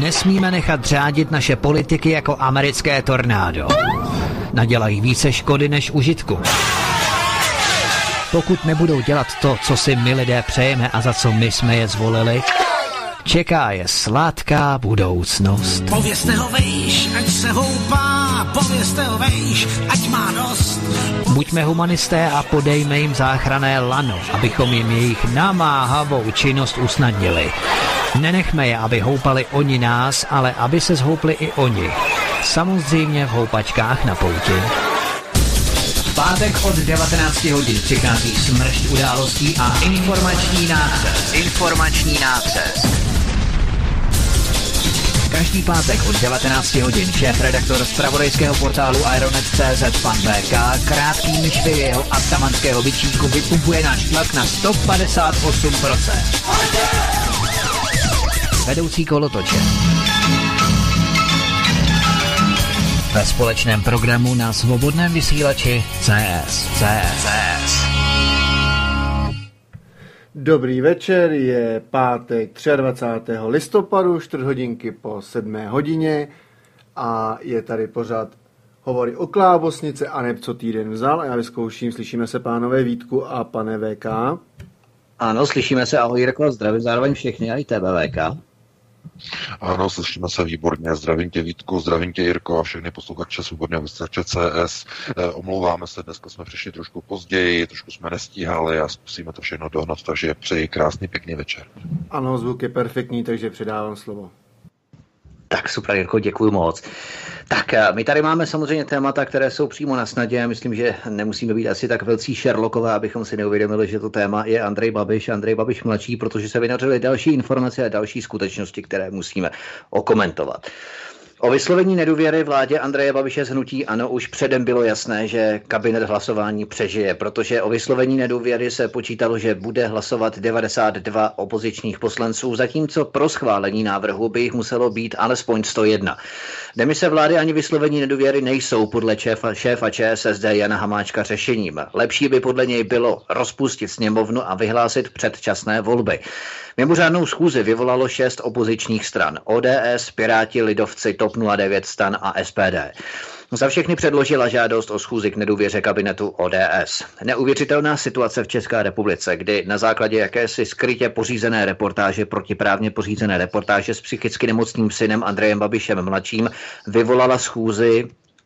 Nesmíme nechat řádit naše politiky jako americké tornádo. Nadělají více škody než užitku. Pokud nebudou dělat to, co si my lidé přejeme a za co my jsme je zvolili, čeká je sladká budoucnost. Povězte ho vejš, ať se houpá, povězte ho vejš, ať má dost. Buďme humanisté a podejme jim záchranné lano, abychom jim jejich namáhavou činnost usnadnili. Nenechme je, aby houpali oni nás, ale aby se zhoupli i oni. Samozřejmě v houpačkách na pouti. V pátek od 19 hodin přichází smršť událostí a informační nácest. Každý pátek od 19 hodin šéfredaktor zpravodajského portálu Ironet.cz pan VK krátkým švy jeho atamanského bičíku vypumpuje náš tlak na 158%. Vedoucí kolotoče. Ve společném programu na svobodném vysílači CS. Dobrý večer, je pátek 23. listopadu, 4 hodinky po 7 hodině a je tady pořád hovory o klávesnice a neb co týden vzal a já vyzkouším, slyšíme se pánové Vítku a pane VK. Ano, slyšíme se, ahoj Jirko, zdravím zároveň všechny a i tebe VK. Ano, slyšíme se výborně, zdravím tě Vítku, zdravím tě Jirko a všechny posluchače svobodného vysílače CS. Omlouváme se, dneska jsme přišli trošku později, trošku jsme nestíhali a zkusíme to všechno dohnat, takže přeji krásný, pěkný večer. Ano, zvuk je perfektní, takže předávám slovo. Tak super, Jirko, děkuji moc. Tak my tady máme samozřejmě témata, které jsou přímo na snadě. Myslím, že nemusíme být asi tak velcí Sherlockové, abychom si neuvědomili, že to téma je Andrej Babiš mladší, protože se vynořily další informace a další skutečnosti, které musíme okomentovat. O vyslovení nedůvěry vládě Andreje Babiše z hnutí ANO už předem bylo jasné, že kabinet hlasování přežije, protože o vyslovení nedůvěry se počítalo, že bude hlasovat 92 opozičních poslanců, zatímco pro schválení návrhu by jich muselo být alespoň 101. Demise vlády ani vyslovení nedůvěry nejsou podle šéfa ČSSD Jana Hamáčka řešením. Lepší by podle něj bylo rozpustit sněmovnu a vyhlásit předčasné volby. Mimořádnou schůzi vyvolalo 6 opozičních stran. ODS, Piráti, Lidovci, TOP 09, STAN a SPD. Za všechny předložila žádost o schůzi k nedůvěře kabinetu ODS. Neuvěřitelná situace v České republice, kdy na základě jakési skrytě pořízené reportáže, protiprávně pořízené reportáže s psychicky nemocným synem Andrejem Babišem mladším vyvolala schůzi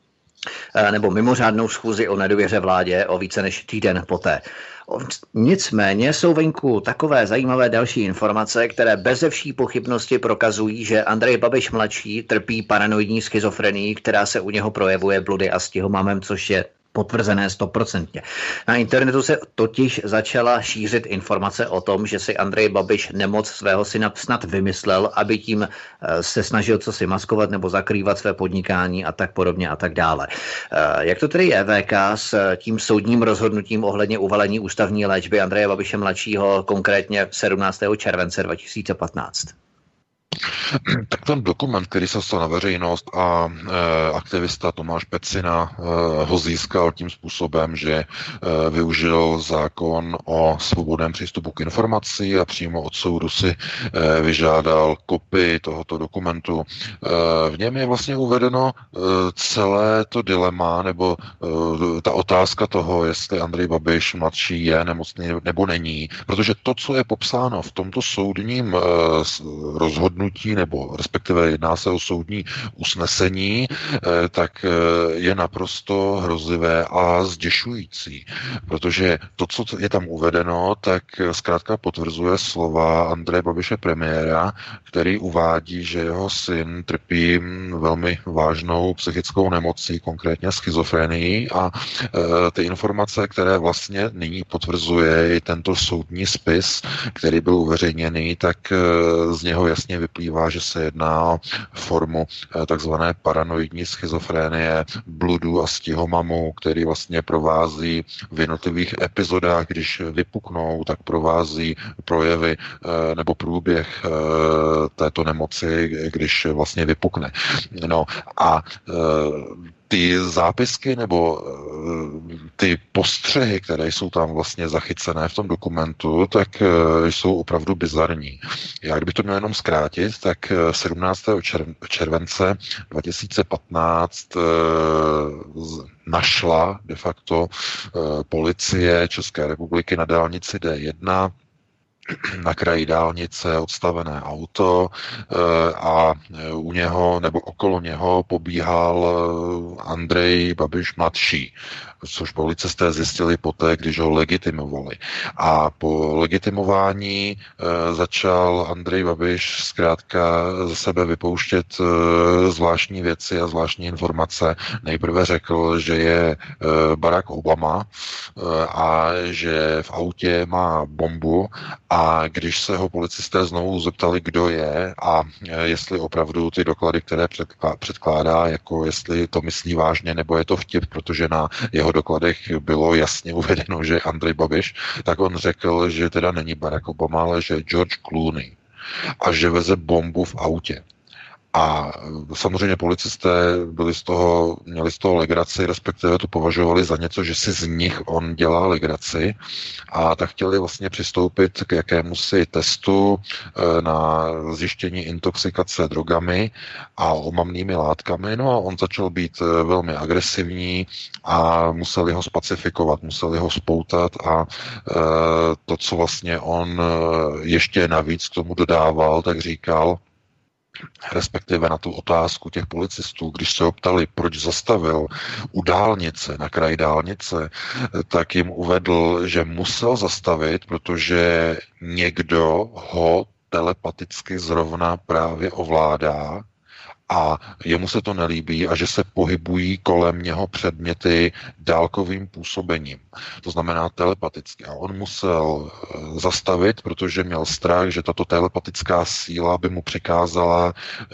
nebo mimořádnou schůzi o nedůvěře vládě o více než týden poté. Nicméně jsou venku takové zajímavé další informace, které beze vší pochybnosti prokazují, že Andrej Babiš mladší trpí paranoidní schizofrenii, která se u něho projevuje bludy a stihomamem, což je potvrzené 100%. Na internetu se totiž začala šířit informace o tom, že si Andrej Babiš nemoc svého syna snad vymyslel, aby tím se snažil cosi maskovat nebo zakrývat své podnikání a tak podobně a tak dále. Jak to tedy je VK s tím soudním rozhodnutím ohledně uvalení ústavní léčby Andreje Babiše mladšího, konkrétně 17. července 2015? Tak ten dokument, který se dostal na veřejnost a aktivista Tomáš Pecina ho získal tím způsobem, že využil zákon o svobodném přístupu k informaci a přímo od soudu si vyžádal kopii tohoto dokumentu. V něm je vlastně uvedeno celé to dilema nebo ta otázka toho, jestli Andrej Babiš mladší je nemocný nebo není, protože to, co je popsáno v tomto soudním rozhodnutí, nebo respektive jedná se o soudní usnesení, tak je naprosto hrozivé a zděšující, protože to, co je tam uvedeno, tak zkrátka potvrzuje slova Andreje Babiše premiéra, který uvádí, že jeho syn trpí velmi vážnou psychickou nemocí, konkrétně schizofrenii a ty informace, které vlastně nyní potvrzuje i tento soudní spis, který byl uveřejněný, tak z něho jasně vyplývá, že se jedná o formu takzvané paranoidní schizofrenie, bludu a stihomamu, který vlastně provází v jednotlivých epizodách, když vypuknou, tak provází projevy nebo průběh této nemoci, když vlastně vypukne. No a ty zápisky nebo ty postřehy, které jsou tam vlastně zachycené v tom dokumentu, tak jsou opravdu bizarní. Já kdybych to měl jenom zkrátit, tak 17. července 2015 našla de facto policie České republiky na dálnici D1 na kraji dálnice odstavené auto a u něho nebo okolo něho pobíhal Andrej Babiš mladší, což policisté zjistili poté, když ho legitimovali. A po legitimování začal Andrej Babiš zkrátka ze sebe vypouštět zvláštní věci a zvláštní informace. Nejprve řekl, že je Barack Obama a že v autě má bombu, a když se ho policisté znovu zeptali, kdo je a jestli opravdu ty doklady, které předkládá, jako jestli to myslí vážně, nebo je to vtip, protože na jeho dokladech bylo jasně uvedeno, že Andrej Babiš, tak on řekl, že teda není Barack Obama, ale že George Clooney a že veze bombu v autě. A samozřejmě policisté měli z toho legraci, respektive to považovali za něco, že si z nich on dělá legraci, a tak chtěli vlastně přistoupit k jakémusi testu na zjištění intoxikace drogami a omamnými látkami. No a on začal být velmi agresivní a museli ho spacifikovat, museli ho spoutat, a to, co vlastně on ještě navíc k tomu dodával, tak říkal, respektive na tu otázku těch policistů, když se ho ptali, proč zastavil u dálnice, na kraji dálnice, tak jim uvedl, že musel zastavit, protože někdo ho telepaticky zrovna právě ovládá a jemu se to nelíbí a že se pohybují kolem něho předměty dálkovým působením. To znamená telepaticky. A on musel zastavit, protože měl strach, že tato telepatická síla by mu přikázala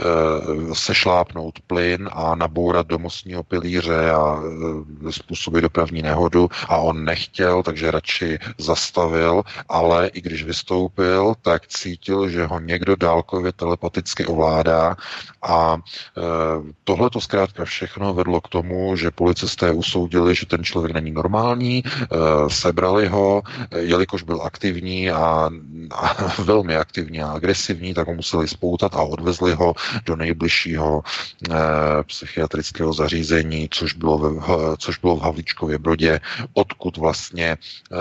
sešlápnout plyn a nabourat do mostního pilíře a způsobit dopravní nehodu, a on nechtěl, takže radši zastavil, ale i když vystoupil, tak cítil, že ho někdo dálkově telepaticky ovládá, a tohle to zkrátka všechno vedlo k tomu, že policisté usoudili, že ten člověk není normální, sebrali ho, jelikož byl aktivní a velmi aktivní a agresivní, tak ho museli spoutat a odvezli ho do nejbližšího psychiatrického zařízení, což bylo v Havlíčkově Brodě, odkud vlastně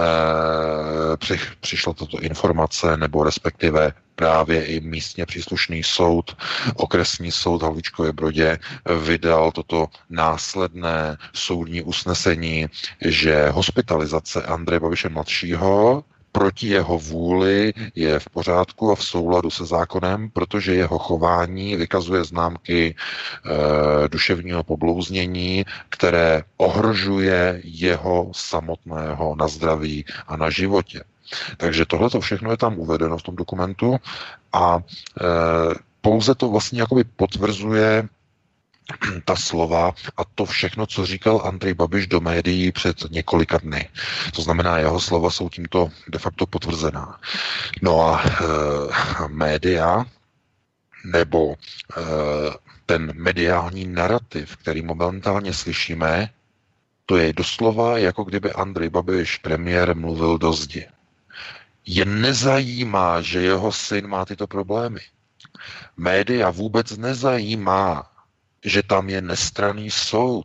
přišla tato informace, nebo respektive právě i místně příslušný soud, okresní soud Havlíčkově Brodě, vydal toto následné soudní usnesení, že hospitalizace Andreje Babiše mladšího proti jeho vůli je v pořádku a v souladu se zákonem, protože jeho chování vykazuje známky duševního poblouznění, které ohrožuje jeho samotného na zdraví a na životě. Takže tohle to všechno je tam uvedeno v tom dokumentu a pouze to vlastně jakoby potvrzuje ta slova a to všechno, co říkal Andrej Babiš do médií před několika dny. To znamená, jeho slova jsou tímto de facto potvrzená. No a média nebo ten mediální narrativ, který momentálně slyšíme, to je doslova, jako kdyby Andrej Babiš, premiér, mluvil do zdi. Je nezajímá, že jeho syn má tyto problémy. Média vůbec nezajímá, že tam je nestranný soud,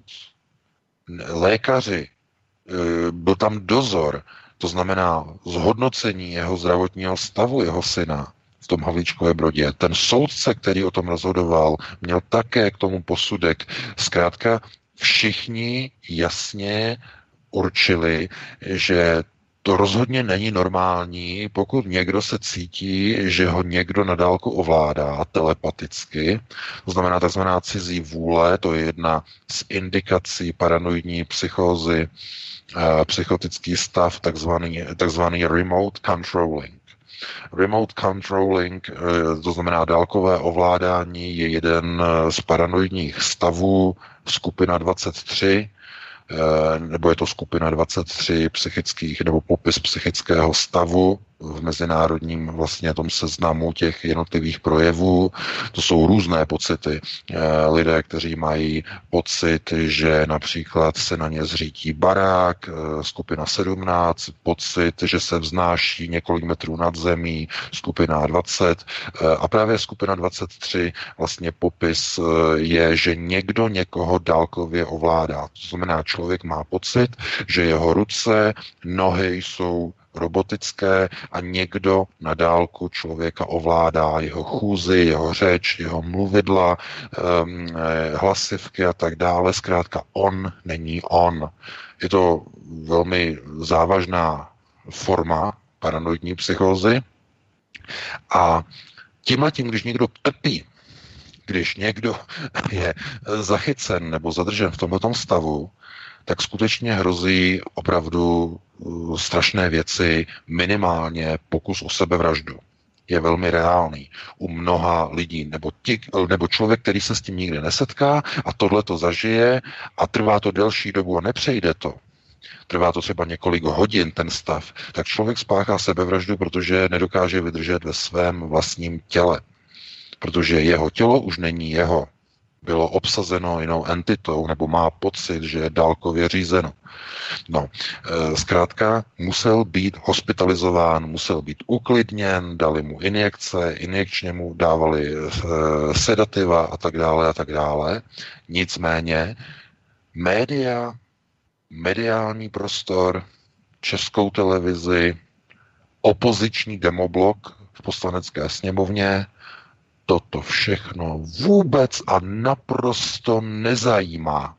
lékaři, byl tam dozor, to znamená zhodnocení jeho zdravotního stavu, jeho syna v tom Havlíčkově Brodě. Ten soudce, který o tom rozhodoval, měl také k tomu posudek. Zkrátka všichni jasně určili, že to rozhodně není normální, pokud někdo se cítí, že ho někdo na dálku ovládá telepaticky, to znamená takzvaná cizí vůle, to je jedna z indikací paranoidní psychózy, psychotický stav, takzvaný remote controlling. Remote controlling, to znamená dálkové ovládání, je jeden z paranoidních stavů, skupina 23, nebo je to skupina 23 psychických, nebo popis psychického stavu, v mezinárodním vlastně tom seznamu těch jednotlivých projevů. To jsou různé pocity. Lidé, kteří mají pocit, že například se na ně zřítí barák, skupina 17, pocit, že se vznáší několik metrů nad zemí, skupina 20 a právě skupina 23 vlastně popis je, že někdo někoho dálkově ovládá. To znamená, člověk má pocit, že jeho ruce, nohy jsou robotické a někdo na dálku člověka ovládá jeho chůzi, jeho řeč, jeho mluvidla, hlasivky a tak dále. Zkrátka on není on. Je to velmi závažná forma paranoidní psychózy a tímhletím, když někdo trpí, když někdo je zachycen nebo zadržen v tomto stavu, tak skutečně hrozí opravdu strašné věci, minimálně pokus o sebevraždu. Je velmi reálný u mnoha lidí, nebo člověk, který se s tím nikdy nesetká a tohle to zažije a trvá to delší dobu a nepřejde to. Trvá to třeba několik hodin, ten stav, tak člověk spáchá sebevraždu, protože nedokáže vydržet ve svém vlastním těle. Protože jeho tělo už není jeho. Bylo obsazeno jinou entitou, nebo má pocit, že je dálkově řízeno. No, zkrátka musel být hospitalizován, musel být uklidněn, dali mu injekčně mu dávali sedativa a tak dále a tak dále. Nicméně média, mediální prostor, Českou televizi, opoziční demoblok v Poslanecké sněmovně toto všechno vůbec a naprosto nezajímá.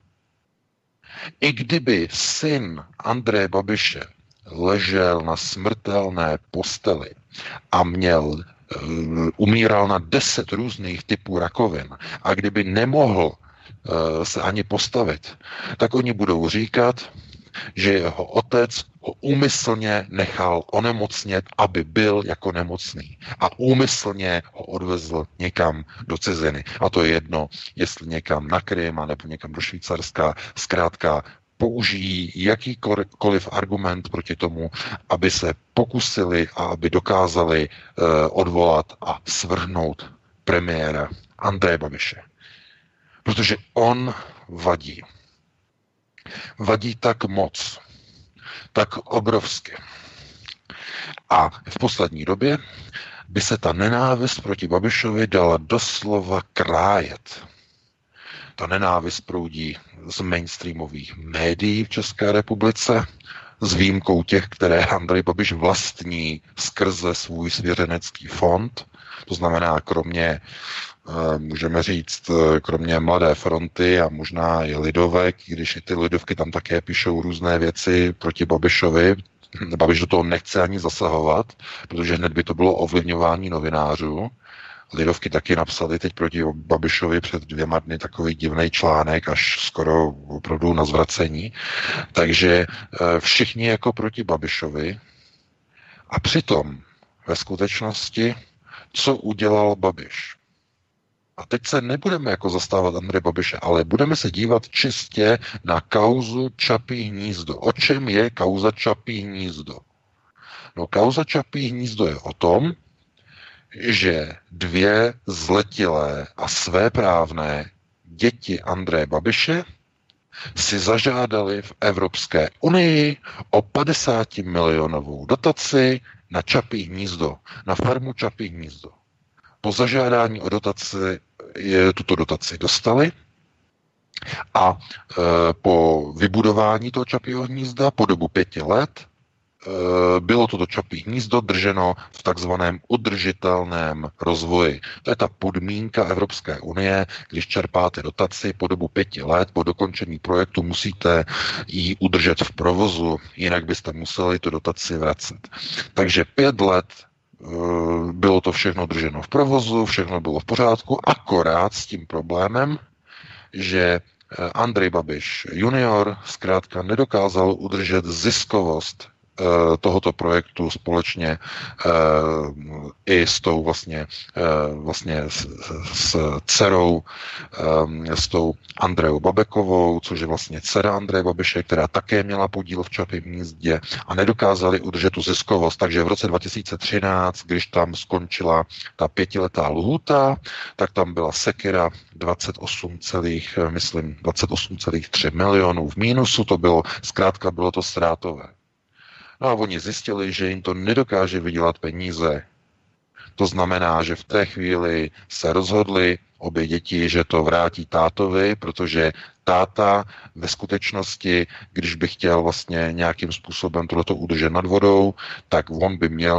I kdyby syn Andreje Babiše ležel na smrtelné posteli a umíral na 10 různých typů rakovin a kdyby nemohl se ani postavit, tak oni budou říkat, že jeho otec ho úmyslně nechal onemocnět, aby byl jako nemocný. A úmyslně ho odvezl někam do ciziny. A to je jedno, jestli někam na Krym, nebo někam do Švýcarska. Zkrátka použijí jakýkoliv argument proti tomu, aby se pokusili a aby dokázali odvolat a svrhnout premiéra Andreje Babiše. Protože on vadí. Vadí tak moc, tak obrovsky. A v poslední době by se ta nenávist proti Babišovi dala doslova krájet. Ta nenávist proudí z mainstreamových médií v České republice, s výjimkou těch, které Andrej Babiš vlastní skrze svůj svěřenecký fond. To znamená, můžeme říct, kromě Mladé fronty a možná i Lidovek, když i ty Lidovky tam také píšou různé věci proti Babišovi. Babiš do toho nechce ani zasahovat, protože hned by to bylo ovlivňování novinářů. Lidovky taky napsali teď proti Babišovi před 2 dny takový divný článek, až skoro opravdu na zvracení. Takže všichni jako proti Babišovi. A přitom ve skutečnosti, co udělal Babiš? A teď se nebudeme jako zastávat Andreje Babiše, ale budeme se dívat čistě na kauzu Čapí hnízdo. O čem je kauza Čapí hnízdo? No, kauza Čapí hnízdo je o tom, že 2 zletilé a svéprávné děti Andreje Babiše si zažádali v Evropské unii o 50 milionovou dotaci na Čapí hnízdo, na farmu Čapí hnízdo. Po zažádání o dotaci tuto dotaci dostali a po vybudování toho Čapího hnízda po dobu 5 let bylo toto Čapí hnízdo drženo v takzvaném udržitelném rozvoji. To je ta podmínka Evropské unie, když čerpáte dotaci po dobu 5 let, po dokončení projektu musíte ji udržet v provozu, jinak byste museli tu dotaci vracet. Takže 5 let bylo to všechno drženo v provozu, všechno bylo v pořádku, akorát s tím problémem, že Andrej Babiš junior zkrátka nedokázal udržet ziskovost tohoto projektu společně i s tou vlastně s dcerou, s tou Andreou Babekovou, což je vlastně dcera Andreje Babiše, která také měla podíl v Čapím hnízdě a nedokázali udržet tu ziskovost. Takže v roce 2013, když tam skončila ta 5letá lhůta, tak tam byla sekera 28,3 milionů v mínusu, to bylo, zkrátka bylo to ztrátové. No a oni zjistili, že jim to nedokáže vydělat peníze. To znamená, že v té chvíli se rozhodli obě děti, že to vrátí tátovi, protože táta ve skutečnosti, když by chtěl vlastně nějakým způsobem tohleto udržet nad vodou, tak on by měl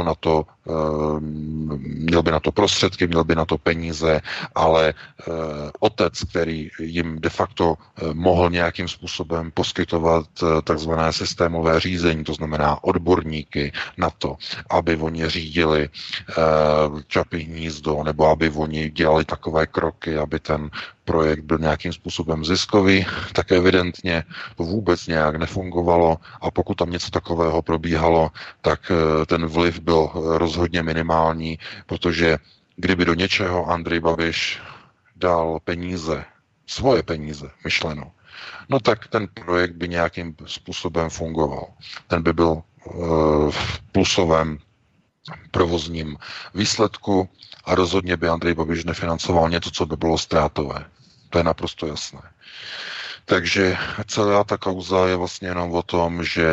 by na to prostředky, měl by na to peníze, ale otec, který jim de facto mohl nějakým způsobem poskytovat takzvané systémové řízení, to znamená odborníky na to, aby oni řídili Čapí hnízdo, nebo aby oni dělali takové kroky, aby ten projekt byl nějakým způsobem ziskový, tak evidentně to vůbec nějak nefungovalo a pokud tam něco takového probíhalo, tak ten vliv byl rozhodně minimální, protože kdyby do něčeho Andrej Babiš dal peníze, svoje peníze, myšleno, no tak ten projekt by nějakým způsobem fungoval. Ten by byl v plusovém provozním výsledku a rozhodně by Andrej Babiš nefinancoval něco, co by bylo ztrátové. To je naprosto jasné. Takže celá ta kauza je vlastně jenom o tom, že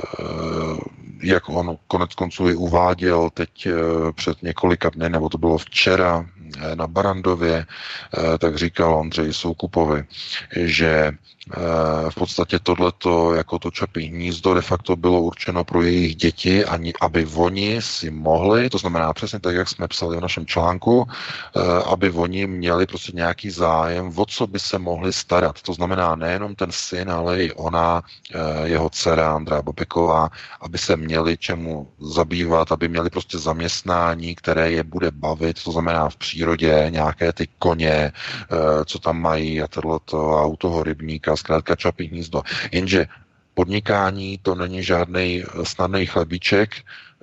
jak on konec konců i uváděl teď před několika dny, nebo to bylo včera na Barandově, tak říkal Ondřej Soukupovi, že v podstatě tohleto, jako to Čapí hnízdo, de facto bylo určeno pro jejich děti, aby oni si mohli, to znamená přesně tak, jak jsme psali v našem článku, aby oni měli prostě nějaký zájem, o co by se mohli starat. To znamená nejenom ten syn, ale i ona, jeho dcera Andrea Babeková, aby se měli čemu zabývat, aby měli prostě zaměstnání, které je bude bavit, to znamená v přírodě, nějaké ty koně, co tam mají a tohleto, a u toho rybníka, zkrátka Čapí hnízdo. Jenže podnikání to není žádný snadný chlebíček,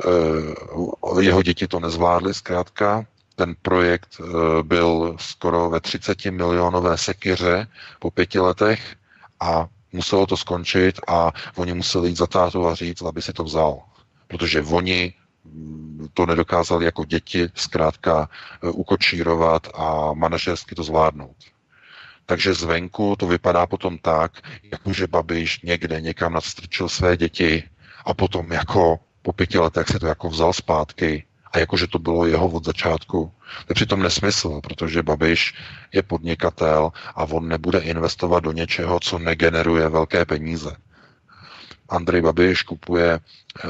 jeho děti to nezvládly, zkrátka. Ten projekt byl skoro ve 30 milionové sekyře po 5 letech a muselo to skončit a oni museli jít za tátu a říct, aby si to vzal. Protože oni to nedokázali jako děti zkrátka ukočírovat a manažersky to zvládnout. Takže zvenku to vypadá potom tak, jakože Babiš někde někam nadstrčil své děti a potom jako po 5 letech se to jako vzal zpátky a jakože to bylo jeho od začátku. To je přitom nesmysl, protože Babiš je podnikatel a on nebude investovat do něčeho, co negeneruje velké peníze. Andrej Babiš kupuje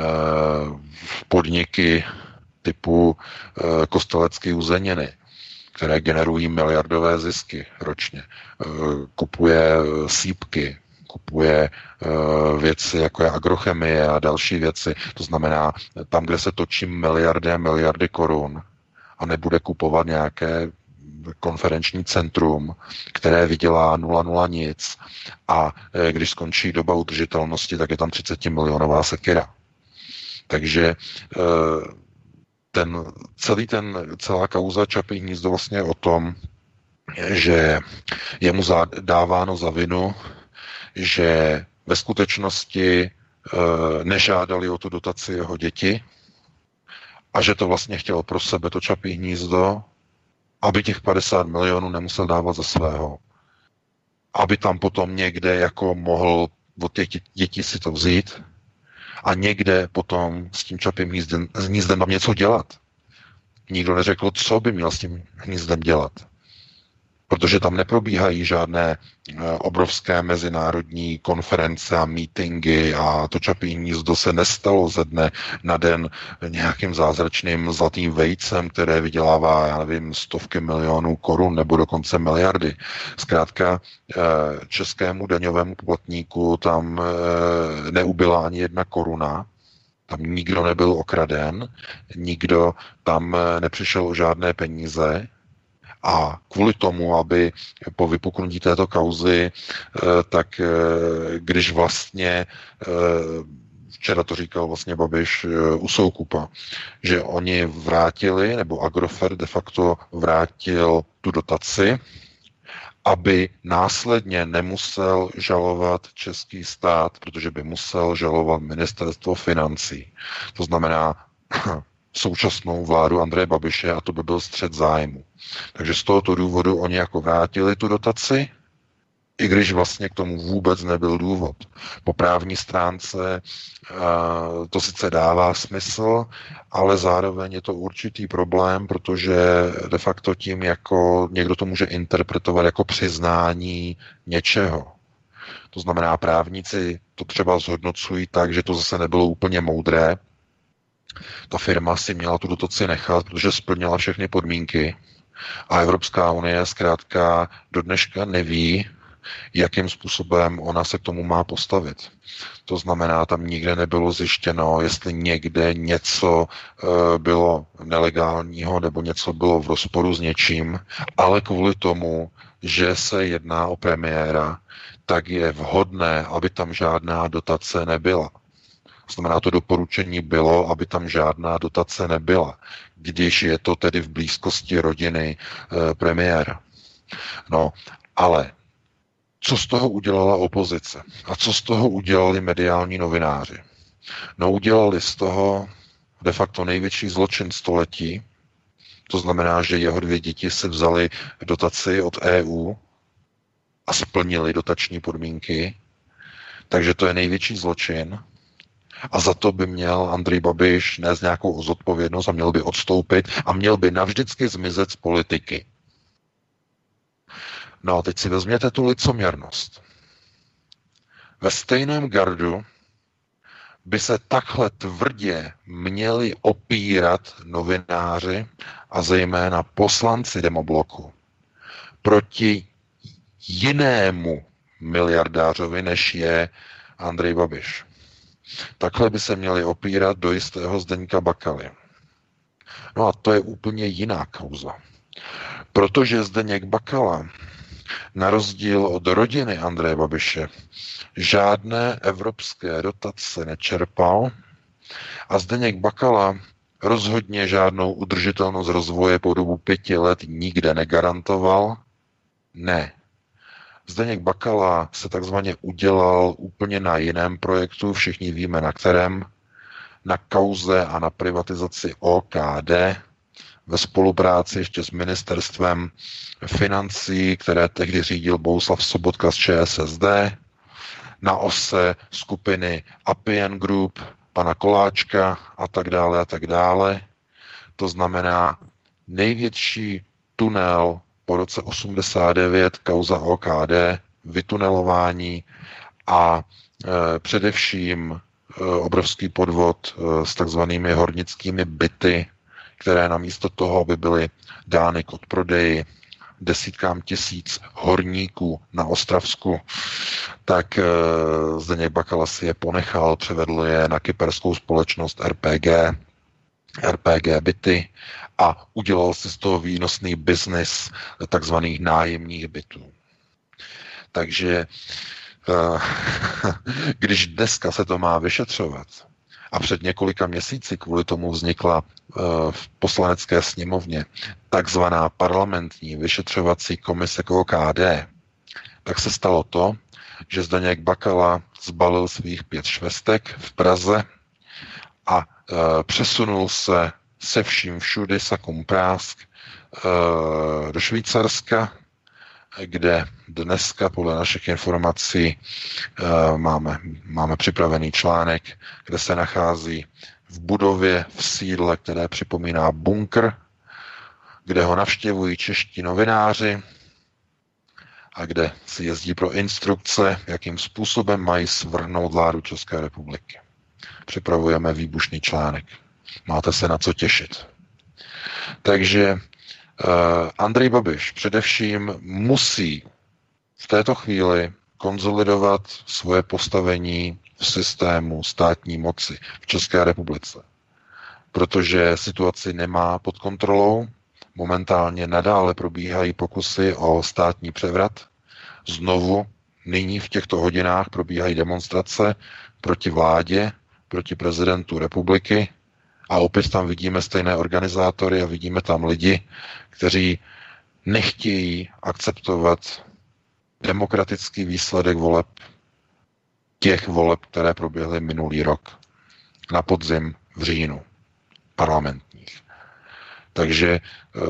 podniky typu Kostelecké uzeniny, které generují miliardové zisky ročně. Kupuje sýpky, kupuje věci, jako je agrochemie a další věci. To znamená, tam, kde se točí miliardy korun a nebude kupovat nějaké konferenční centrum, které vydělá 0,0 nic a když skončí doba udržitelnosti, tak je tam 30 milionová sekera. Takže celá kauza Čapí hnízdo vlastně o tom, že je mu dáváno za vinu, že ve skutečnosti nežádali o tu dotaci jeho děti a že to vlastně chtěl pro sebe to Čapí hnízdo, aby těch 50 milionů nemusel dávat za svého. Aby tam potom někde jako mohl od těch dětí si to vzít a někde potom s tím Čapím hnízdem tam něco dělat. Nikdo neřekl, co by měl s tím hnízdem dělat. Protože tam neprobíhají žádné obrovské mezinárodní konference a meetingy a to Čapí hnízdo se nestalo ze dne na den nějakým zázračným zlatým vejcem, které vydělává, já nevím, stovky milionů korun nebo dokonce miliardy. Zkrátka českému daňovému poplatníku tam neubyla ani 1 koruna, tam nikdo nebyl okraden, nikdo tam nepřišel o žádné peníze. A kvůli tomu, aby po vypuknutí této kauzy, tak když vlastně včera to říkal vlastně Babiš u Soukupa, že oni vrátili, nebo Agrofert de facto vrátil tu dotaci, aby následně nemusel žalovat český stát, protože by musel žalovat ministerstvo financí. To znamená současnou vládu Andreje Babiše a to by byl střet zájmu. Takže z tohoto důvodu oni jako vrátili tu dotaci, i když vlastně k tomu vůbec nebyl důvod. Po právní stránce to sice dává smysl, ale zároveň je to určitý problém, protože de facto tím jako někdo to může interpretovat jako přiznání něčeho. To znamená, právníci to třeba zhodnocují tak, že to zase nebylo úplně moudré. Ta firma si měla tu dotaci nechat, protože splnila všechny podmínky a Evropská unie zkrátka do dneška neví, jakým způsobem ona se k tomu má postavit. To znamená, tam nikde nebylo zjištěno, jestli někde něco bylo nelegálního nebo něco bylo v rozporu s něčím, ale kvůli tomu, že se jedná o premiéra, tak je vhodné, aby tam žádná dotace nebyla. To znamená, to doporučení bylo, aby tam žádná dotace nebyla, když je to tedy v blízkosti rodiny premiéra. No, ale co z toho udělala opozice? A co z toho udělali mediální novináři? No, udělali z toho de facto největší zločin století. To znamená, že jeho 2 děti si vzali dotaci od EU a splnili dotační podmínky. Takže to je největší zločin. A za to by měl Andrej Babiš nést nějakou zodpovědnost a měl by odstoupit a měl by navždycky zmizet z politiky. No a teď si vezměte tu licoměrnost. Ve stejném gardu by se takhle tvrdě měli opírat novináři a zejména poslanci Demobloku proti jinému miliardářovi, než je Andrej Babiš. Takhle by se měli opírat do jistého Zdeňka Bakaly. No a to je úplně jiná kauza. Protože Zdeněk Bakala, na rozdíl od rodiny Andreje Babiše, žádné evropské dotace nečerpal a Zdeněk Bakala rozhodně žádnou udržitelnost rozvoje po dobu 5 let nikde negarantoval. Ne. Zdeněk Bakala se takzvaně udělal úplně na jiném projektu, všichni víme na kterém, na kauze a na privatizaci OKD, ve spolupráci ještě s ministerstvem financí, které tehdy řídil Bohuslav Sobotka z ČSSD, na ose skupiny Appian Group, pana Koláčka a tak dále a tak dále. To znamená největší tunel po roce 89, kauza OKD, vytunelování a především obrovský podvod s takzvanými hornickými byty, které namísto toho, aby byly dány k odprodeji desítkám tisíc horníků na Ostravsku, tak Zdeněk Bakala si je ponechal, převedl je na kyperskou společnost RPG byty a udělal si z toho výnosný biznis takzvaných nájemních bytů. Takže když dneska se to má vyšetřovat a před několika měsíci kvůli tomu vznikla v poslanecké sněmovně takzvaná parlamentní vyšetřovací komise k OKD, tak se stalo to, že Zdeněk Bakala zbalil svých 5 švestek v Praze a přesunul se vším všudy sakum prásk do Švýcarska, kde dneska podle našich informací máme připravený článek, kde se nachází v budově v sídle, které připomíná bunkr, kde ho navštěvují čeští novináři a kde si jezdí pro instrukce, jakým způsobem mají svrhnout vládu České republiky. Připravujeme výbušný článek. Máte se na co těšit. Takže Andrej Babiš především musí v této chvíli konsolidovat svoje postavení v systému státní moci v České republice, protože situaci nemá pod kontrolou. Momentálně nadále probíhají pokusy o státní převrat. Znovu nyní v těchto hodinách probíhají demonstrace proti vládě proti prezidentu republiky a opět tam vidíme stejné organizátory a vidíme tam lidi, kteří nechtějí akceptovat demokratický výsledek voleb, těch voleb, které proběhly minulý rok na podzim v říjnu, parlamentních. Takže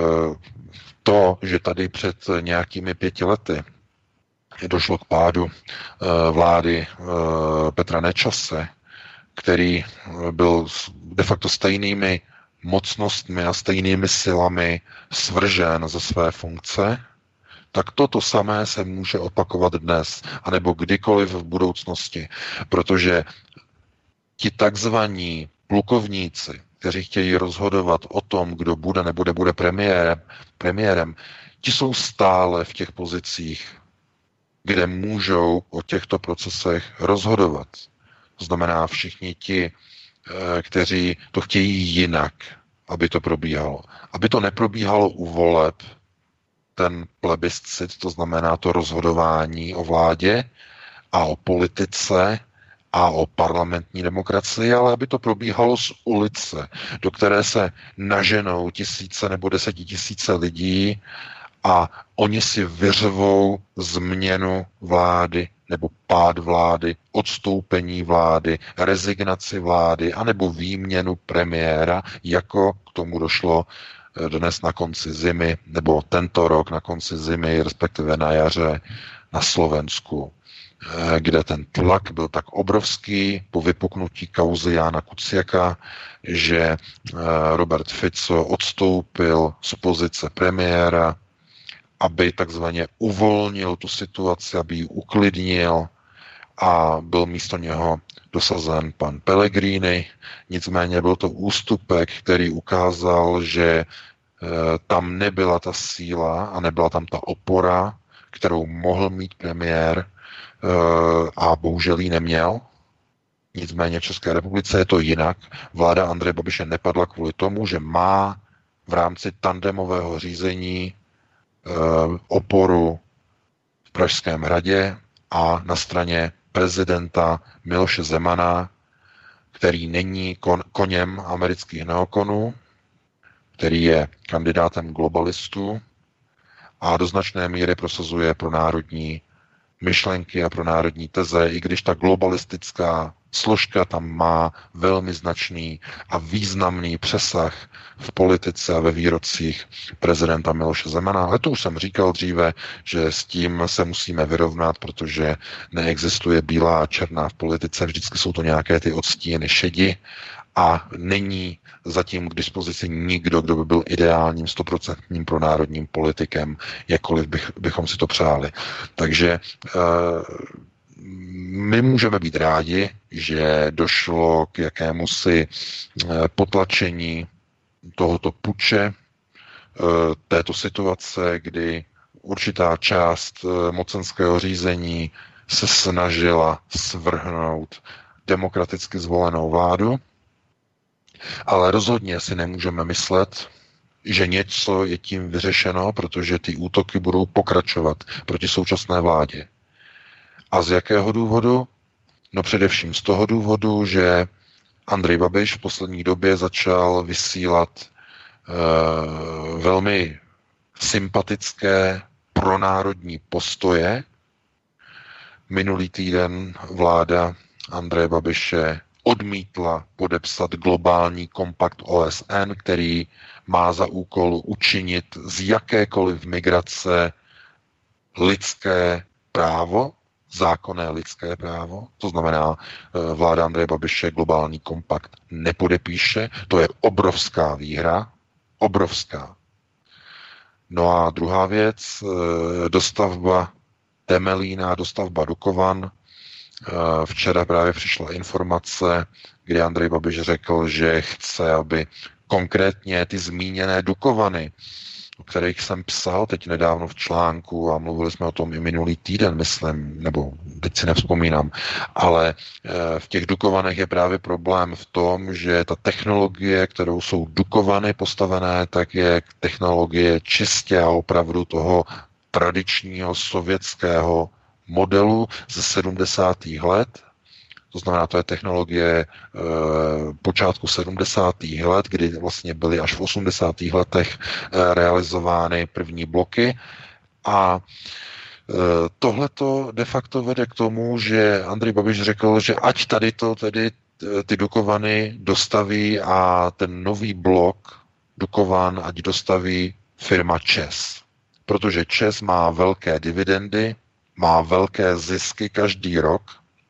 to, že tady před nějakými 5 lety došlo k pádu vlády Petra Nečase, který byl de facto stejnými mocnostmi a stejnými silami svržen ze své funkce, tak toto samé se může opakovat dnes, anebo kdykoliv v budoucnosti, protože ti takzvaní plukovníci, kteří chtějí rozhodovat o tom, kdo bude nebo nebude premiérem, ti jsou stále v těch pozicích, kde můžou o těchto procesech rozhodovat. To znamená všichni ti, kteří to chtějí jinak, aby to probíhalo. Aby to neprobíhalo u voleb, ten plebiscit, to znamená to rozhodování o vládě a o politice a o parlamentní demokracii, ale aby to probíhalo z ulice, do které se naženou tisíce nebo 10 000 lidí a oni si vyřvou změnu vlády nebo pád vlády, odstoupení vlády, rezignaci vlády anebo výměnu premiéra, jako k tomu došlo dnes na konci zimy, nebo tento rok na konci zimy, respektive na jaře na Slovensku, kde ten tlak byl tak obrovský po vypuknutí kauzy Jána Kuciaka, že Robert Fico odstoupil z pozice premiéra, aby takzvaně uvolnil tu situaci, aby ji uklidnil a byl místo něho dosazen pan Pellegrini. Nicméně byl to ústupek, který ukázal, že tam nebyla ta síla a nebyla tam ta opora, kterou mohl mít premiér a bohužel ji neměl. Nicméně v České republice je to jinak. Vláda Andreje Babiše nepadla kvůli tomu, že má v rámci tandemového řízení oporu v Pražském hradě a na straně prezidenta Miloše Zemana, který není koněm amerických neokonů, který je kandidátem globalistů a do značné míry prosazuje pro národní myšlenky a pro národní teze, i když ta globalistická složka tam má velmi značný a významný přesah v politice a ve výrocích prezidenta Miloše Zemana. Ale to už jsem říkal dříve, že s tím se musíme vyrovnat, protože neexistuje bílá a černá v politice, vždycky jsou to nějaké ty odstíny šedi a není zatím k dispozici nikdo, kdo by byl ideálním 100% pronárodním politikem, jakkoliv bychom si to přáli. Takže my můžeme být rádi, že došlo k jakémusi potlačení tohoto puče, této situace, kdy určitá část mocenského řízení se snažila svrhnout demokraticky zvolenou vládu, ale rozhodně si nemůžeme myslet, že něco je tím vyřešeno, protože ty útoky budou pokračovat proti současné vládě. A z jakého důvodu? No především z toho důvodu, že Andrej Babiš v poslední době začal vysílat velmi sympatické pronárodní postoje. Minulý týden vláda Andreje Babiše odmítla podepsat globální kompakt OSN, který má za úkol učinit z jakékoliv migrace lidské právo, zákonné lidské právo. To znamená, vláda Andreje Babiše globální kompakt nepodepíše. To je obrovská výhra. Obrovská. No a druhá věc, dostavba Temelína, dostavba Dukovan. Včera právě přišla informace, kdy Andrej Babiš řekl, že chce, aby konkrétně ty zmíněné Dukovany, o kterých jsem psal teď nedávno v článku a mluvili jsme o tom i minulý týden, myslím, nebo teď si nevzpomínám, ale v těch Dukovanech je právě problém v tom, že ta technologie, kterou jsou Dukovany postavené, tak je technologie čistě a opravdu toho tradičního sovětského modelu ze 70. let. To znamená, to je technologie počátku 70. let, kdy vlastně byly až v 80. letech realizovány první bloky. A tohleto de facto vede k tomu, že Andrej Babiš řekl, že ať tady to tedy ty Dukovany dostaví a ten nový blok Dukovan ať dostaví firma ČEZ. Protože ČEZ má velké dividendy, má velké zisky každý rok,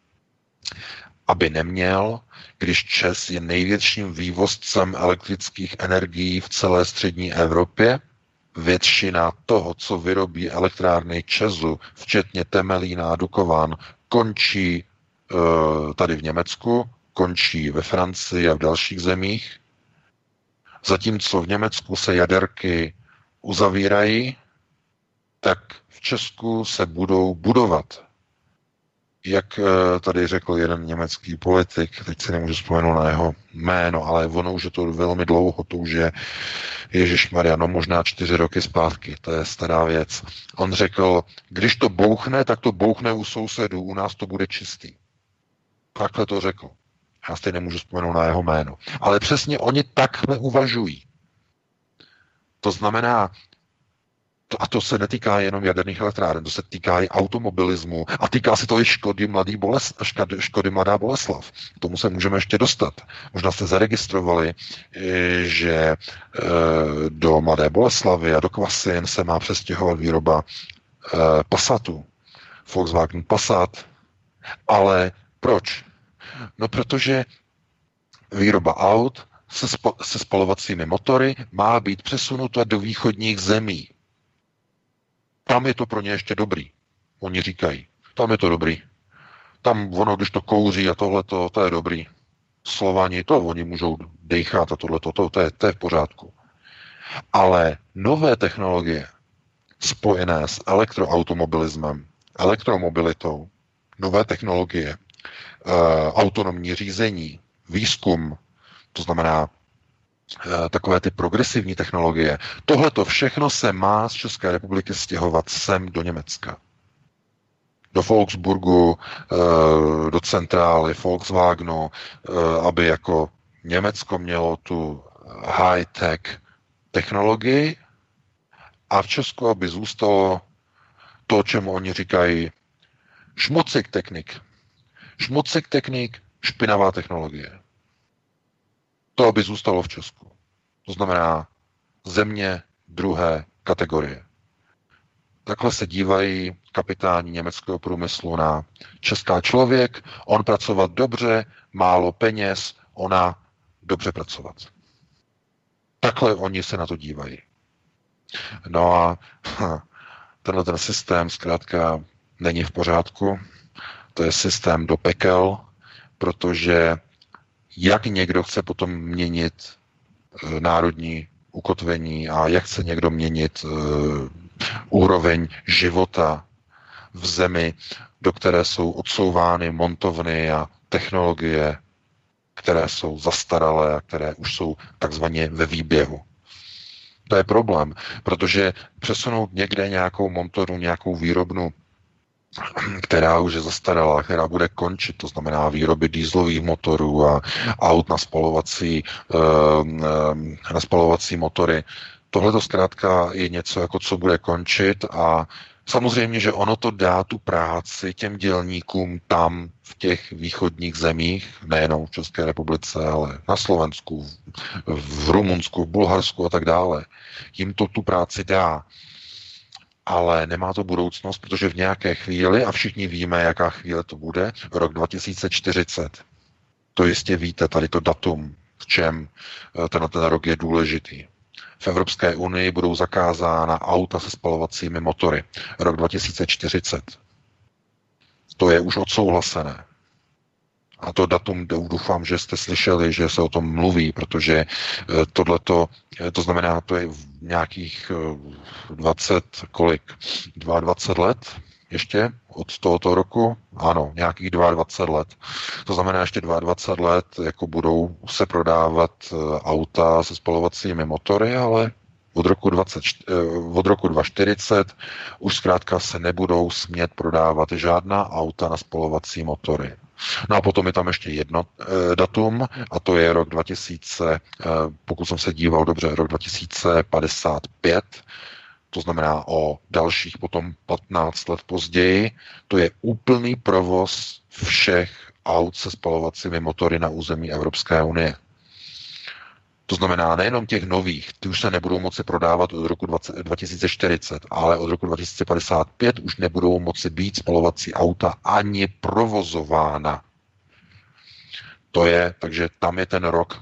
aby neměl, když ČEZ je největším vývozcem elektrických energií v celé střední Evropě. Většina toho, co vyrobí elektrárny ČEZu, včetně Temelína a Dukovan, končí tady v Německu, končí ve Francii a v dalších zemích. Zatímco v Německu se jaderky uzavírají, tak v Česku se budou budovat. Jak tady řekl jeden německý politik, teď si nemůžu vzpomenout na jeho jméno, ale ono už je to velmi dlouho, to už je ježišmarja, no možná 4 roky zpátky, to je stará věc. On řekl, když to bouchne, tak to bouchne u sousedů, u nás to bude čistý. Takhle to řekl. Já si nemůžu vzpomenout na jeho jméno. Ale přesně oni takhle uvažují. To znamená, a to se netýká jenom jaderných elektráren, to se týká i automobilismu a týká se to i Škody Mladá Boleslav. K tomu se můžeme ještě dostat. Možná jste zaregistrovali, že do Mladé Boleslavy a do Kvasin se má přestěhovat výroba Passatu. Volkswagen Passat. Ale proč? No protože výroba aut se spalovacími motory má být přesunuta do východních zemí. Tam je to pro ně ještě dobrý. Oni říkají, tam je to dobrý. Tam ono, když to kouří a tohleto, to je dobrý. Slovani, to oni můžou dejchat a tohleto, to je v pořádku. Ale nové technologie spojené s elektroautomobilismem, elektromobilitou, nové technologie, autonomní řízení, výzkum, to znamená takové ty progresivní technologie. Tohle to všechno se má z České republiky stěhovat sem do Německa. Do Volksburgu, do centrály Volkswagenu, aby jako Německo mělo tu high-tech technologii a v Česku, aby zůstalo to, čemu oni říkají šmocik technik. Šmocik technik, špinavá technologie. To, aby zůstalo v Česku. To znamená země druhé kategorie. Takhle se dívají kapitáni německého průmyslu na česká člověk, on pracovat dobře, málo peněz, ona dobře pracovat. Takhle oni se na to dívají. No a tenhle ten systém zkrátka není v pořádku. To je systém do pekel, protože jak někdo chce potom měnit národní ukotvení a jak chce někdo měnit úroveň života v zemi, do které jsou odsouvány montovny a technologie, které jsou zastaralé a které už jsou takzvaně ve výběhu. To je problém, protože přesunout někde nějakou montovnu, nějakou výrobnu, která už je zastaralá, která bude končit, to znamená výroby dieselových motorů a aut na spalovací motory. Tohle to zkrátka je něco, jako co bude končit a samozřejmě, že ono to dá tu práci těm dělníkům tam v těch východních zemích, nejenom v České republice, ale na Slovensku, v Rumunsku, v Bulharsku a tak dále. Jim to tu práci dá. Ale nemá to budoucnost, protože v nějaké chvíli, a všichni víme, jaká chvíle to bude, rok 2040. To jistě víte, tady to datum, v čem ten rok je důležitý. V Evropské unii budou zakázána auta se spalovacími motory. Rok 2040. To je už odsouhlasené. A to datum doufám, že jste slyšeli, že se o tom mluví, protože tohleto, to znamená, to je v nějakých 22 let ještě od tohoto roku? Ano, nějakých 22 let. To znamená ještě 22 let, jako budou se prodávat auta se spalovacími motory, ale od roku 2040 už zkrátka se nebudou smět prodávat žádná auta na spalovací motory. No a potom je tam ještě jedno datum, a to je rok 2000, pokud jsem se díval dobře, rok 2055, to znamená o dalších potom 15 let později, to je úplný provoz všech aut se spalovacími motory na území Evropské unie. To znamená nejenom těch nových, ty už se nebudou moci prodávat od roku 2040, ale od roku 2055 už nebudou moci být spalovací auta ani provozována. To je, takže tam je ten rok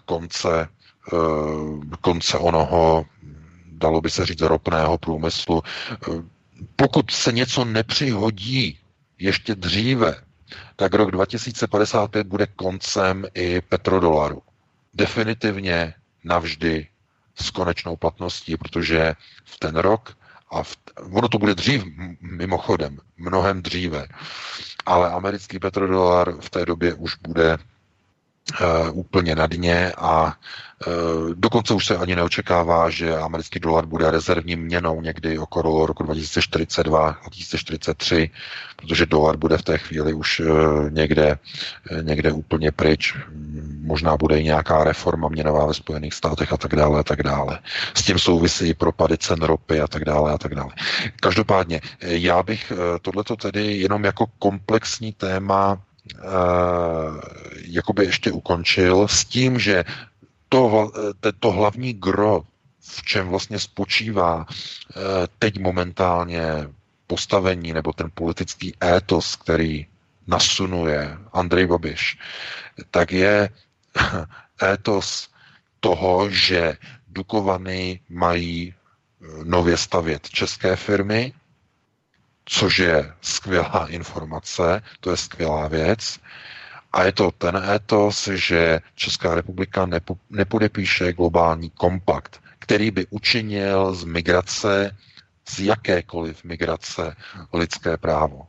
konce onoho, dalo by se říct, ropného průmyslu. Pokud se něco nepřihodí ještě dříve, tak rok 2055 bude koncem i petrodolaru. Definitivně navždy s konečnou platností, protože v ten rok, ono to bude dřív, mimochodem, mnohem dříve, ale americký petrodolar v té době už bude úplně na dně a dokonce už se ani neočekává, že americký dolar bude rezervní měnou někdy okolo roku 2042, 2043, protože dolar bude v té chvíli už někde úplně pryč. Možná bude i nějaká reforma měnová ve Spojených státech a tak dále a tak dále. S tím souvisí propady cen ropy a tak dále a tak dále. Každopádně, já bych tohleto tedy jenom jako komplexní téma jakoby ještě ukončil s tím, že to hlavní gro, v čem vlastně spočívá teď momentálně postavení nebo ten politický étos, který nasunuje Andrej Babiš, tak je étos toho, že Dukovany mají nově stavět české firmy, což je skvělá informace, to je skvělá věc. A je to ten étos, že Česká republika nepodepíše globální kompakt, který by učinil z migrace, z jakékoliv migrace, lidské právo.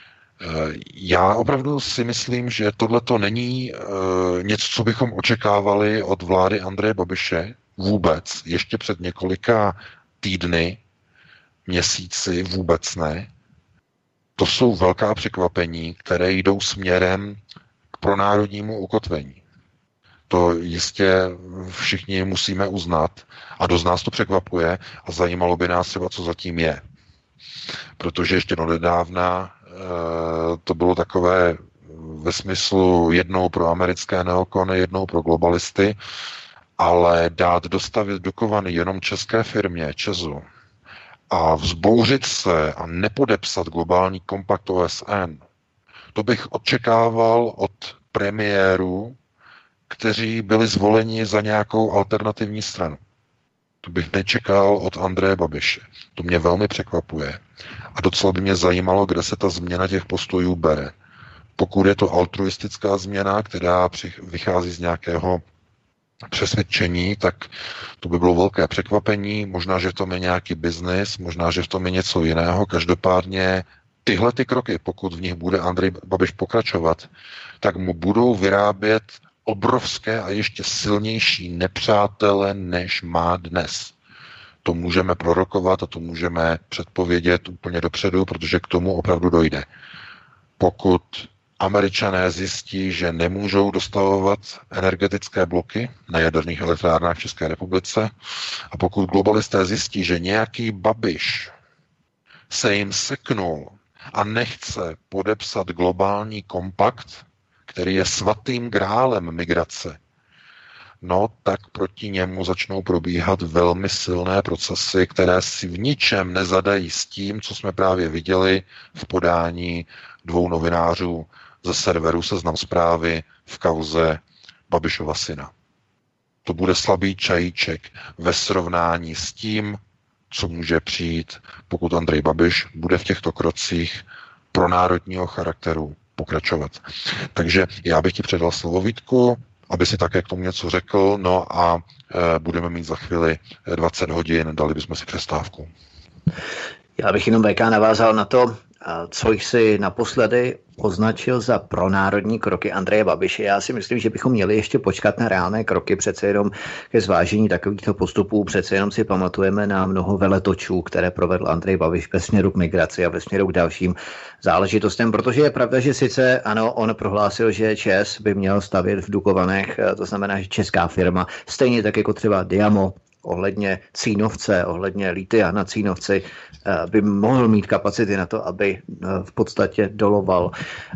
Já opravdu si myslím, že tohleto není něco, co bychom očekávali od vlády Andreje Babiše vůbec, ještě před několika týdny, měsíci, vůbec ne. To jsou velká překvapení, které jdou směrem k pronárodnímu ukotvení. To jistě všichni musíme uznat a dost nás to překvapuje a zajímalo by nás třeba, co zatím je. Protože ještě donedávna to bylo takové ve smyslu jednou pro americké neokony, jednou pro globalisty, ale dostavit Dukovany jenom české firmě, ČEZu, a vzbouřit se a nepodepsat globální kompakt OSN, to bych očekával od premiérů, kteří byli zvoleni za nějakou alternativní stranu. To bych nečekal od Andreje Babiše. To mě velmi překvapuje. A docela by mě zajímalo, kde se ta změna těch postojů bere. Pokud je to altruistická změna, která vychází z nějakého přesvědčení, tak to by bylo velké překvapení. Možná, že v tom je nějaký biznis, možná, že v tom je něco jiného. Každopádně tyhle ty kroky, pokud v nich bude Andrej Babiš pokračovat, tak mu budou vyrábět obrovské a ještě silnější nepřátele, než má dnes. To můžeme prorokovat a to můžeme předpovědět úplně dopředu, protože k tomu opravdu dojde. Pokud Američané zjistí, že nemůžou dostavovat energetické bloky na jaderných elektrárnách v České republice, a pokud globalisté zjistí, že nějaký Babiš se jim seknul a nechce podepsat globální kompakt, který je svatým grálem migrace, no tak proti němu začnou probíhat velmi silné procesy, které si v ničem nezadají s tím, co jsme právě viděli v podání 2 novinářů ze serveru Seznam Zprávy v kauze Babišova syna. To bude slabý čajíček ve srovnání s tím, co může přijít, pokud Andrej Babiš bude v těchto krocích pronárodního charakteru pokračovat. Takže já bych ti předal slovo, Vítku, aby si také k tomu něco řekl, no a budeme mít za chvíli 20 hodin, dali bychom si přestávku. Já bych jenom VK navázal na to, co jsi naposledy označil za pronárodní kroky Andreje Babiše. Já si myslím, že bychom měli ještě počkat na reálné kroky, přece jenom ke zvážení takovýchto postupů. Přece jenom si pamatujeme na mnoho veletočů, které provedl Andrej Babiš ve směru k migraci a ve směru k dalším záležitostem, protože je pravda, že sice ano, on prohlásil, že ČEZ by měl stavět v Dukovanech, to znamená, že česká firma, stejně tak jako třeba Diamo, ohledně Cínovce, ohledně litia na Cínovci, by mohl mít kapacity na to, aby v podstatě doloval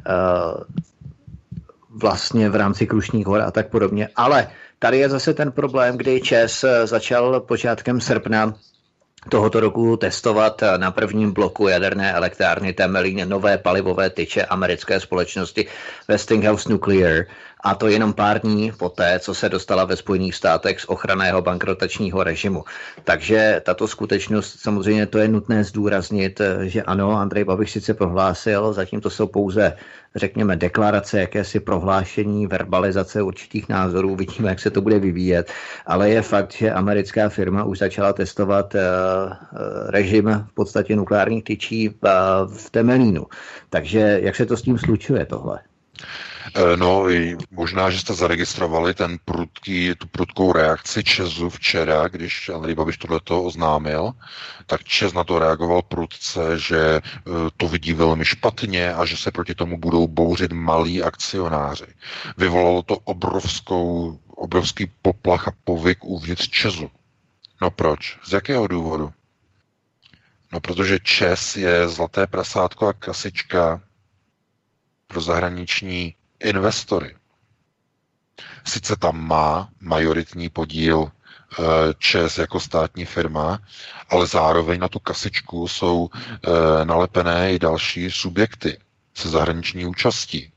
vlastně v rámci Krušných hor a tak podobně. Ale tady je zase ten problém, kdy ČEZ začal počátkem srpna tohoto roku testovat na prvním bloku jaderné elektrárny Temelín nové palivové tyče americké společnosti Westinghouse Nuclear. A to jenom pár dní poté, co se dostala ve Spojených státech z ochranného bankrotačního režimu. Takže tato skutečnost, samozřejmě to je nutné zdůraznit, že ano, Andrej Babiš sice prohlásil, zatím to jsou pouze, řekněme, deklarace, jakési prohlášení, verbalizace určitých názorů, vidíme, jak se to bude vyvíjet, ale je fakt, že americká firma už začala testovat režim v podstatě nukleárních tyčí v Temelínu. Takže jak se to s tím slučuje tohle? No, možná, že jste zaregistrovali tu prudkou reakci ČEZu včera, když Andrej Babiš tohleto oznámil, tak ČEZ na to reagoval prudce, že to vidí velmi špatně a že se proti tomu budou bouřit malí akcionáři. Vyvolalo to obrovský poplach a povyk uvnitř ČEZu. No proč? Z jakého důvodu? No, protože ČEZ je zlaté prasátko a kasička pro zahraniční investory. Sice tam má majoritní podíl ČEZ jako státní firma, ale zároveň na tu kasičku jsou nalepené i další subjekty se zahraniční účastí.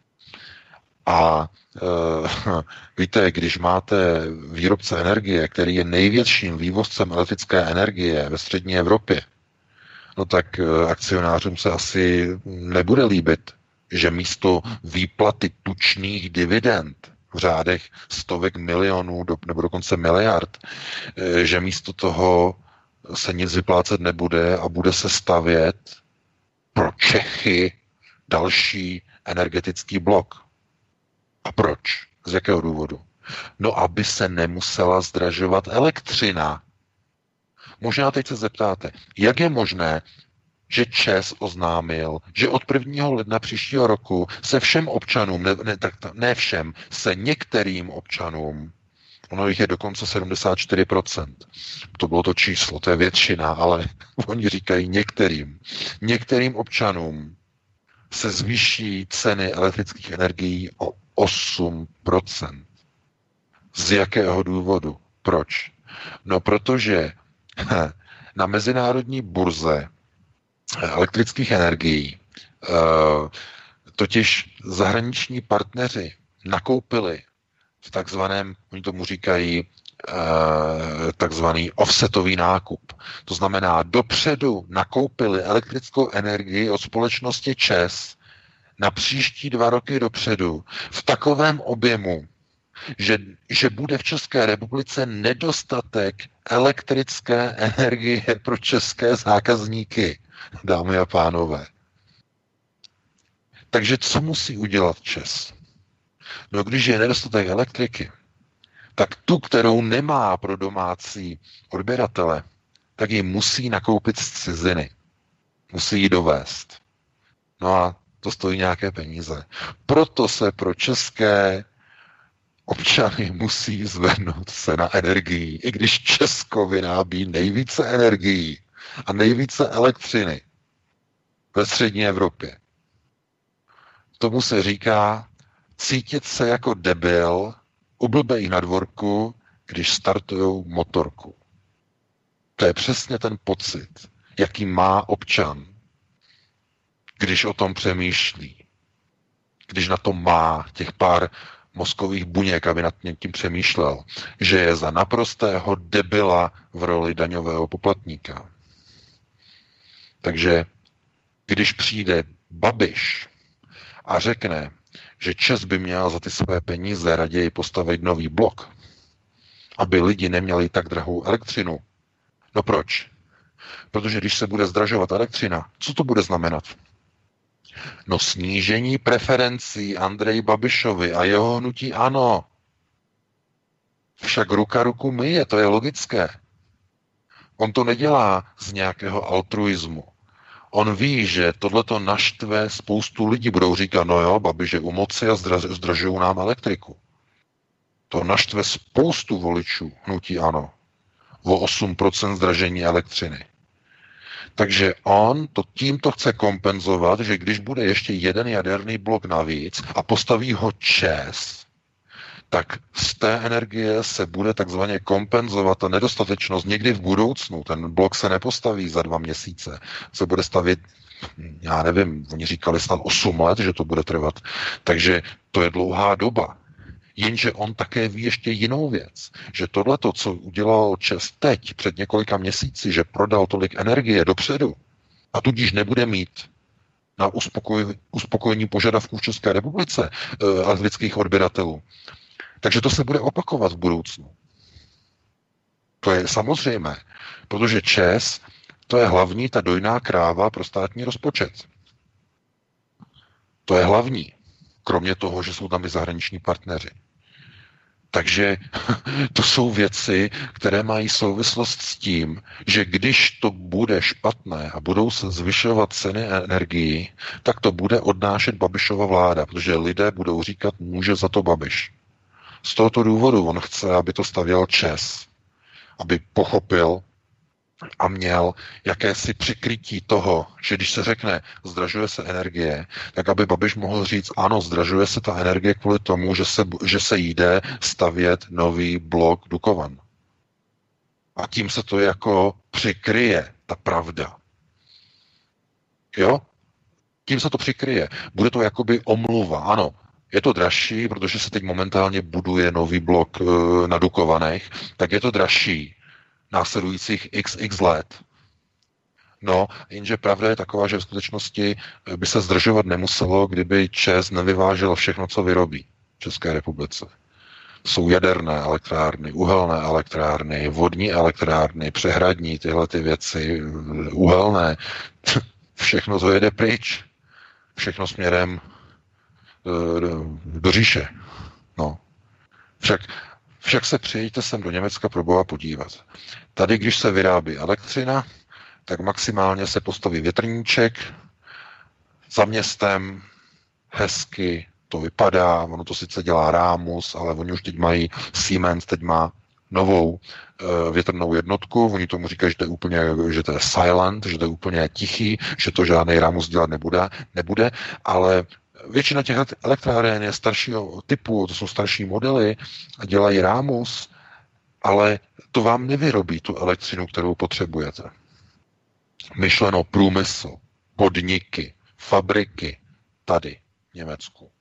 A víte, když máte výrobce energie, který je největším vývozcem elektrické energie ve střední Evropě, no tak akcionářům se asi nebude líbit, že místo výplaty tučných dividend v řádech stovek milionů nebo dokonce miliard, že místo toho se nic vyplácet nebude a bude se stavět pro Čechy další energetický blok. A proč? Z jakého důvodu? No, aby se nemusela zdražovat elektřina. Možná teď se zeptáte, jak je možné, že ČEZ oznámil, že od 1. ledna příštího roku se všem občanům, ne všem, se některým občanům, ono jich je dokonce 74%, to bylo to číslo, to je většina, ale oni říkají některým občanům se zvýší ceny elektrických energií o 8%. Z jakého důvodu? Proč? No, protože na mezinárodní burze elektrických energií totiž zahraniční partneři nakoupili v takzvaném, oni tomu říkají takzvaný offsetový nákup. To znamená, dopředu nakoupili elektrickou energii od společnosti ČEZ na příští 2 roky dopředu v takovém objemu, že bude v České republice nedostatek elektrické energie pro české zákazníky, dámy a pánové. Takže co musí udělat ČEZ? No, když je nedostatek elektriky, tak tu, kterou nemá pro domácí odběratele, tak ji musí nakoupit z ciziny. Musí ji dovést. No a to stojí nějaké peníze. Proto se pro české občany musí zvednout cena energií, i když Česko vyrábí nejvíce energií a nejvíce elektřiny ve střední Evropě. Tomu se říká cítit se jako debil u blbej na dvorku, když startujou motorku. To je přesně ten pocit, jaký má občan, když o tom přemýšlí. Když na to má těch pár mozkových buněk, aby nad tím přemýšlel, že je za naprostého debila v roli daňového poplatníka. Takže když přijde Babiš a řekne, že ČEZ by měl za ty své peníze raději postavit nový blok, aby lidi neměli tak drahou elektřinu. No proč? Protože když se bude zdražovat elektřina, co to bude znamenat? No snížení preferencí Andreji Babišovi a jeho hnutí ANO. Však ruka ruku myje, to je logické. On to nedělá z nějakého altruismu. On ví, že tohleto naštve spoustu lidí. Budou říkat, no jo, Babiš je u moci a zdražují nám elektriku. To naštve spoustu voličů hnutí ANO o 8% zdražení elektřiny. Takže on to tímto chce kompenzovat, že když bude ještě jeden jaderný blok navíc a postaví ho ČEZ, tak z té energie se bude takzvaně kompenzovat ta nedostatečnost někdy v budoucnu. Ten blok se nepostaví za 2 měsíce. Se bude stavět, já nevím, oni říkali snad 8 let, že to bude trvat. Takže to je dlouhá doba. Jenže on také ví ještě jinou věc, že tohleto, co udělal ČEZ teď, před několika měsíci, že prodal tolik energie dopředu a tudíž nebude mít na uspokojení požadavků v České republice elektrických odběratelů, takže to se bude opakovat v budoucnu. To je samozřejmé, protože ČEZ to je hlavní ta dojná kráva pro státní rozpočet. To je hlavní. Kromě toho, že jsou tam i zahraniční partneři. Takže to jsou věci, které mají souvislost s tím, že když to bude špatné a budou se zvyšovat ceny energií, tak to bude odnášet Babišova vláda, protože lidé budou říkat, může za to Babiš. Z tohoto důvodu on chce, aby to stavěl ČEZ, aby pochopil a měl jakési přikrytí toho, že když se řekne, zdražuje se energie, tak aby Babiš mohl říct, ano, zdražuje se ta energie kvůli tomu, že se jde stavět nový blok Dukovan. A tím se to jako přikryje, ta pravda. Jo? Tím se to přikryje. Bude to jakoby omluva, ano. Je to dražší, protože se teď momentálně buduje nový blok na Dukovanech, tak je to dražší následujících XX let. No, jenže pravda je taková, že v skutečnosti by se zdržovat nemuselo, kdyby ČEZ nevyvážel všechno, co vyrobí v České republice. Jsou jaderné elektrárny, uhelné elektrárny, vodní elektrárny, přehradní, tyhle ty věci, uhelné. Všechno to jede pryč. Všechno směrem do říše. No. Však se přijeďte sem do Německa pro Boha podívat. Tady, když se vyrábí elektřina, tak maximálně se postaví větrníček za městem, hezky to vypadá, ono to sice dělá Rámus, ale oni už teď mají, Siemens teď má novou větrnou jednotku, oni tomu říkají, že to je silent, že to je úplně tichý, že to žádný Rámus dělat nebude, ale většina těch elektráren je staršího typu, to jsou starší modely, dělají Rámus, ale to vám nevyrobí tu elektřinu, kterou potřebujete. Myšleno průmysl, podniky, fabriky tady v Německu.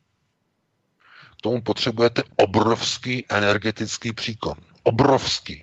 K tomu potřebujete obrovský energetický příkon. Obrovský.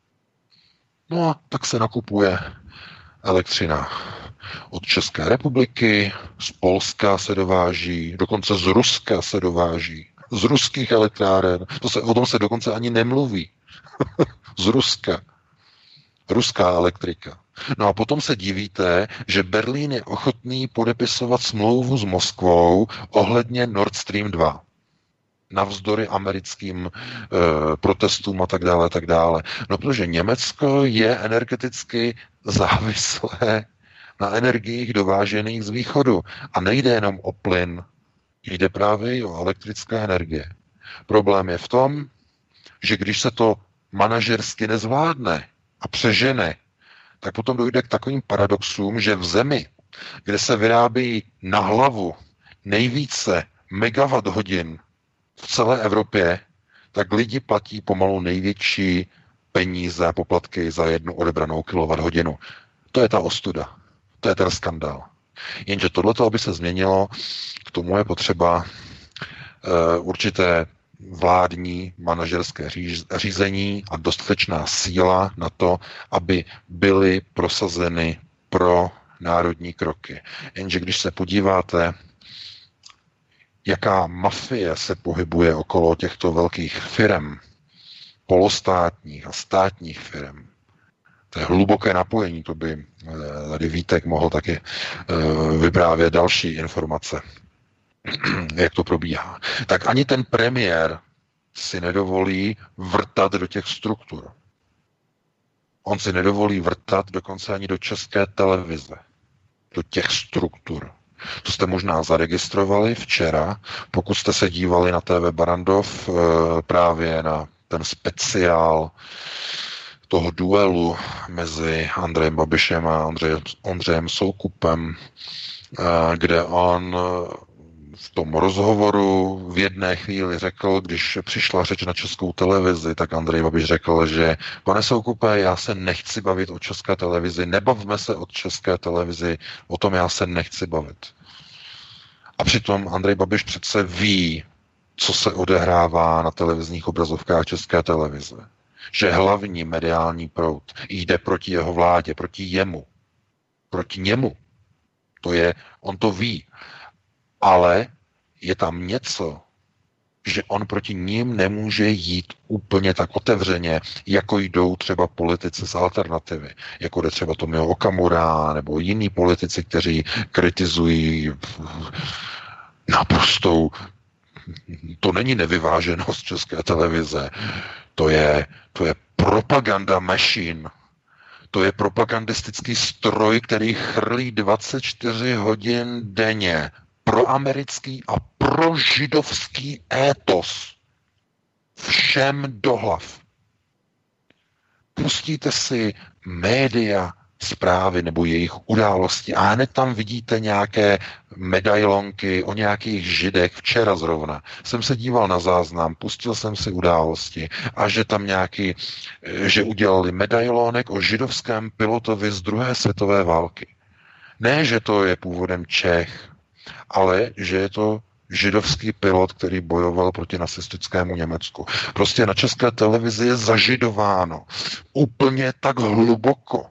No a tak se nakupuje elektřina od České republiky, z Polska se dováží, dokonce z Ruska se dováží, z ruských elektráren, o tom se dokonce ani nemluví. Z Ruska. Ruská elektrika. No a potom se divíte, že Berlín je ochotný podepisovat smlouvu s Moskvou ohledně Nord Stream 2. Navzdory americkým protestům a tak dále, tak dále. No protože Německo je energeticky závislé na energiích dovážených z východu. A nejde jenom o plyn, jde právě i o elektrická energie. Problém je v tom, že když se to manažersky nezvládne a přežene, tak potom dojde k takovým paradoxům, že v zemi, kde se vyrábí na hlavu nejvíce megawatt hodin v celé Evropě, tak lidi platí pomalu největší peníze a poplatky za jednu odebranou kilowatthodinu. To je ta ostuda. To je ten skandál. Jenže tohleto, aby se změnilo, k tomu je potřeba určité vládní manažerské řízení a dostatečná síla na to, aby byly prosazeny pro národní kroky. Jenže když se podíváte, jaká mafie se pohybuje okolo těchto velkých firem, polostátních a státních firem, To je hluboké napojení, to by tady Vítek mohl taky vyprávět další informace, jak to probíhá. Tak ani ten premiér si nedovolí vrtat do těch struktur. On si nedovolí vrtat dokonce ani do České televize, do těch struktur. To jste možná zaregistrovali včera, pokud jste se dívali na TV Barrandov právě na ten speciál toho duelu mezi Andrejem Babišem a Ondřejem Soukupem, kde on v tom rozhovoru v jedné chvíli řekl, když přišla řeč na Českou televizi, tak Andrej Babiš řekl, že pane Soukupe, já se nechci bavit o České televizi, nebavme se o České televizi, o tom já se nechci bavit. A přitom Andrej Babiš přece ví, co se odehrává na televizních obrazovkách České televize. Že hlavní mediální proud jde proti jeho vládě, proti jemu. Proti němu. To je, on to ví. Ale je tam něco, že on proti ním nemůže jít úplně tak otevřeně, jako jdou třeba politici z alternativy. Jako jde třeba Tomio Okamura nebo jiní politici, kteří kritizují naprostou, to není nevyváženost České televize, to je propaganda machine. To je propagandistický stroj, který chrlí 24 hodin denně proamerický a prožidovský étos všem do hlav. Pustíte si média, zprávy nebo jejich události a hned tam vidíte nějaké medailonky o nějakých židech. Včera zrovna jsem se díval na záznam, pustil jsem si události a že tam že udělali medailonek o židovském pilotovi z druhé světové války. Ne, že to je původem Čech, ale že je to židovský pilot, který bojoval proti nacistickému Německu. Prostě na České televizi je zažidováno úplně tak hluboko,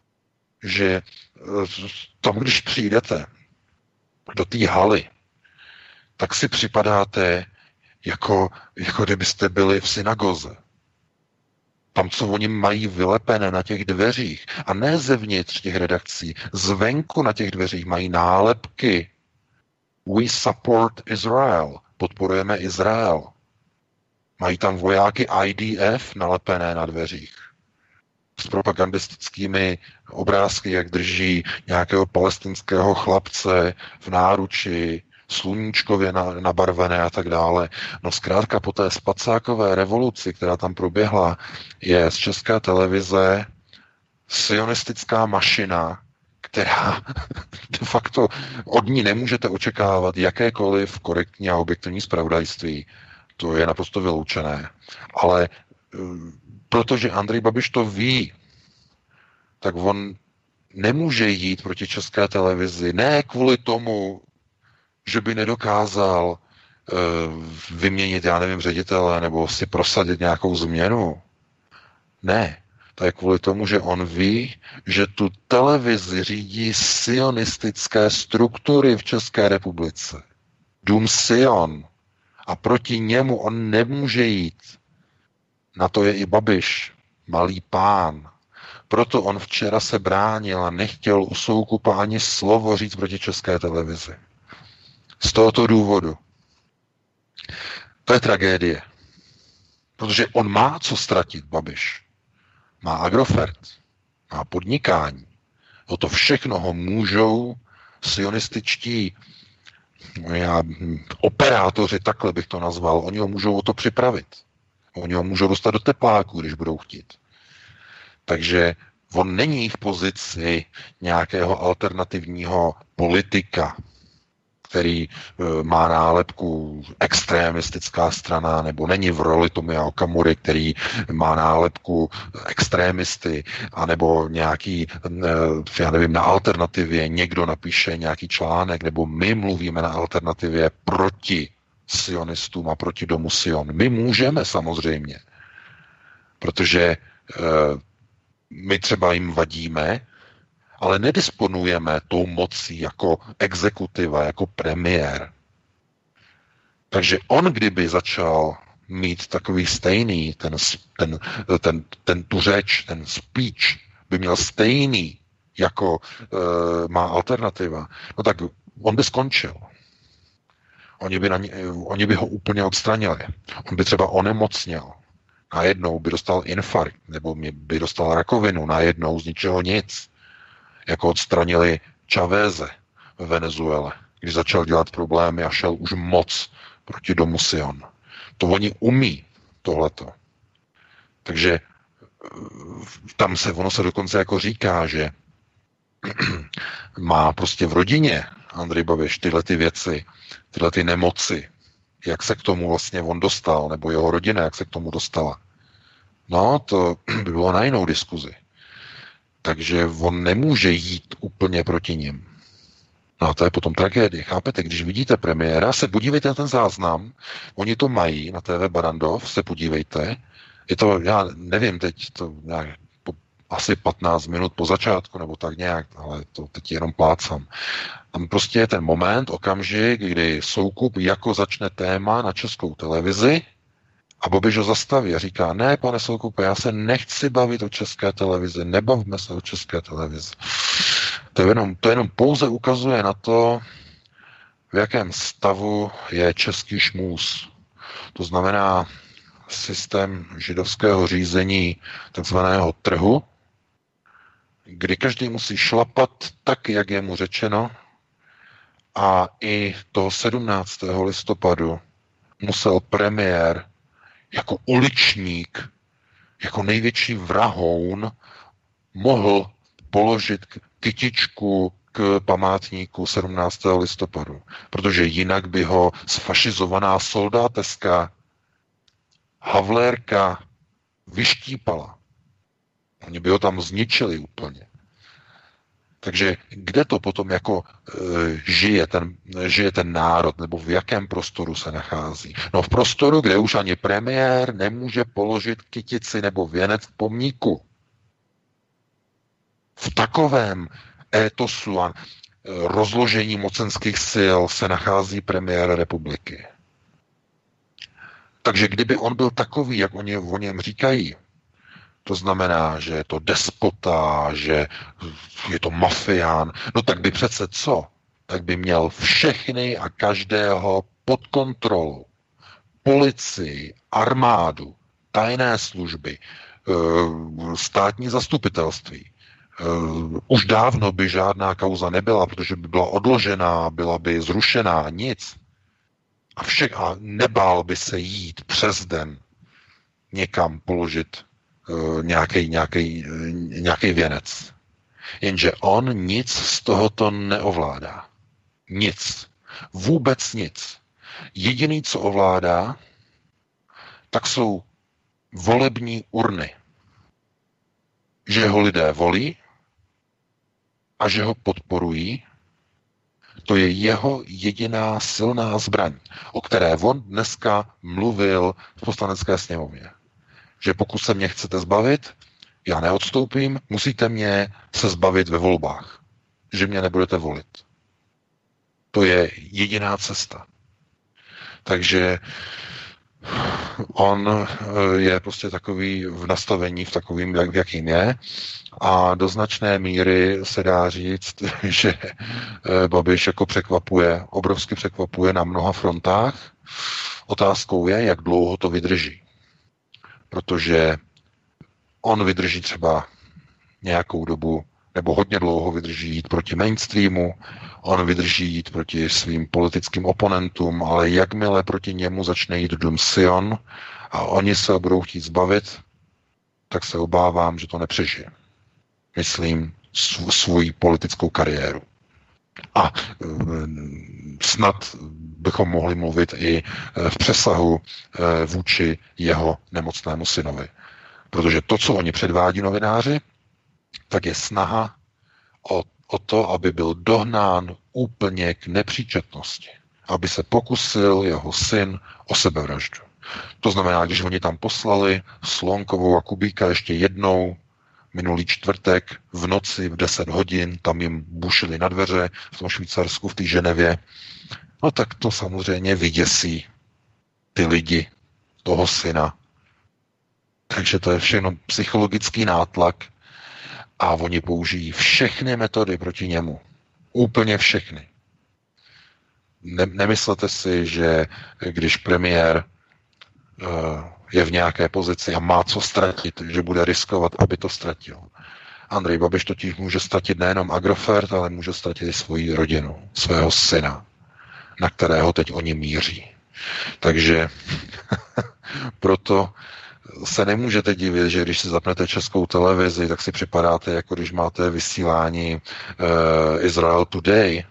že tam, když přijdete do té haly, tak si připadáte, jako kdybyste byli v synagoze. Tam, co oni mají vylepené na těch dveřích, a ne zevnitř těch redakcí, zvenku na těch dveřích mají nálepky We support Israel, podporujeme Izrael. Mají tam vojáky IDF nalepené na dveřích s propagandistickými obrázky, jak drží nějakého palestinského chlapce v náruči, sluníčkově nabarvené a tak dále. No zkrátka po té spacákové revoluci, která tam proběhla, je z České televize sionistická mašina, která de facto od ní nemůžete očekávat jakékoliv korektní a objektivní zpravodajství. To je naprosto vyloučené. Ale protože Andrej Babiš to ví, tak on nemůže jít proti České televizi. Ne kvůli tomu, že by nedokázal vyměnit, já nevím, ředitele nebo si prosadit nějakou změnu. Ne. To je kvůli tomu, že on ví, že tu televizi řídí sionistické struktury v České republice. Dům Sion. A proti němu on nemůže jít. Na to je i Babiš, malý pán. Proto on včera se bránil a nechtěl u Soukupa ani slovo říct proti České televizi. Z tohoto důvodu. To je tragédie. Protože on má co ztratit, Babiš. Má Agrofert, má podnikání. O to všechno ho můžou sionističtí operátoři, takhle bych to nazval, oni ho můžou o to připravit. Oni ho můžou dostat do tepláku, když budou chtít. Takže on není v pozici nějakého alternativního politika, který má nálepku extrémistická strana, nebo není v roli Tomia Okamury, který má nálepku extrémisty, anebo nějaký, já nevím, na alternativě někdo napíše nějaký článek, nebo my mluvíme na alternativě proti sionistům a proti domu Sion. My můžeme samozřejmě, protože my třeba jim vadíme, ale nedisponujeme tou mocí jako exekutiva, jako premiér. Takže on, kdyby začal mít takový stejný, tu řeč, ten speech by měl stejný, jako má alternativa, no tak on by skončil. Oni by ho úplně odstranili. On by třeba onemocněl. Najednou by dostal infarkt, nebo by dostal rakovinu, najednou z ničeho nic. Jako odstranili Chaveze ve Venezuele, když začal dělat problémy a šel už moc proti domu Sion. To oni umí, tohleto. Takže tam ono se dokonce jako říká, že má prostě v rodině Andrej Babiš tyhle ty věci, tyhle ty nemoci, jak se k tomu vlastně on dostal, nebo jeho rodina, jak se k tomu dostala. No, to by bylo na jinou diskuzi. Takže on nemůže jít úplně proti nim. No a to je potom tragédie, chápete? Když vidíte premiéra, se podívejte na ten záznam, oni to mají na TV Barrandov, se podívejte, je to, já nevím teď, to nějak asi 15 minut po začátku, nebo tak nějak, ale to teď jenom plácám. Tam prostě je ten moment, okamžik, kdy Soukup jako začne téma na Českou televizi a Babiš ho zastaví a říká, ne, pane Soukupe, já se nechci bavit o České televizi, nebavme se o České televizi. To jenom pouze ukazuje na to, v jakém stavu je český šmůz. To znamená systém židovského řízení takzvaného trhu, kdy každý musí šlapat tak, jak je mu řečeno, a i toho 17. listopadu musel premiér jako uličník, jako největší vrahoun mohl položit kytičku k památníku 17. listopadu, protože jinak by ho sfašizovaná soldáteska Havlérka vyštípala. Oni by ho tam zničili úplně. Takže kde to potom jako žije ten národ, nebo v jakém prostoru se nachází? No v prostoru, kde už ani premiér nemůže položit kytici nebo věnec k pomníku. V takovém étosu a rozložení mocenských sil se nachází premiér republiky. Takže kdyby on byl takový, jak oni o něm říkají, to znamená, že je to despota, že je to mafián, no tak by přece co? Tak by měl všechny a každého pod kontrolou. Policii, armádu, tajné služby, státní zastupitelství. Už dávno by žádná kauza nebyla, protože by byla odložená, byla by zrušená, nic. A nebál by se jít přes den někam položit nějaký věnec. Jenže on nic z tohoto neovládá. Nic. Vůbec nic. Jediný, co ovládá, tak jsou volební urny. Že ho lidé volí a že ho podporují, to je jeho jediná silná zbraň, o které on dneska mluvil v Poslanecké sněmovně. Že pokud se mě chcete zbavit, já neodstoupím, musíte mě se zbavit ve volbách. Že mě nebudete volit. To je jediná cesta. Takže on je prostě takový v nastavení, v takovým, jakým je, a do značné míry se dá říct, že Babiš jako obrovsky překvapuje na mnoha frontách. Otázkou je, jak dlouho to vydrží. Protože on vydrží třeba nějakou dobu, nebo hodně dlouho vydrží jít proti mainstreamu, on vydrží jít proti svým politickým oponentům, ale jakmile proti němu začne jít dům Sion a oni se budou chtít zbavit, tak se obávám, že to nepřežije. Myslím svou politickou kariéru. A snad bychom mohli mluvit i v přesahu vůči jeho nemocnému synovi. Protože to, co oni předvádí novináři, tak je snaha o to, aby byl dohnán úplně k nepříčetnosti. Aby se pokusil jeho syn o sebevraždu. To znamená, když oni tam poslali Slonkovou a Kubíka ještě jednou, minulý čtvrtek v noci v 10 hodin, tam jim bušili na dveře v tom Švýcarsku, v té Ženevě, no tak to samozřejmě vyděsí ty lidi, toho syna. Takže to je všechno psychologický nátlak A oni použijí všechny metody proti němu. Úplně všechny. Nemyslete si, že když premiér je v nějaké pozici a má co ztratit, že bude riskovat, aby to ztratil. Andrej Babiš totiž může ztratit nejenom Agrofert, ale může ztratit i svoji rodinu, svého syna, na kterého teď oni míří. Takže proto se nemůžete divit, že když si zapnete Českou televizi, tak si připadáte, jako když máte vysílání Israel Today.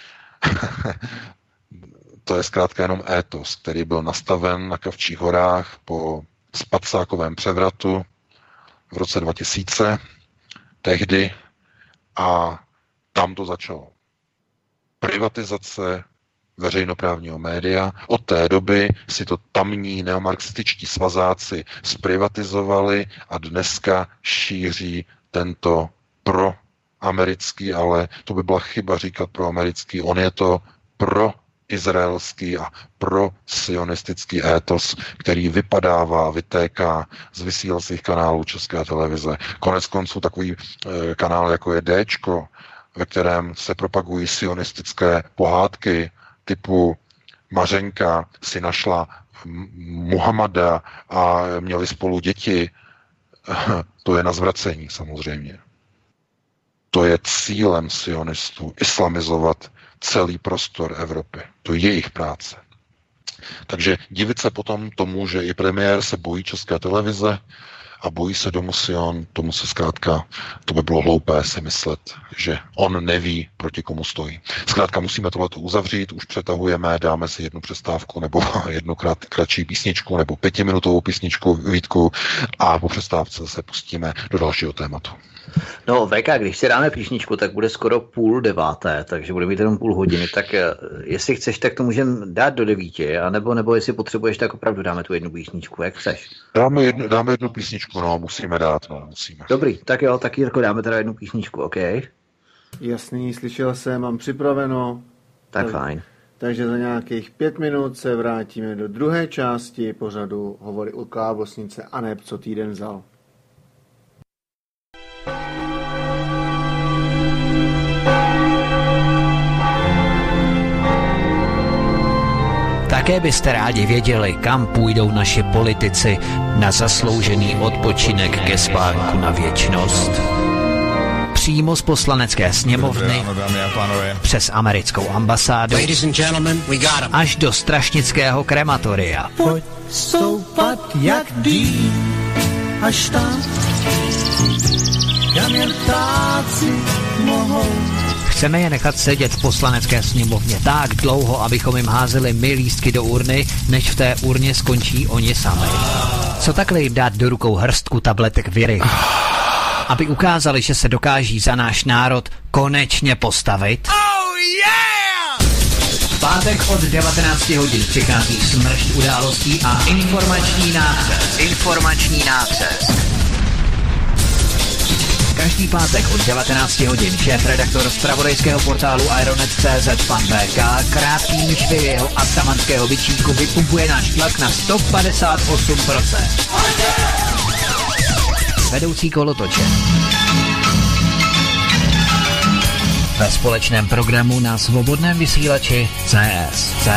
To je zkrátka jenom étos, který byl nastaven na Kavčích horách po Spacákovém převratu v roce 2000, tehdy, a tam to začalo. Privatizace veřejnoprávního média. Od té doby si to tamní neomarxističtí svazáci zprivatizovali a dneska šíří tento proamerický, ale to by byla chyba říkat proamerický, on je to proizraelský a prosionistický étos, který vypadává, vytéká z vysílacích kanálů České televize. Konec konců takový kanál, jako je Dčko, ve kterém se propagují sionistické pohádky typu Mařenka si našla Muhammada a měli spolu děti. To je na zvracení samozřejmě. To je cílem sionistů islamizovat celý prostor Evropy. To je jejich práce. Takže divit se potom tomu, že i premiér se bojí České televize a bojí se domu Sion, tomu se zkrátka, to by bylo hloupé si myslet, že on neví, proti komu stojí. Zkrátka musíme tohleto uzavřít, už přetahujeme, dáme si jednu přestávku nebo jednu kratší písničku nebo 5minutovou písničku, Vítku, a po přestávce se pustíme do dalšího tématu. No, VK, když si dáme písničku, tak bude skoro 8:30, takže bude mít jenom půl hodiny, tak jestli chceš, tak to můžeme dát do 9, nebo jestli potřebuješ, tak opravdu dáme tu jednu písničku, jak chceš. Dáme jednu písničku, no, musíme dát, no, musíme. Dobrý, tak jo, tak Jirko, dáme teda jednu písničku, OK? Jasný, slyšel jsem, mám připraveno. Tak fajn. Takže za nějakých 5 minut se vrátíme do druhé části pořadu Hovory o klávesnice a neb co týden vzal. Také byste rádi věděli, kam půjdou naši politici na zasloužený odpočinek ke spánku na věčnost. Přímo z poslanecké sněmovny, přes americkou ambasádu, až do strašnického krematoria. Pojď stoupat jak dým, až tam, kam jen ptáci mohou. Chceme je nechat sedět v poslanecké sněmovně tak dlouho, abychom jim házeli my lístky do urny, než v té urně skončí oni sami. Co takhle jim dát do rukou hrstku tabletek viry? Aby ukázali, že se dokáží za náš národ konečně postavit? Oh yeah! V pátek od 19 hodin přichází smršť událostí a informační nácest. Každý pátek od 19 hodin šéfredaktor zpravodajského portálu Ironet.cz pan VK krátkým myšvy jeho atamanského vyčínku vypumpuje náš tlak na 158%. Vedoucí kolotoče. Ve společném programu na svobodném vysílači CS.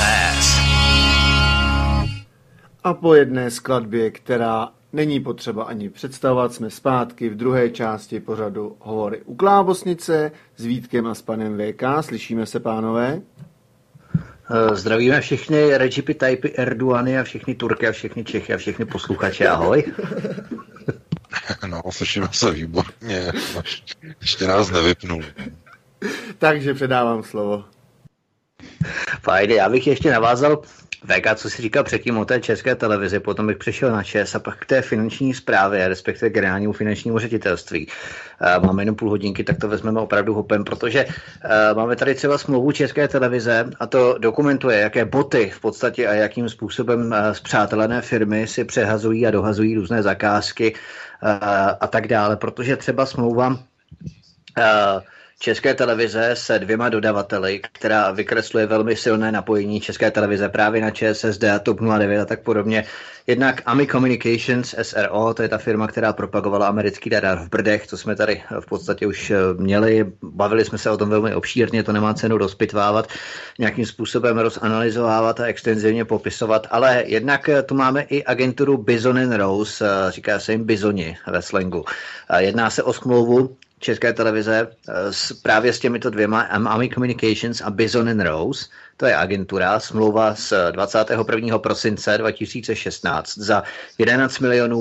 A po jedné skladbě, která není potřeba ani představovat, jsme zpátky v druhé části pořadu Hovory u klávesnice s Vítkem a s panem VK. Slyšíme se, pánové? Zdravíme všechny Recipy, Tayyipy, Erdoğany a všechny Turky a všechny Čechy a všechny posluchače. Ahoj. No, slyšíme se výborně. Ještě nás nevypnul. Takže předávám slovo. Fajn, já bych ještě navázal VK, co jsi říkal předtím o té České televizi, potom bych přešel na ČES a pak k té finanční správě, respektive generálnímu finančnímu ředitelství. Máme jenom půl hodinky, tak to vezmeme opravdu hopem, protože máme tady třeba smlouvu České televize a to dokumentuje, jaké boty v podstatě a jakým způsobem spřátelené firmy si přehazují a dohazují různé zakázky a tak dále, protože třeba smlouva České televize se 2 dodavateli, která vykresluje velmi silné napojení České televize právě na ČSSD a TOP 09 a tak podobně. Jednak AMI Communications SRO, to je ta firma, která propagovala americký radar v Brdech, co jsme tady v podstatě už měli. Bavili jsme se o tom velmi obšírně, to nemá cenu rozpitvávat, nějakým způsobem rozanalyzovávat a extenzivně popisovat, ale jednak tu máme i agenturu Bison & Rose, říká se jim bizoni ve slangu. Jedná se o smlouvu České televize právě s těmito 2, AMI Communications a Bison & Rose, to je agentura, smlouva z 21. prosince 2016 za 11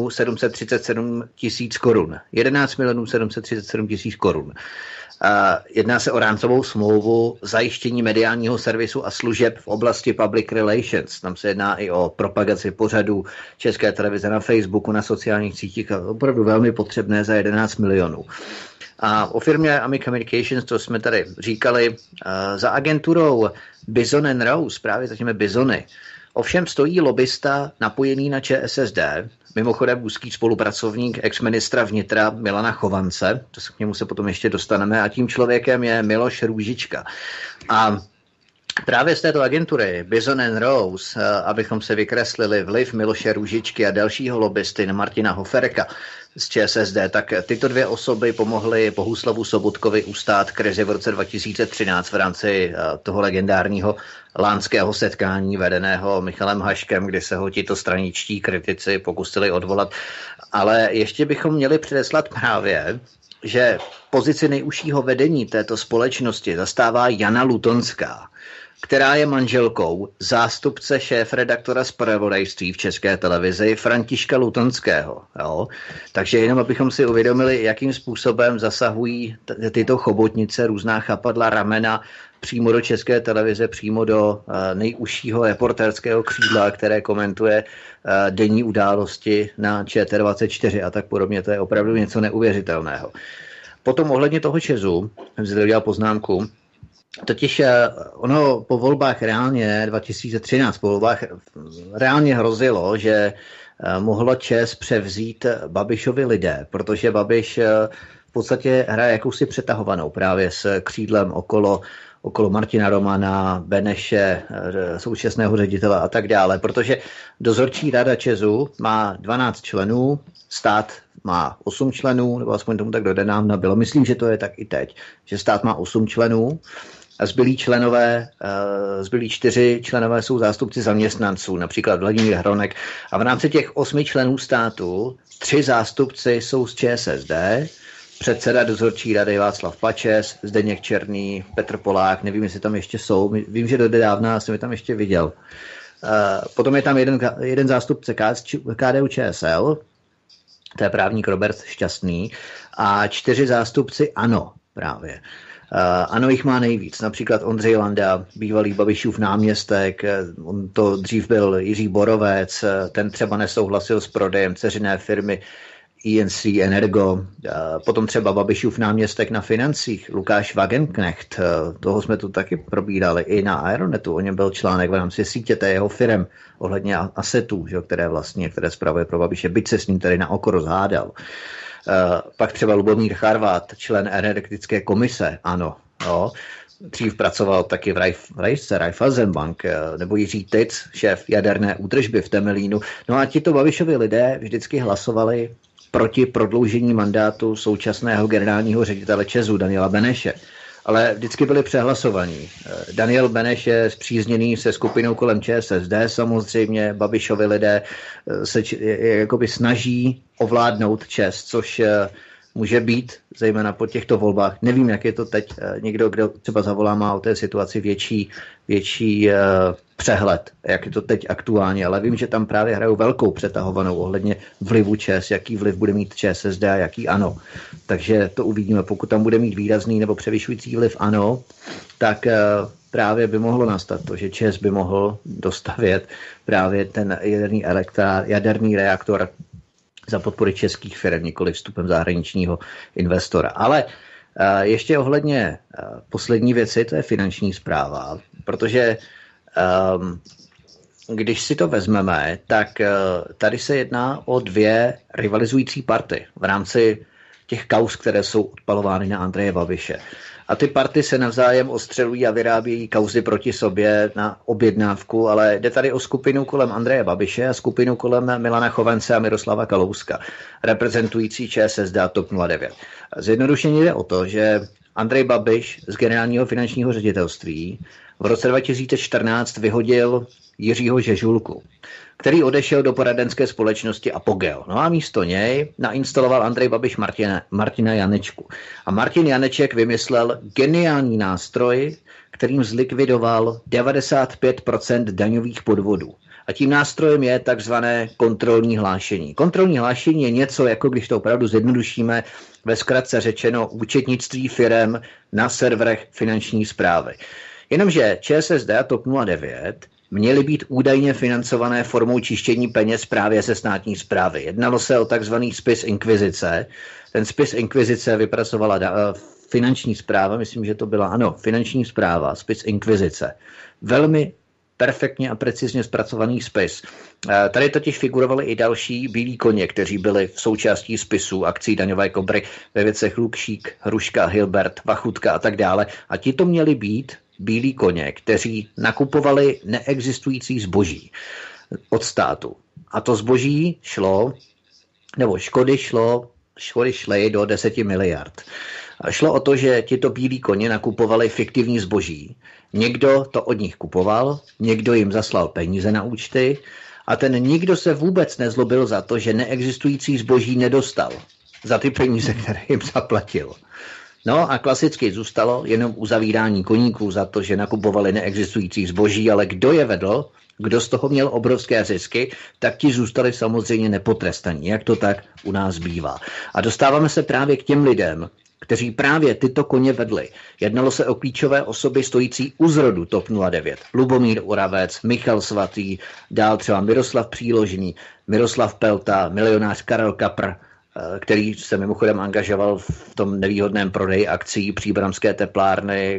737 000 korun. 11 737 000 korun. Jedná se o rámcovou smlouvu zajištění mediálního servisu a služeb v oblasti public relations. Tam se jedná i o propagaci pořadů České televize na Facebooku, na sociálních sítích, opravdu velmi potřebné za 11 milionů. A o firmě AMI Communications, to jsme tady říkali, za agenturou Bison & Rose, právě za těmi bizony, ovšem stojí lobista napojený na ČSSD, mimochodem úzký spolupracovník ex-ministra vnitra Milana Chovance, to se k němu se potom ještě dostaneme, a tím člověkem je Miloš Růžička. A právě z této agentury Bison & Rose, abychom se vykreslili vliv Miloše Růžičky a dalšího lobbysty Martina Hoferka z ČSSD, tak tyto 2 osoby pomohly Bohuslavu Sobotkovi ustát krizi v roce 2013 v rámci toho legendárního lánského setkání vedeného Michalem Haškem, kdy se ho tito straničtí kritici pokusili odvolat. Ale ještě bychom měli předeslat právě, že pozici nejužšího vedení této společnosti zastává Jana Lutonská, která je manželkou zástupce šéfredaktora zpravodajství v České televizi Františka Lutonského. Jo? Takže jenom abychom si uvědomili, jakým způsobem zasahují tyto chobotnice, různá chapadla, ramena přímo do České televize, přímo do nejužšího reportérského křídla, které komentuje denní události na ČT24 a tak podobně. To je opravdu něco neuvěřitelného. Potom ohledně toho ČEZu, jsem si udělal poznámku, totiž ono po volbách reálně 2013, po volbách reálně hrozilo, že mohlo ČEZ převzít Babišovi lidé, protože Babiš v podstatě hraje jakousi přetahovanou právě s křídlem okolo Martina Romana, Beneše, současného ředitele a tak dále, protože dozorčí rada ČEZu má 12 členů, stát má 8 členů, nebo aspoň tomu tak dodávna bylo. Myslím, že to je tak i teď, že stát má 8 členů a zbylí 4 členové jsou zástupci zaměstnanců, například Vladimír Hronek. A v rámci těch 8 členů státu 3 zástupci jsou z ČSSD, předseda dozorčí rady Václav Pačes, Zdeněk Černý, Petr Polák, nevím, jestli tam ještě jsou, vím, že dodávna jsem je tam ještě viděl. Potom je tam jeden zástupce KDU ČSL, to je právník Robert Šťastný, a 4 zástupci ANO právě. ANO jich má nejvíc, například Ondřej Landa, bývalý Babišův náměstek, on to dřív byl Jiří Borovec, ten třeba nesouhlasil s prodejem dceřiné firmy ENC Energo, potom třeba Babišův náměstek na financích, Lukáš Wagenknecht, toho jsme tu taky probírali i na Aeronetu, o něm byl článek v rámci sítě té jeho firem ohledně asetů, že, které spravuje pro Babiše, byť se s ním tady na oko rozhádal. Pak třeba Lubomír Charvát, člen energetické komise, ano, jo. Dřív pracoval taky v Raiffeisenbank, nebo Jiří Tic, šéf jaderné údržby v Temelínu. No a tito Babišovi lidé vždycky hlasovali proti prodloužení mandátu současného generálního ředitele ČEZu Daniela Beneše. Ale vždycky byli přehlasovaní. Daniel Beneš je spřízněný se skupinou kolem ČSSD, samozřejmě Babišovi lidé se jakoby snaží ovládnout ČEZ, což může být, zejména po těchto volbách. Nevím, jak je to teď. Někdo, kdo třeba zavolá, má o té situaci větší přehled, jak je to teď aktuálně, ale vím, že tam právě hrajou velkou přetahovanou ohledně vlivu ČEZ, jaký vliv bude mít ČSSD a jaký ANO. Takže to uvidíme. Pokud tam bude mít výrazný nebo převyšující vliv ANO, tak právě by mohlo nastat to, že ČEZ by mohl dostavět právě ten jaderný reaktor za podpory českých firm, nikoli vstupem zahraničního investora. Ale ještě ohledně poslední věci, to je finanční správa, protože když si to vezmeme, tak tady se jedná o 2 rivalizující party v rámci těch kauz, které jsou odpalovány na Andreje Babiše. A ty party se navzájem ostřelují a vyrábějí kauzy proti sobě na objednávku, ale jde tady o skupinu kolem Andreje Babiše a skupinu kolem Milana Chovance a Miroslava Kalouska, reprezentující ČSSD a TOP 09. Zjednodušeně jde o to, že Andrej Babiš z generálního finančního ředitelství v roce 2014 vyhodil Jiřího Žežulku, který odešel do poradenské společnosti Apogeo. No a místo něj nainstaloval Andrej Babiš Martina Janečku. A Martin Janeček vymyslel geniální nástroj, kterým zlikvidoval 95% daňových podvodů. A tím nástrojem je takzvané kontrolní hlášení. Kontrolní hlášení je něco, jako když to opravdu zjednodušíme, ve zkratce řečeno účetnictví firem na serverech finanční správy. Jenomže ČSSD a TOP 09 měly být údajně financované formou čištění peněz právě ze státní správy. Jednalo se o takzvaný spis inkvizice. Ten spis inkvizice vypracovala finanční správa, myslím, že to byla, finanční správa, spis inkvizice. Velmi perfektně a precizně zpracovaný spis. Tady totiž figurovali i další bílí koně, kteří byli v součástí spisu akcí daňové Kobry ve věcech Lukšík, Hruška, Hilbert, Vachutka a tak dále. A ti to měli být bílí koně, kteří nakupovali neexistující zboží od státu. A to zboží škody šly do 10 miliard. Šlo o to, že tito bílí koně nakupovali fiktivní zboží. Někdo to od nich kupoval, někdo jim zaslal peníze na účty a ten nikdo se vůbec nezlobil za to, že neexistující zboží nedostal za ty peníze, které jim zaplatil. No a klasicky zůstalo jenom uzavírání koníků za to, že nakupovali neexistující zboží, ale kdo je vedl, kdo z toho měl obrovské zisky, tak ti zůstali samozřejmě nepotrestaní, jak to tak u nás bývá. A dostáváme se právě k těm lidem, kteří právě tyto koně vedli. Jednalo se o klíčové osoby stojící u zrodu TOP 09. Lubomír Oravec, Michal Svatý, dál třeba Miroslav Příložný, Miroslav Pelta, milionář Karel Kapr, který se mimochodem angažoval v tom nevýhodném prodeji akcí Příbramské teplárny,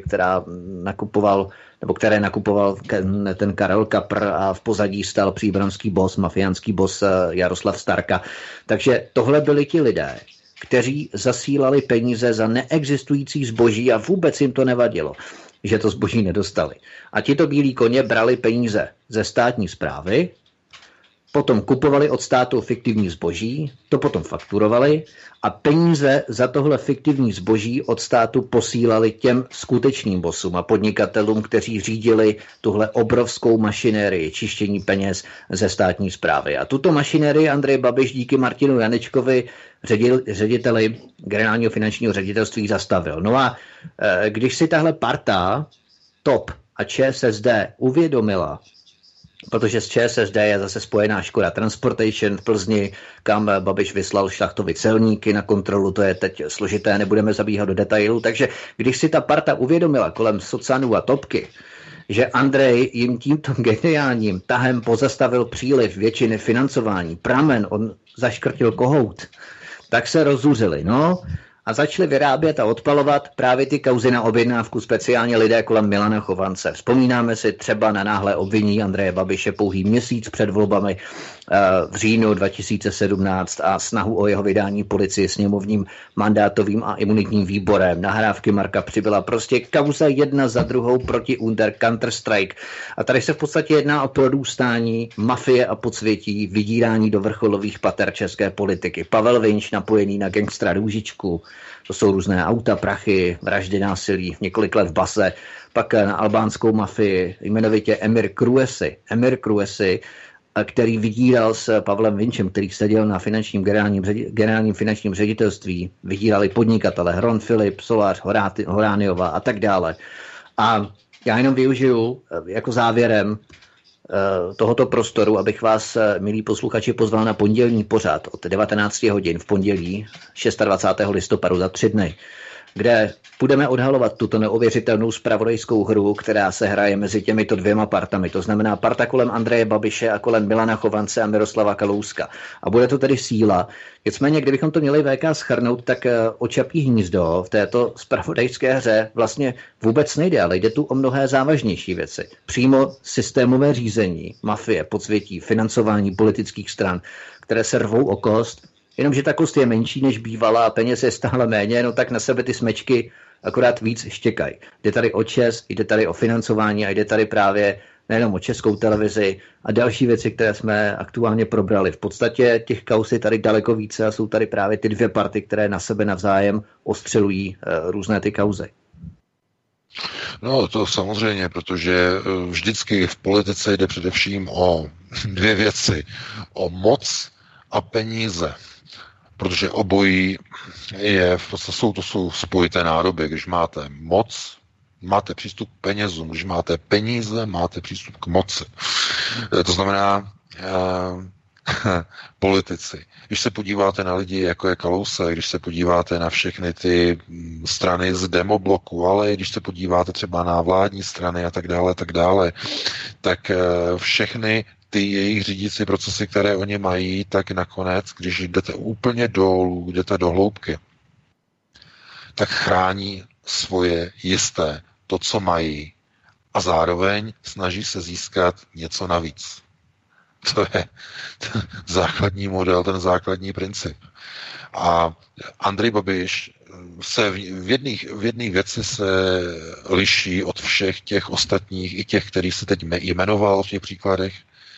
které nakupoval ten Karel Kapr a v pozadí stál příbramský boss, mafiánský boss Jaroslav Starka. Takže tohle byli ti lidé, kteří zasílali peníze za neexistující zboží a vůbec jim to nevadilo, že to zboží nedostali. A tito bílí koně brali peníze ze státní správy, potom kupovali od státu fiktivní zboží, to potom fakturovali a peníze za tohle fiktivní zboží od státu posílali těm skutečným bossům a podnikatelům, kteří řídili tuhle obrovskou mašinérii čištění peněz ze státní správy. A tuto mašinérii Andrej Babiš díky Martinu Janečkovi, řediteli generálního finančního ředitelství, zastavil. No a když si tahle parta TOP a ČSSD uvědomila, protože z ČSSD je zase spojená Škoda Transportation v Plzni, kam Babiš vyslal Šlachtovi celníky na kontrolu, to je teď složité, nebudeme zabíhat do detailů, takže když si ta parta uvědomila kolem socanů a topky, že Andrej jim tímto geniálním tahem pozastavil příliv většiny financování, pramen, on zaškrtil kohout, tak se rozuřili, a začali vyrábět a odpalovat právě ty kauzy na objednávku, speciálně lidé kolem Milana Chovance. Vzpomínáme si třeba na náhlé obvinění Andreje Babiše pouhý měsíc před volbami v říjnu 2017 a snahu o jeho vydání policii sněmovním mandátovým a imunitním výborem. Nahrávky Marka Přibyla, prostě kauza jedna za druhou proti Counter-Strike. A tady se v podstatě jedná o prorůstání mafie a podsvětí, vydírání do vrcholových pater české politiky. Pavel Vinč napojený na gangstra Růžičku, to jsou různé auta, prachy, vraždy, násilí, několik let v base, pak na albánskou mafii, jmenovitě Emir Kruesi, který vydíral s Pavlem Vinčem, který seděl na generálním finančním ředitelství, vydírali podnikatele Hron Filip, Solář, Horániová a tak dále. A já jenom využiju jako závěrem tohoto prostoru, abych vás, milí posluchači, pozval na pondělní pořad od 19 hodin v pondělí 26. listopadu za 3 dny, kde budeme odhalovat tuto neuvěřitelnou zpravodajskou hru, která se hraje mezi těmito dvěma partami. To znamená parta kolem Andreje Babiše a kolem Milana Chovance a Miroslava Kalouska. A bude to tedy síla. Nicméně, kdybychom to měli VK shrnout, tak o Čapí hnízdo v této zpravodajské hře vlastně vůbec nejde, ale jde tu o mnohé závažnější věci. Přímo systémové řízení, mafie, podsvětí, financování politických stran, které se rvou o kost. Jenomže ta kost je menší, než bývala a peněz je stále méně, tak na sebe ty smečky akorát víc štěkají. Jde tady o ČEZ, jde tady o financování a jde tady právě nejenom o Českou televizi a další věci, které jsme aktuálně probrali. V podstatě těch kauz je tady daleko více a jsou tady právě ty dvě party, které na sebe navzájem ostřelují různé ty kauzy. No to samozřejmě, protože vždycky v politice jde především o dvě věci. O moc a peníze. Protože obojí je, v podstatě jsou spojité nádoby. Když máte moc, máte přístup k penězům. Když máte peníze, máte přístup k moci. To znamená politici. Když se podíváte na lidi, jako je Kalousek, když se podíváte na všechny ty strany z demobloku, ale když se podíváte třeba na vládní strany a tak dále, tak všechny ty jejich řídící procesy, které oni mají, tak nakonec, když jdete úplně dolů, jdete do hloubky, tak chrání svoje jisté, to, co mají, a zároveň snaží se získat něco navíc. To je ten základní model, ten základní princip. A Andrej Babiš se v jedných věci se liší od všech těch ostatních, i těch, který se teď jmenoval v těch příkladech.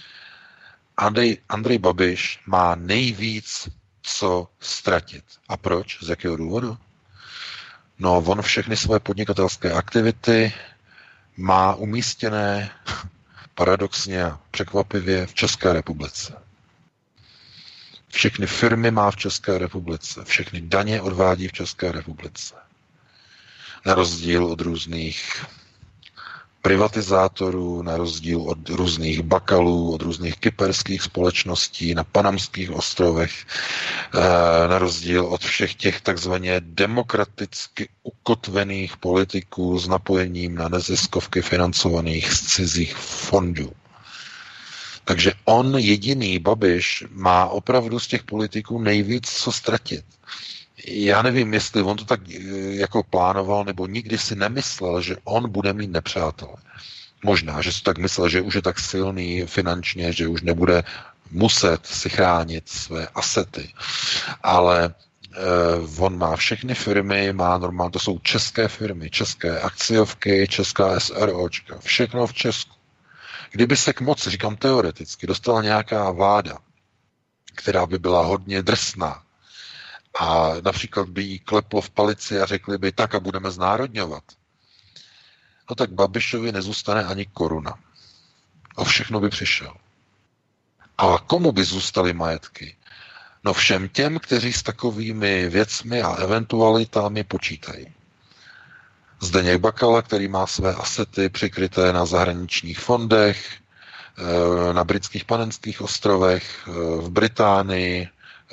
Andrej Babiš má nejvíc co ztratit. A proč? Z jakého důvodu? No, on všechny své podnikatelské aktivity má umístěné paradoxně a překvapivě v České republice. Všechny firmy má v České republice, všechny daně odvádí v České republice. Na rozdíl od různých privatizátorů, na rozdíl od různých bakalů, od různých kyperských společností na Panamských ostrovech, na rozdíl od všech těch takzvaně demokraticky ukotvených politiků s napojením na neziskovky financovaných z cizích fondů. Takže on jediný, Babiš, má opravdu z těch politiků nejvíc co ztratit. Já nevím, jestli on to tak jako plánoval, nebo nikdy si nemyslel, že on bude mít nepřátele. Možná, že si tak myslel, že už je tak silný finančně, že už nebude muset si chránit své asety. Ale on má všechny firmy, má normálně, to jsou české firmy, české akciovky, česká SROčka, všechno v Česku. Kdyby se k moci, říkám teoreticky, dostala nějaká vláda, která by byla hodně drsná, a například by jí kleplo v palici a řekli by tak a budeme znárodňovat, no tak Babišovi nezůstane ani koruna. O všechno by přišel. A komu by zůstaly majetky? No všem těm, kteří s takovými věcmi a eventualitami počítají. Zdeněk Bakala, který má své asety přikryté na zahraničních fondech, na britských Panenských ostrovech, v Británii,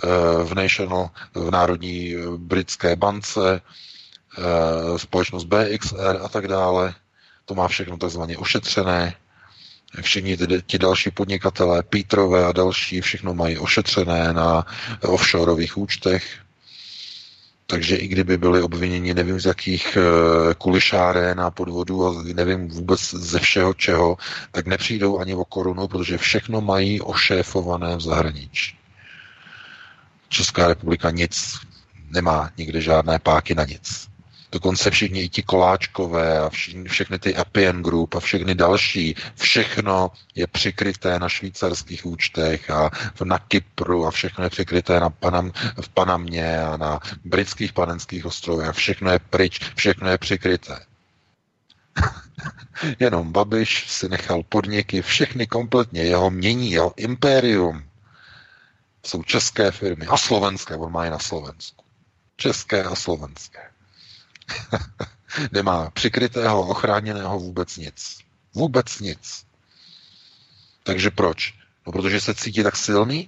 v Národní britské bance, společnost BXR a tak dále. To má všechno takzvaně ošetřené. Všichni ti další podnikatelé, Pítrové a další, všechno mají ošetřené na offshoreových účtech. Takže i kdyby byli obviněni nevím z jakých kulišáren a podvodů a nevím vůbec ze všeho čeho, tak nepřijdou ani o korunu, protože všechno mají ošéfované v zahraničí. Česká republika nic nemá, nikde žádné páky na nic. Dokonce všichni i ti Koláčkové a všechny ty Appian Group a všechny další, všechno je přikryté na švýcarských účtech a na Kypru a všechno je přikryté v Panamě a na britských Panenských ostrovech a všechno je pryč, všechno je přikryté. Jenom Babiš si nechal podniky, všechny kompletně, jeho mění, jeho impérium jsou české firmy a slovenské, on má i na Slovensku. České a slovenské. Nemá přikrytého, ochráněného vůbec nic. Vůbec nic. Takže proč? No, protože se cítí tak silný?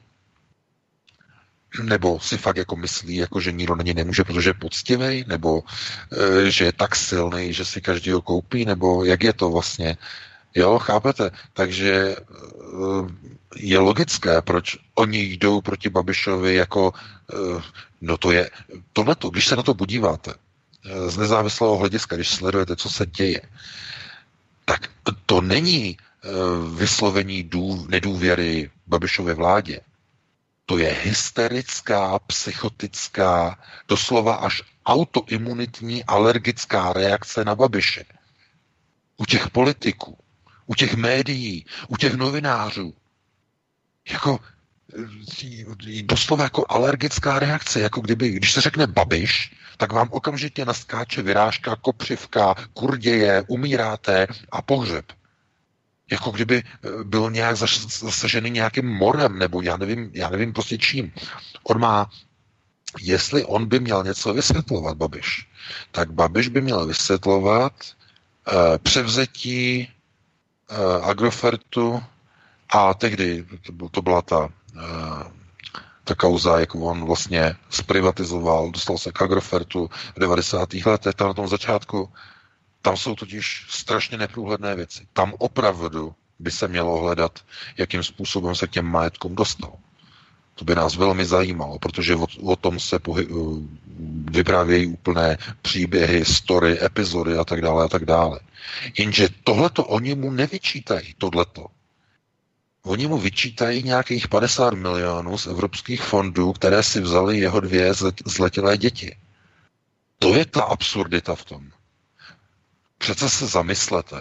Nebo si fakt jako myslí, jako že nikdo na něj nemůže, protože je poctivej? Nebo že je tak silný, že si každýho koupí? Nebo jak je to vlastně? Jo, chápete? Takže je logické, proč oni jdou proti Babišovi jako, no to je, tohleto, když se na to podíváte, z nezávislého hlediska, když sledujete, co se děje, tak to není vyslovení nedůvěry Babišově vládě. To je hysterická, psychotická, doslova až autoimunitní alergická reakce na Babiše. U těch politiků, u těch médií, u těch novinářů. Jako doslova jako alergická reakce, jako když se řekne Babiš, tak vám okamžitě naskáče vyrážka, kopřivka, kurděje, umíráte a pohřeb. Jako kdyby byl nějak zasažený nějakým morem, nebo já nevím prostě čím. On má, jestli on by měl něco vysvětlovat, Babiš, tak Babiš by měl vysvětlovat převzetí Agrofertu a tehdy to byla ta kauza, jak on vlastně zprivatizoval, dostal se k Agrofertu v 90. letech, tam na tom začátku. Tam jsou totiž strašně neprůhledné věci. Tam opravdu by se mělo hledat, jakým způsobem se k těm majetkům dostal. To by nás velmi zajímalo, protože o tom se vyprávějí úplné příběhy, story, epizody a tak dále a tak dále. Jenže tohleto oni mu nevyčítají, tohleto. Oni mu vyčítají nějakých 50 milionů z evropských fondů, které si vzali jeho 2 zletilé děti. To je ta absurdita v tom. Přece se zamyslete.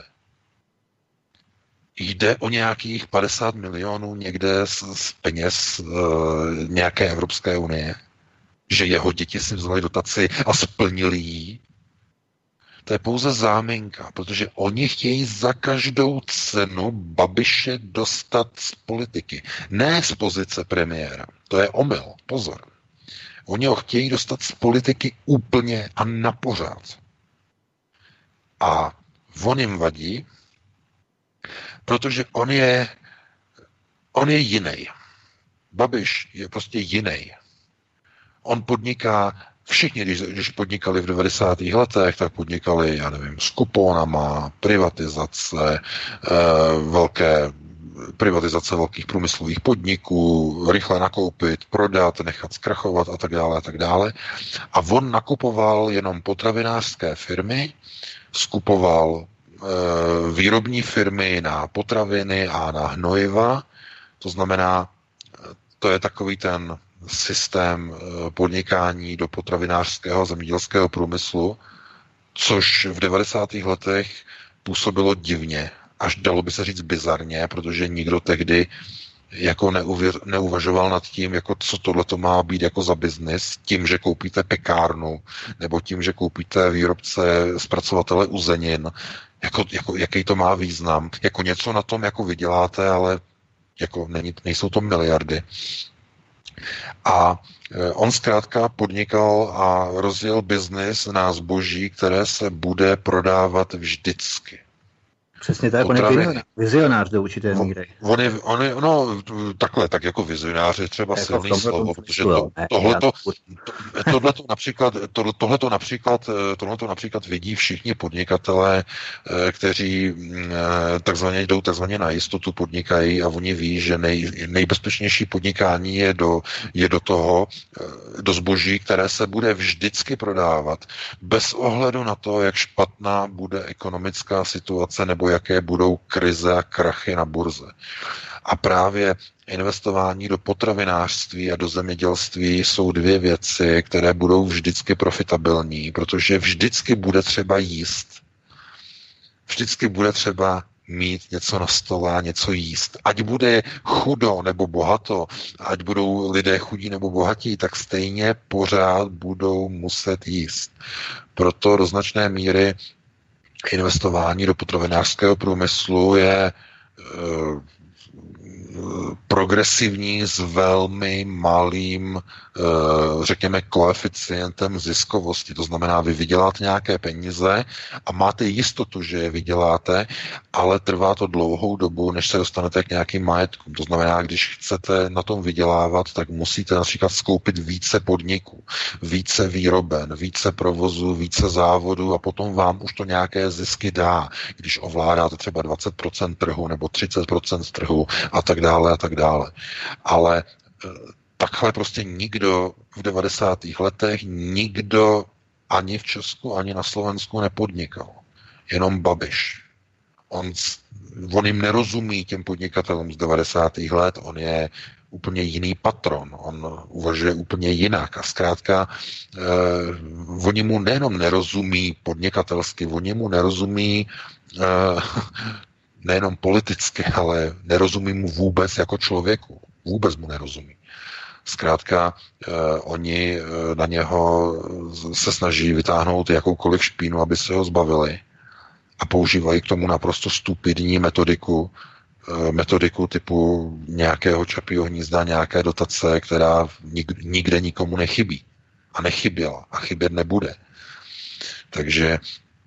Jde o nějakých 50 milionů někde z peněz nějaké Evropské unie, že jeho děti si vzali dotaci a splnili ji. To je pouze záminka, protože oni chtějí za každou cenu Babiše dostat z politiky. Ne z pozice premiéra. To je omyl. Pozor. Oni ho chtějí dostat z politiky úplně a na pořád. A on jim vadí, protože on je jiný. Babiš je prostě jiný. On podniká, všichni, když podnikali v 90. letech, tak podnikali, já nevím, s kuponama, privatizace, velké privatizace velkých průmyslových podniků, rychle nakoupit, prodat, nechat zkrachovat a tak dále a tak dále. A on nakupoval jenom potravinářské firmy, skupoval výrobní firmy na potraviny a na hnojiva. To znamená, to je takový ten systém podnikání do potravinářského a zemědělského průmyslu, což v 90. letech působilo divně, až dalo by se říct bizarně, protože nikdo tehdy jako neuvažoval nad tím, jako co tohleto má být jako za biznis, tím, že koupíte pekárnu, nebo tím, že koupíte výrobce, zpracovatele uzenin, jaký to má význam. Jako něco na tom jako vyděláte, ale jako nejsou to miliardy. A on zkrátka podnikal a rozjel biznis na zboží, které se bude prodávat vždycky. Přesně tak, on je vizionář do určité míry. Tak jako vizionář je třeba jako silný slovo, protože tohleto například vidí všichni podnikatelé, kteří jdou takzvaně na jistotu, podnikají a oni ví, že nejbezpečnější podnikání je do zboží, které se bude vždycky prodávat, bez ohledu na to, jak špatná bude ekonomická situace nebo jaké budou krize a krachy na burze. A právě investování do potravinářství a do zemědělství jsou 2 věci, které budou vždycky profitabilní, protože vždycky bude třeba jíst. Vždycky bude třeba mít něco na stole a něco jíst. Ať bude chudo nebo bohato, ať budou lidé chudí nebo bohatí, tak stejně pořád budou muset jíst. Proto do značné míry investování do potravinářského průmyslu je progresivní s velmi malým, řekněme, koeficientem ziskovosti. To znamená, vy vyděláte nějaké peníze a máte jistotu, že je vyděláte, ale trvá to dlouhou dobu, než se dostanete k nějakým majetkům. To znamená, když chcete na tom vydělávat, tak musíte například skoupit více podniků, více výroben, více provozu, více závodů a potom vám už to nějaké zisky dá, když ovládáte třeba 20% trhu nebo 30% trhu a tak dále a tak dále. Ale takhle prostě nikdo v 90. letech, nikdo ani v Česku, ani na Slovensku nepodnikal. Jenom Babiš. On jim nerozumí těm podnikatelům z 90. let, on je úplně jiný patron, on uvažuje úplně jinak a zkrátka oni mu nejenom nerozumí podnikatelsky, oni mu nerozumí nejenom politicky, ale nerozumí mu vůbec jako člověku. Vůbec mu nerozumí. Zkrátka, oni na něho se snaží vytáhnout jakoukoliv špínu, aby se ho zbavili a používají k tomu naprosto stupidní metodiku typu nějakého Čapího hnízda, nějaké dotace, která nikde nikomu nechybí. A nechyběla. A chybět nebude. Takže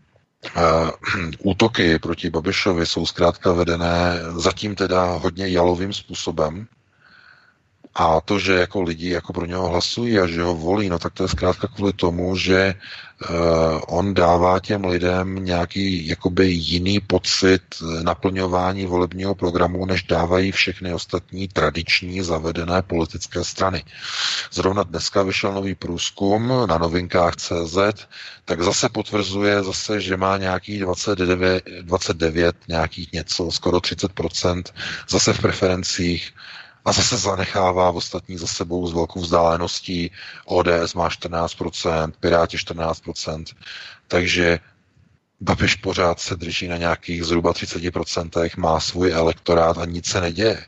útoky proti Babišovi jsou zkrátka vedené zatím teda hodně jalovým způsobem. A to, že jako lidi jako pro něho hlasují a že ho volí, no tak to je zkrátka kvůli tomu, že on dává těm lidem nějaký jakoby jiný pocit naplňování volebního programu, než dávají všechny ostatní tradiční zavedené politické strany. Zrovna dneska vyšel nový průzkum na novinkách.cz, tak zase potvrzuje že má nějaký 29 nějakých něco, skoro 30%, zase v preferencích. A zase zanechává v ostatní za sebou s velkou vzdáleností. ODS má 14%, Piráti 14%. Takže Babiš pořád se drží na nějakých zhruba 30%, má svůj elektorát a nic se neděje.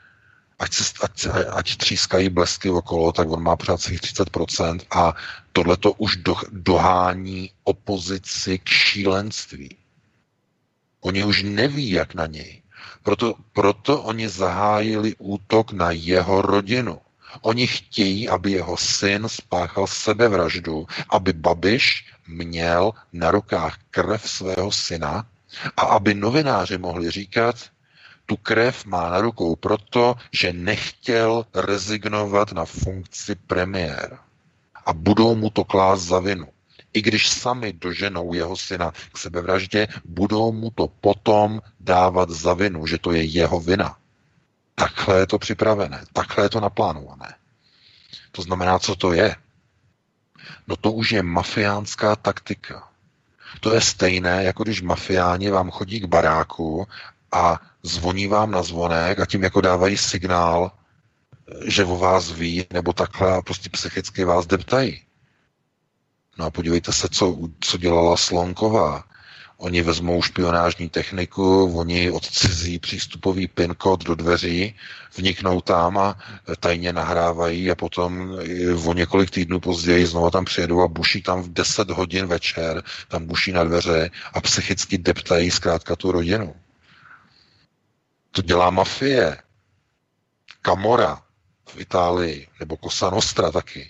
Ať třískají blesky okolo, tak on má pořád svých 30% a tohleto už dohání opozici k šílenství. Oni už neví, jak na něj. Proto oni zahájili útok na jeho rodinu. Oni chtějí, aby jeho syn spáchal sebevraždu, aby Babiš měl na rukách krev svého syna a aby novináři mohli říkat, tu krev má na rukou proto, že nechtěl rezignovat na funkci premiéra. A budou mu to klást za vinu. I když sami doženou jeho syna k sebevraždě, budou mu to potom dávat za vinu, že to je jeho vina. Takhle je to připravené, takhle je to naplánované. To znamená, co to je? No to už je mafiánská taktika. To je stejné, jako když mafiáni vám chodí k baráku a zvoní vám na zvonek a tím jako dávají signál, že o vás ví, nebo takhle a prostě psychicky vás deptají. No a podívejte se, co dělala Slonková. Oni vezmou špionážní techniku, oni odcizí přístupový PIN kód do dveří, vniknou tam a tajně nahrávají a potom o několik týdnů později znova tam přijedou a buší tam v 10 hodin večer, tam buší na dveře a psychicky deptají zkrátka tu rodinu. To dělá mafie. Camorra v Itálii, nebo Cosa Nostra taky.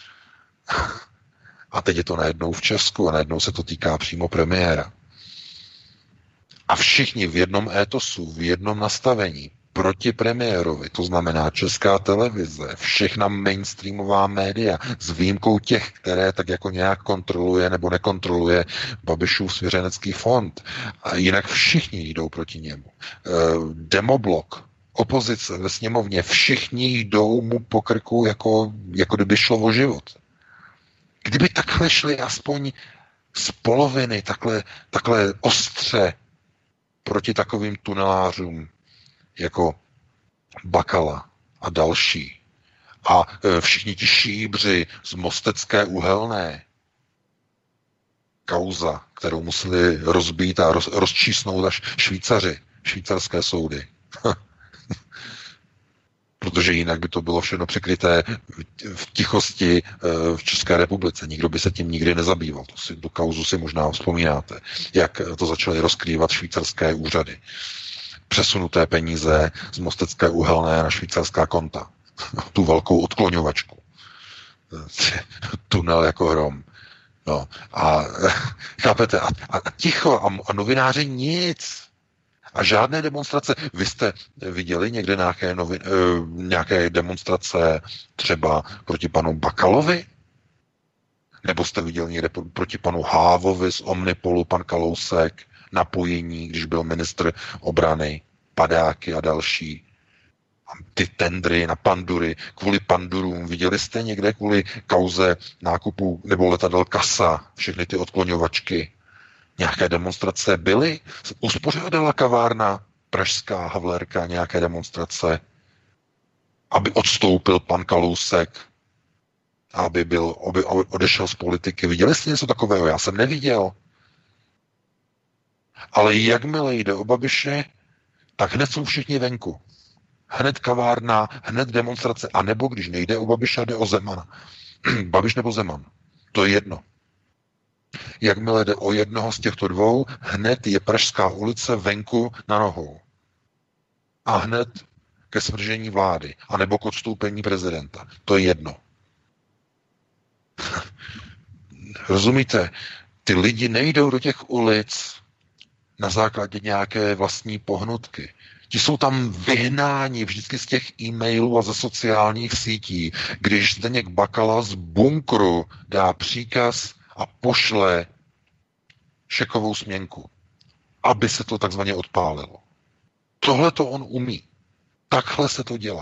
A teď je to najednou v Česku a najednou se to týká přímo premiéra. A všichni v jednom étosu, v jednom nastavení proti premiérovi, to znamená Česká televize, všechna mainstreamová média, s výjimkou těch, které tak jako nějak kontroluje nebo nekontroluje Babišův svěřenecký fond. A jinak všichni jdou proti němu. Demoblok, opozice ve sněmovně, všichni jdou mu po krku, jako kdyby šlo o život. Kdyby takhle šli aspoň z poloviny, takhle ostře proti takovým tunelářům, jako Bakala a další, a všichni ti šíbři z Mostecké uhelné, kauza, kterou museli rozbít a rozčísnout až Švýcaři, švýcarské soudy. Protože jinak by to bylo všechno překryté v tichosti v České republice. Nikdo by se tím nikdy nezabýval. Tu kauzu si možná vzpomínáte, jak to začaly rozkrývat švýcarské úřady. Přesunuté peníze z Mostecké uhelné na švýcarská konta. Tu velkou odkloňovačku. Tunel jako hrom. No. A chápete? A ticho. A novináři nic. A žádné demonstrace. Vy jste viděli někde nějaké demonstrace třeba proti panu Bakalovi? Nebo jste viděli někde proti panu Hávovi z Omnipolu, pan Kalousek, napojení, když byl ministr obrany, padáky a další. A ty tendry na pandury, kvůli pandurům. Viděli jste někde kvůli kauze nákupu nebo letadel Kasa, všechny ty odkloňovačky? Nějaké demonstrace byly? Uspořádala kavárna pražská Havlérka nějaké demonstrace? aby odstoupil pan Kalousek, aby odešel z politiky. Viděli jste něco takového? Já jsem neviděl. Ale jakmile jde o Babiše, tak hned jsou všichni venku. Hned kavárna, hned demonstrace, a nebo když nejde o Babiša, jde o Zemana. Babiš nebo Zeman. To je jedno. Jakmile jde o jednoho z těchto dvou, hned je Pražská ulice venku na nohou. A hned ke svržení vlády, anebo k odstoupení prezidenta. To je jedno. Rozumíte? Ty lidi nejdou do těch ulic na základě nějaké vlastní pohnutky. Ti jsou tam vyhnáni vždycky z těch e-mailů a ze sociálních sítí, když Zdeněk Bakala z bunkru dá příkaz a pošle šekovou směnku, aby se to takzvaně odpálilo. Tohle to on umí. Takhle se to dělá.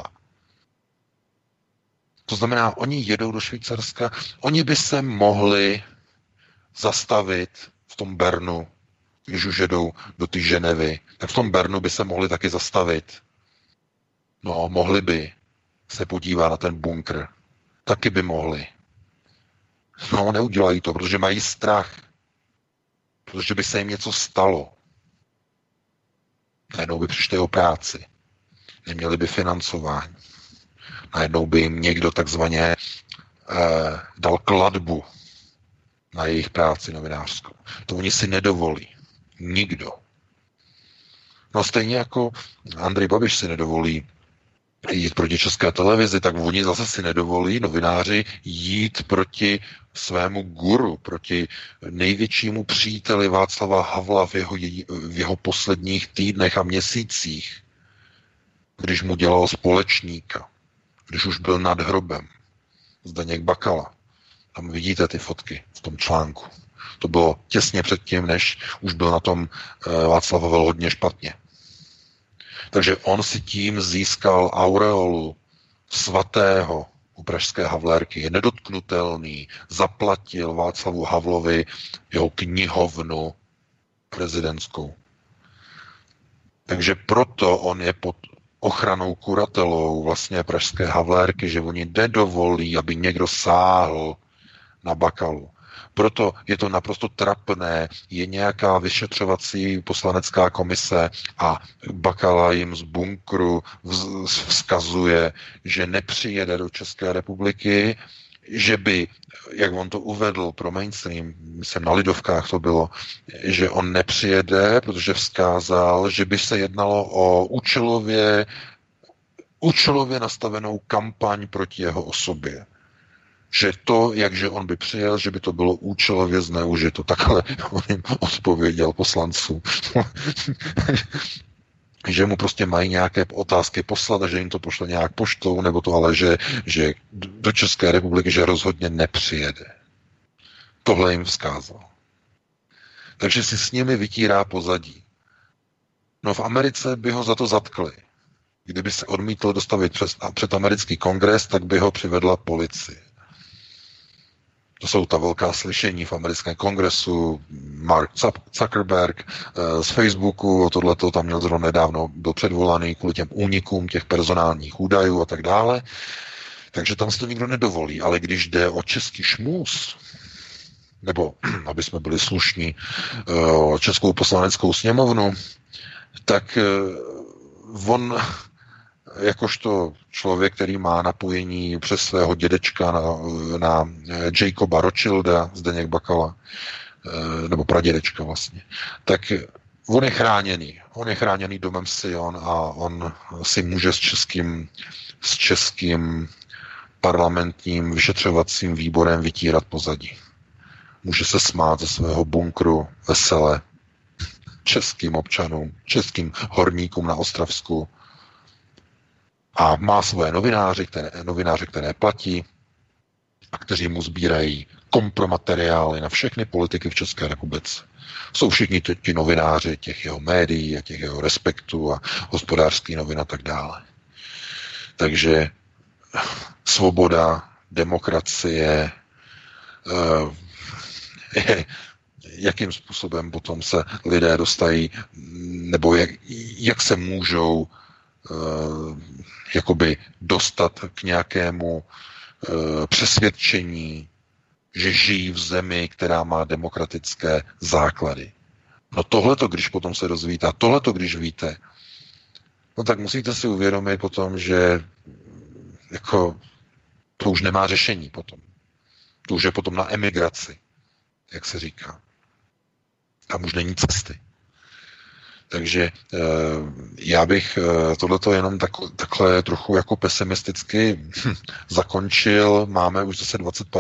To znamená, oni jedou do Švýcarska, oni by se mohli zastavit v tom Bernu, když už jedou do té Ženevy, tak v tom Bernu by se mohli taky zastavit. No, mohli by se podívat na ten bunkr. Taky by mohli. No, neudělají to, protože mají strach. Protože by se jim něco stalo. Najednou by přišli o práci. Neměli by financování. Najednou by jim někdo takzvaně dal kladbu na jejich práci novinářskou. To oni si nedovolí. Nikdo. No stejně jako Andrej Babiš si nedovolí jít proti České televizi, tak oni zase si nedovolí, novináři, jít proti svému guru, proti největšímu příteli Václava Havla v jeho posledních týdnech a měsících, když mu dělal společníka, když už byl nad hrobem, Zdeněk Bakala. Tam vidíte ty fotky v tom článku. To bylo těsně předtím, než už byl na tom Václav Havel hodně špatně. Takže on si tím získal aureolu svatého u pražské Havlérky. Je nedotknutelný, zaplatil Václavu Havlovi jeho knihovnu prezidentskou. Takže proto on je pod ochranou kuratelou vlastně pražské Havlérky, že oni nedovolí, aby někdo sáhl na Bakalu. Proto je to naprosto trapné, je nějaká vyšetřovací poslanecká komise a Bakala jim z bunkru vzkazuje, že nepřijede do České republiky, že by, jak on to uvedl pro mainstream, myslím na Lidovkách to bylo, že on nepřijede, protože vzkázal, že by se jednalo o účelově nastavenou kampaň proti jeho osobě. Že to, jakže on by přijel, že by to bylo účelově zneužito. Takhle on jim odpověděl poslancům. Že mu prostě mají nějaké otázky poslat a že jim to pošle nějak poštou, nebo to ale, že do České republiky, že rozhodně nepřijede. Tohle jim vzkázal. Takže si s nimi vytírá pozadí. No v Americe by ho za to zatkli. Kdyby se odmítl dostavit před americký kongres, tak by ho přivedla policie. To jsou ta velká slyšení v americkém kongresu, Mark Zuckerberg z Facebooku, tohleto tam měl zrovna nedávno, byl předvolaný kvůli těm únikům těch personálních údajů a tak dále. Takže tam se to nikdo nedovolí, ale když jde o český šmůz, nebo, aby jsme byli slušní, o Českou poslaneckou sněmovnu, tak on jakožto člověk, který má napojení přes svého dědečka na Jacoba Rothschilda, Zdeněk Bakala, nebo pradědečka vlastně, tak on je chráněný. On je chráněný domem Sion a on si může s českým parlamentním vyšetřovacím výborem vytírat pozadí. Může se smát ze svého bunkru vesele českým občanům, českým horníkům na Ostravsku, a má svoje novináře, které platí a kteří mu sbírají kompromateriály na všechny politiky v České republice. Jsou všichni ti novináři těch jeho médií a těch jeho Respektu a Hospodářský novin a tak dále. Takže svoboda, demokracie, jakým způsobem potom se lidé dostají, nebo jak se můžou jakoby dostat k nějakému přesvědčení, že žijí v zemi, která má demokratické základy. No tohleto, když potom se dozvíte, a tohleto, když víte, no tak musíte si uvědomit potom, že jako to už nemá řešení potom. To už je potom na emigraci, jak se říká. Tam už není cesty. Takže já bych tohleto jenom takhle trochu jako pesimisticky zakončil. Máme už zase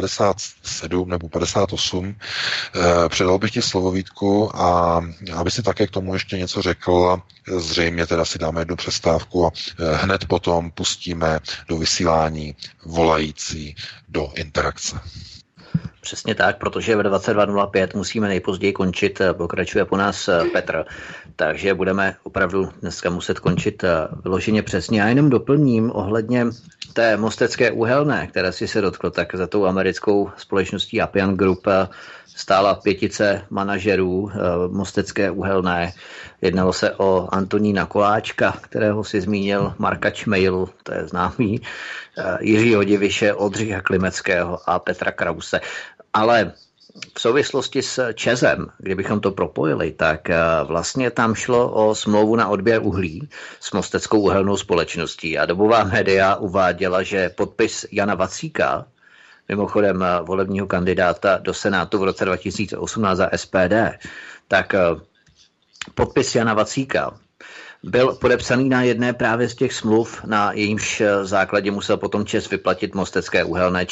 2057 nebo 58. Předal bych ti slovo, Vítku, a aby si také k tomu ještě něco řekl. Zřejmě teda si dáme jednu přestávku a hned potom pustíme do vysílání volající do interakce. Přesně tak, protože ve 22.05 musíme nejpozději končit, pokračuje po nás Petr, takže budeme opravdu dneska muset končit vyloženě přesně. Já jenom doplním ohledně té Mostecké uhelné, které si se dotklo, tak za tou americkou společností Appian Group stála 5 manažerů Mostecké uhelné. Jednalo se o Antonína Koláčka, kterého si zmínil, Marka Čmejlu, to je známý, Jiřího Diviše, Oldřicha Klimeckého a Petra Krause. Ale v souvislosti s ČEZem, kdybychom to propojili, tak vlastně tam šlo o smlouvu na odběr uhlí s Mosteckou uhelnou společností. A dobová média uváděla, že podpis Jana Vacíka, mimochodem volebního kandidáta do Senátu v roce 2018 za SPD, tak podpis Jana Vacíka byl podepsaný na jedné právě z těch smluv, na jejímž základě musel potom ČEZ vyplatit Mostecké uhelné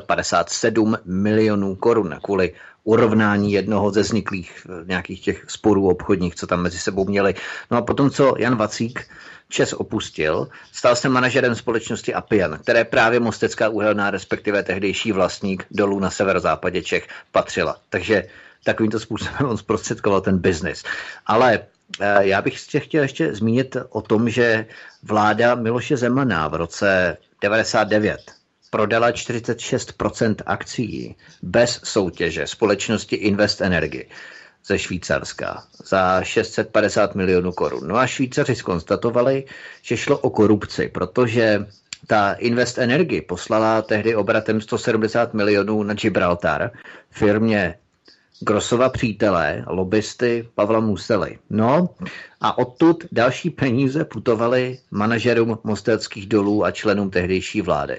457 milionů korun kvůli urovnání jednoho ze vzniklých nějakých těch sporů obchodních, co tam mezi sebou měli. No a potom, co Jan Vacík ČEZ opustil, stal se manažerem společnosti Appian, které právě Mostecká uhelná, respektive tehdejší vlastník dolů na severozápadě Čech, patřila. Takže takovýmto způsobem on zprostředkoval ten biznis. Ale já bych se chtěl ještě zmínit o tom, že vláda Miloše Zemana v roce 99 prodala 46% akcií bez soutěže společnosti Invest Energy ze Švýcarska za 650 milionů korun. No a Švýcaři zkonstatovali, že šlo o korupci, protože ta Invest Energy poslala tehdy obratem 170 milionů na Gibraltar firmě Grossova přátelé, lobbysty Pavla Musely. No a odtud další peníze putovaly manažerům Mosteckých dolů a členům tehdejší vlády.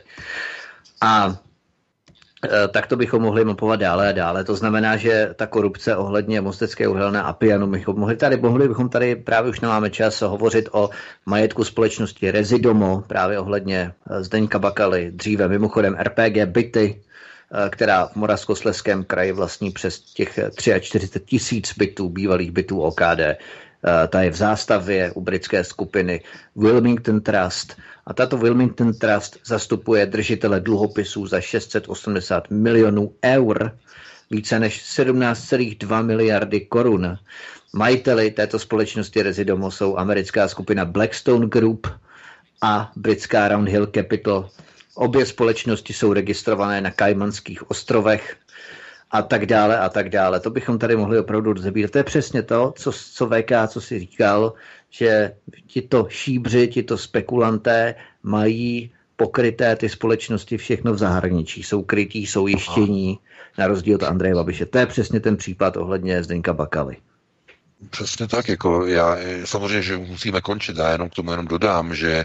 A tak to bychom mohli mapovat dále a dále. To znamená, že ta korupce ohledně Mostecké uhelné Appianu, mohli bychom tady, právě už nemáme čas, hovořit o majetku společnosti Rezidomo, právě ohledně Zdeňka Bakaly, dříve mimochodem RPG Byty, která v Moravskoslezském kraji vlastní přes těch 43 000 bytů, bývalých bytů OKD. Ta je v zástavě u britské skupiny Wilmington Trust. A tato Wilmington Trust zastupuje držitele dluhopisů za 680 milionů eur, více než 17,2 miliardy korun. Majiteli této společnosti Rezidomo jsou americká skupina Blackstone Group a britská Roundhill Capital. Obě společnosti jsou registrované na Kajmanských ostrovech a tak dále a tak dále. To bychom tady mohli opravdu rozebírat. To je přesně to, co VK, co si říkal, že tito šíbři, tito spekulanté mají pokryté ty společnosti všechno v zahraničí. Jsou krytí, jsou jištění, na rozdíl od Andreje Babiše. To je přesně ten případ ohledně Zdeňka Bakaly. Přesně tak, jako já samozřejmě, že musíme končit, já jenom k tomu dodám, že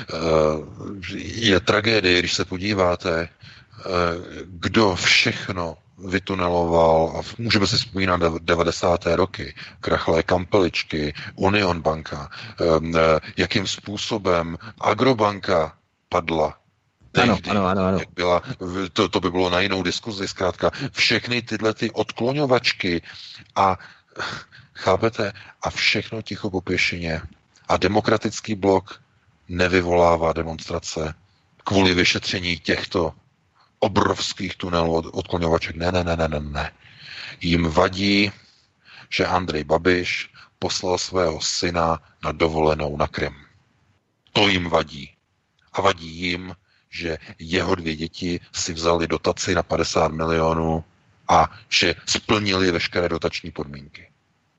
je tragédie, když se podíváte, kdo všechno vytuneloval, a můžeme si vzpomínat 90. roky, krachlé kampeličky, Union banka, jakým způsobem Agrobanka padla. Ano. Jak byla, to by bylo na jinou diskuzi, zkrátka všechny tyhle ty odkloňovačky a chápete? A všechno ticho po pěšině. A Demokratický blok nevyvolává demonstrace kvůli vyšetření těchto obrovských tunelů odkloňovaček. Ne. Jim vadí, že Andrej Babiš poslal svého syna na dovolenou na Krym. To jim vadí. A vadí jim, že jeho 2 děti si vzali dotaci na 50 milionů a že splnili veškeré dotační podmínky.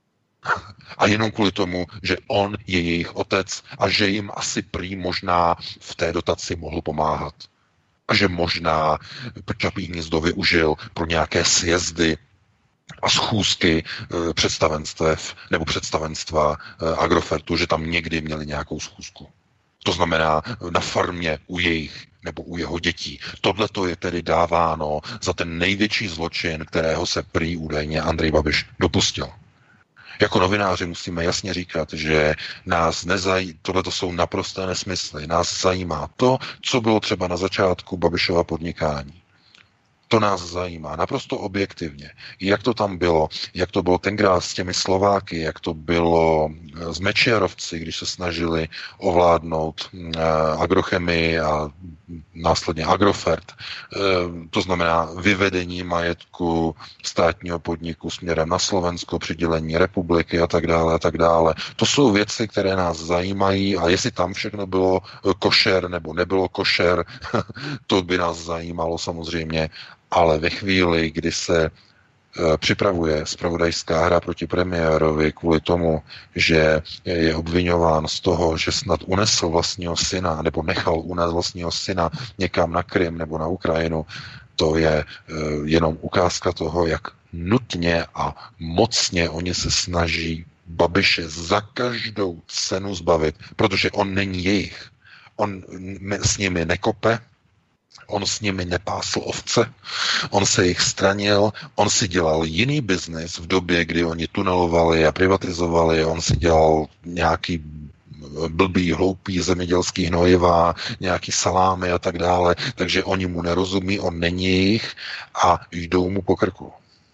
A jenom kvůli tomu, že on je jejich otec a že jim asi prý možná v té dotaci mohl pomáhat. A že možná Čapí hnízdo využil pro nějaké sjezdy a schůzky představenstev nebo představenstva Agrofertu, že tam někdy měli nějakou schůzku. To znamená na farmě u jejich nebo u jeho dětí. Tohle to je tedy dáváno za ten největší zločin, kterého se prý údajně Andrej Babiš dopustil. Jako novináři musíme jasně říkat, že nás tohle to jsou naprosté nesmysly. Nás zajímá to, co bylo třeba na začátku Babišova podnikání. To nás zajímá naprosto objektivně. Jak to tam bylo, jak to bylo tenkrát s těmi Slováky, jak to bylo s Mečiarovci, když se snažili ovládnout agrochemii a následně Agrofert. To znamená vyvedení majetku státního podniku směrem na Slovensko, přidělení republiky a tak dále a tak dále. To jsou věci, které nás zajímají a jestli tam všechno bylo košer nebo nebylo košer, to by nás zajímalo samozřejmě. Ale ve chvíli, kdy se připravuje zpravodajská hra proti premiérovi kvůli tomu, že je obviňován z toho, že snad unesl vlastního syna nebo nechal unést vlastního syna někam na Krym nebo na Ukrajinu, to je jenom ukázka toho, jak nutně a mocně oni se snaží Babiše za každou cenu zbavit, protože on není jejich. On s nimi nekope, on s nimi nepásl ovce, on se jich stranil, on si dělal jiný biznis v době, kdy oni tunelovali a privatizovali, on si dělal nějaký blbý, hloupý zemědělský hnojiva, nějaký salámy a tak dále, takže oni mu nerozumí, on není jejich a jdou mu po krku.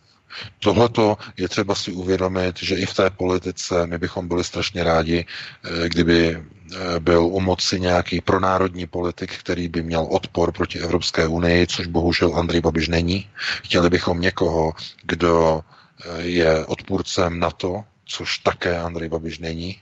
Tohleto je třeba si uvědomit, že i v té politice my bychom byli strašně rádi, kdyby byl u moci nějaký pronárodní politik, který by měl odpor proti Evropské unii, což bohužel Andrej Babiš není. Chtěli bychom někoho, kdo je odpůrcem NATO, což také Andrej Babiš není.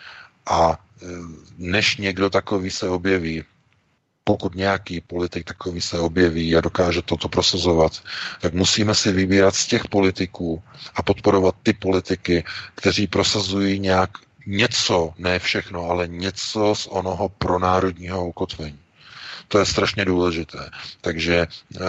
A než někdo takový se objeví, pokud nějaký politik takový se objeví a dokáže toto prosazovat, tak musíme si vybírat z těch politiků a podporovat ty politiky, kteří prosazují něco, ne všechno, ale něco z onoho pronárodního ukotvení. To je strašně důležité. Takže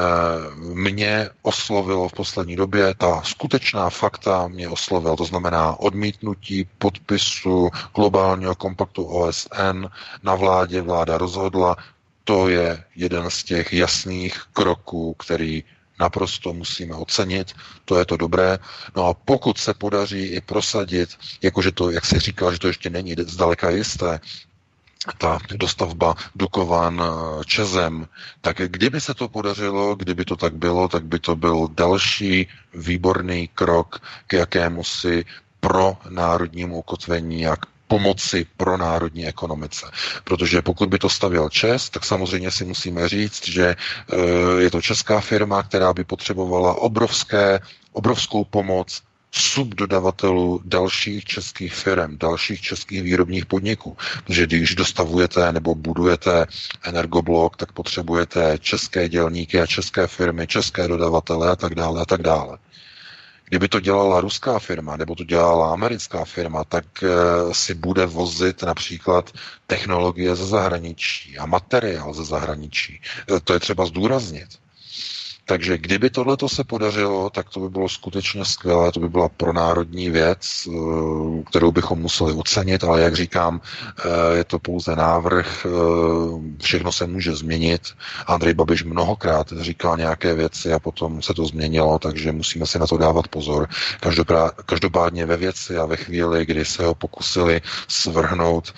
mě oslovilo v poslední době, ta skutečná fakta mě oslovil, to znamená odmítnutí podpisu globálního kompaktu OSN na vládě, vláda rozhodla. To je jeden z těch jasných kroků, který naprosto musíme ocenit, to je to dobré. No a pokud se podaří i prosadit, jakože to, jak se říkal, že to ještě není zdaleka jisté, ta dostavba Dukovan ČEZem, tak kdyby se to podařilo, kdyby to tak bylo, tak by to byl další výborný krok k jakémusi pro národnímu ukotvení, jak pomoci pro národní ekonomice. Protože pokud by to stavěl ČEZ, tak samozřejmě si musíme říct, že je to česká firma, která by potřebovala obrovskou pomoc subdodavatelů dalších českých firm, dalších českých výrobních podniků. Protože když dostavujete nebo budujete energoblok, tak potřebujete české dělníky a české firmy, české dodavatele a tak dále a tak dále. Kdyby to dělala ruská firma nebo to dělala americká firma, tak si bude vozit například technologie ze zahraničí a materiál ze zahraničí. To je třeba zdůraznit. Takže kdyby tohleto se podařilo, tak to by bylo skutečně skvělé, to by byla pronárodní věc, kterou bychom museli ocenit, ale jak říkám, je to pouze návrh, všechno se může změnit. Andrej Babiš mnohokrát říkal nějaké věci a potom se to změnilo, takže musíme si na to dávat pozor. Každopádně ve věci a ve chvíli, kdy se ho pokusili svrhnout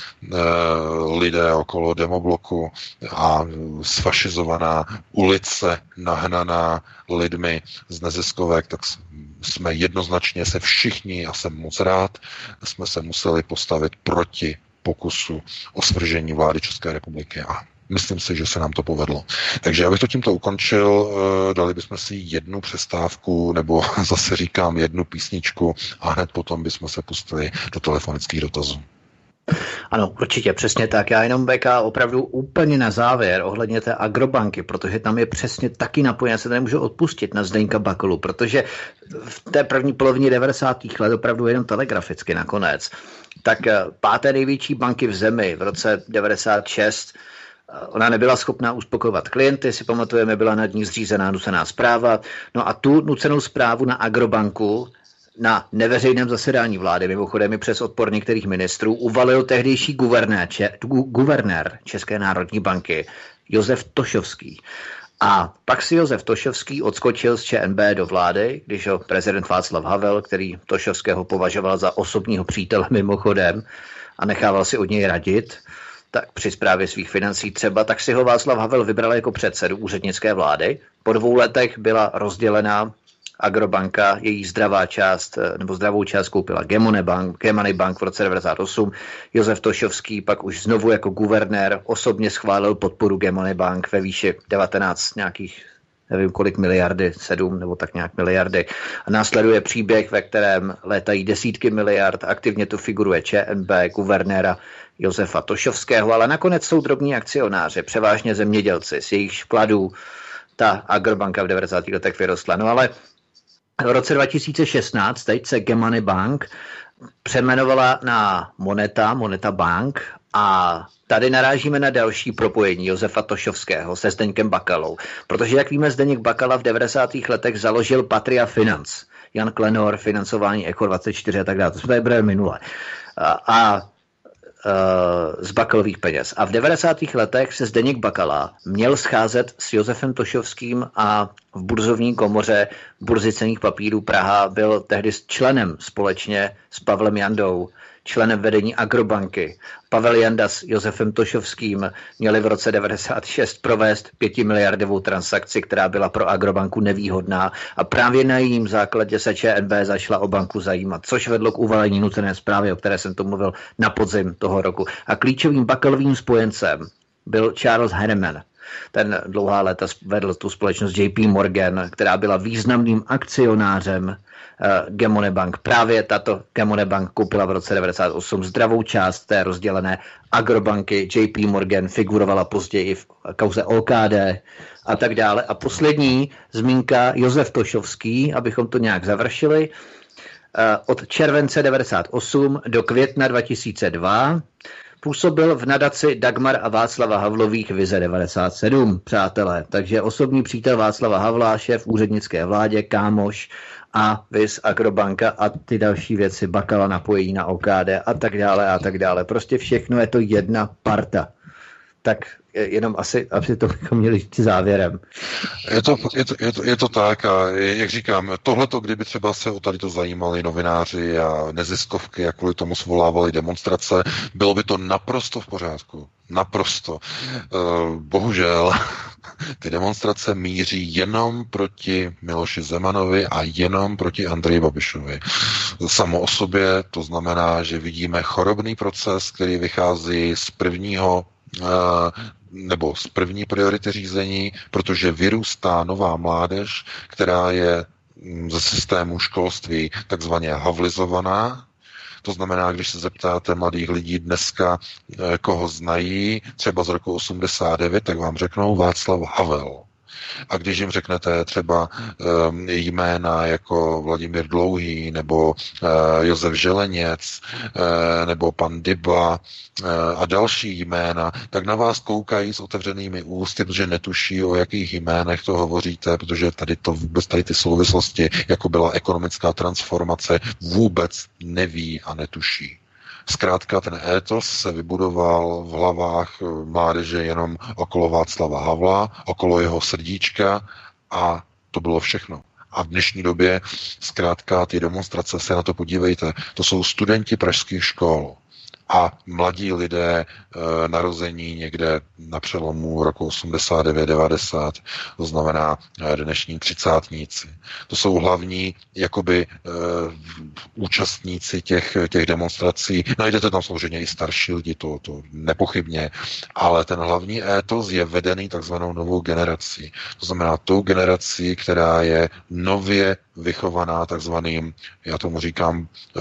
lidé okolo demobloku a sfašizovaná ulice nahnaná lidmi z neziskovek, tak jsme jednoznačně se všichni, a jsem moc rád, jsme se museli postavit proti pokusu o svržení vlády České republiky a myslím si, že se nám to povedlo. Takže abych to tímto ukončil, dali bychom si jednu přestávku, nebo zase říkám jednu písničku a hned potom bychom se pustili do telefonických dotazů. Ano, určitě, přesně tak. Já jenom BK opravdu úplně na závěr ohledně té Agrobanky, protože tam je přesně taky napojen, já se to nemůžu odpustit na Zdeňka Bakalu, protože v té první polovině 90. let opravdu jenom telegraficky nakonec, tak páté největší banky v zemi v roce 96, ona nebyla schopná uspokojovat klienty, si pamatujeme, byla nad ní zřízená nucená správa, no a tu nucenou správu na Agrobanku na neveřejném zasedání vlády, mimochodem i přes odpor některých ministrů, uvalil tehdejší guvernér České národní banky Josef Tošovský. A pak si Josef Tošovský odskočil z ČNB do vlády, když ho prezident Václav Havel, který Tošovského považoval za osobního přítele mimochodem a nechával si od něj radit, tak při správě svých financí třeba, tak si ho Václav Havel vybral jako předsedu úřednické vlády. Po 2 letech byla rozdělená Agrobanka, její zdravou část koupila Gemony Bank v roce 98. Josef Tošovský pak už znovu jako guvernér osobně schválil podporu Gemony Bank ve výši 19 nějakých, nevím kolik miliardy, 7 nebo tak nějak miliardy. A následuje příběh, ve kterém létají desítky miliard, aktivně tu figuruje ČNB, guvernéra Josefa Tošovského, ale nakonec jsou drobní akcionáři, převážně zemědělci, z jejich vkladů ta Agrobanka v 90. letech vyrostla. No ale v roce 2016 teď se Gemony Bank přeměnovala na Moneta Bank a tady narážíme na další propojení Josefa Tošovského se Zdeňkem Bakalou. Protože, jak víme, Zdeněk Bakala v 90. letech založil Patria Finance. Jan Klenor, financování Echo24 a tak dále. To jsme tady brali minule. Z Bakalových peněz. A v 90. letech se Zdeněk Bakala měl scházet s Josefem Tošovským a v burzovní komoře burzy cenných papírů Praha byl tehdy členem společně s Pavlem Jandou, členem vedení Agrobanky. Pavel Janda s Josefem Tošovským měli v roce 96 provést 5 miliardovou transakci, která byla pro Agrobanku nevýhodná a právě na jejím základě se ČNB začala o banku zajímat, což vedlo k uvalení nucené zprávy, o které jsem to mluvil na podzim toho roku. A klíčovým Bakalovým spojencem byl Charles Heinemann. Ten dlouhá léta vedl tu společnost JP Morgan, která byla významným akcionářem Gemony Bank. Právě tato Gemony Bank koupila v roce 98 zdravou část té rozdělené Agrobanky. JP Morgan figurovala později v kauze OKD a tak dále. A poslední zmínka Josef Tošovský, abychom to nějak završili. Od července 98 do května 2002 působil v nadaci Dagmar a Václava Havlových Vize 97, přátelé. Takže osobní přítel Václava Havla, šéf úřednické vládě, kámoš a Viz Agrobanka a ty další věci, Bakala napojení na OKD a tak dále a tak dále. Prostě všechno je to jedna parta. Tak jenom asi to bychom měli říct závěrem. Je to tak a jak říkám, tohleto, kdyby třeba se o tady to zajímali novináři a neziskovky a kvůli tomu svolávali demonstrace, bylo by to naprosto v pořádku. Naprosto. Bohužel ty demonstrace míří jenom proti Miloši Zemanovi a jenom proti Andreji Babišovi. Samo o sobě to znamená, že vidíme chorobný proces, který vychází z první priority řízení, protože vyrůstá nová mládež, která je ze systému školství takzvaně havlizovaná. To znamená, když se zeptáte mladých lidí dneska, koho znají, třeba z roku 89, tak vám řeknou Václav Havel. A když jim řeknete třeba jména jako Vladimír Dlouhý nebo Josef Želeněc nebo pan Dyba a další jména, tak na vás koukají s otevřenými ústy, protože netuší, o jakých jménech to hovoříte, protože tady ty souvislosti, jako byla ekonomická transformace, vůbec neví a netuší. Zkrátka ten étos se vybudoval v hlavách mládeže jenom okolo Václava Havla, okolo jeho srdíčka a to bylo všechno. A v dnešní době zkrátka ty demonstrace, se na to podívejte, to jsou studenti pražských škol a mladí lidé narození někde na přelomu roku 89-90, to znamená dnešní třicátníci. To jsou hlavní jakoby účastníci těch demonstrací. Najdete tam samozřejmě i starší lidi, to nepochybně, ale ten hlavní étos je vedený takzvanou novou generací. To znamená tou generací, která je nově vychovaná takzvaným, já tomu říkám,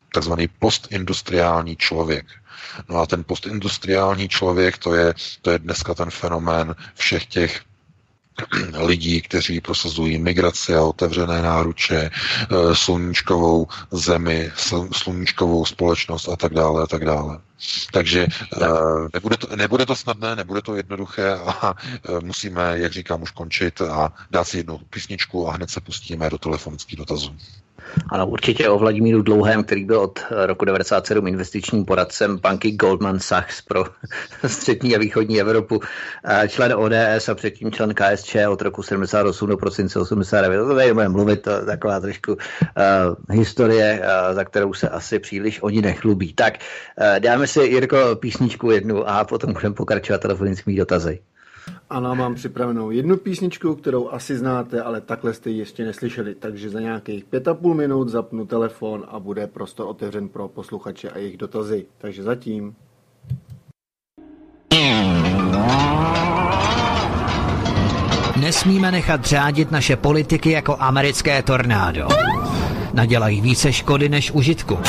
takzvaný postindustriální člověk. No a ten postindustriální člověk, to je dneska ten fenomén všech těch lidí, kteří prosazují migraci a otevřené náruče, sluníčkovou zemi, sluníčkovou společnost a tak dále, a tak dále. Takže nebude to snadné, nebude to jednoduché a musíme, jak říkám, už končit a dát si jednu písničku a hned se pustíme do telefonických dotazů. Ano, určitě o Vladimíru Dlouhém, který byl od roku 1997 investičním poradcem banky Goldman Sachs pro střední a východní Evropu, člen ODS a předtím člen KSČ od roku 78 do prosince 89. To tady budeme mluvit, to taková trošku historie, za kterou se asi příliš oni nechlubí. Tak dáme si, Jirko, písničku jednu a potom budeme pokračovat telefonickými dotazy. Ano, mám připravenou jednu písničku, kterou asi znáte, ale takhle jste ji ještě neslyšeli, takže za nějakých 5,5 minut zapnu telefon a bude prostor otevřen pro posluchače a jejich dotazy. Takže zatím. Nesmíme nechat řádit naše politiky jako americké tornádo. Nadělají více škody než užitku.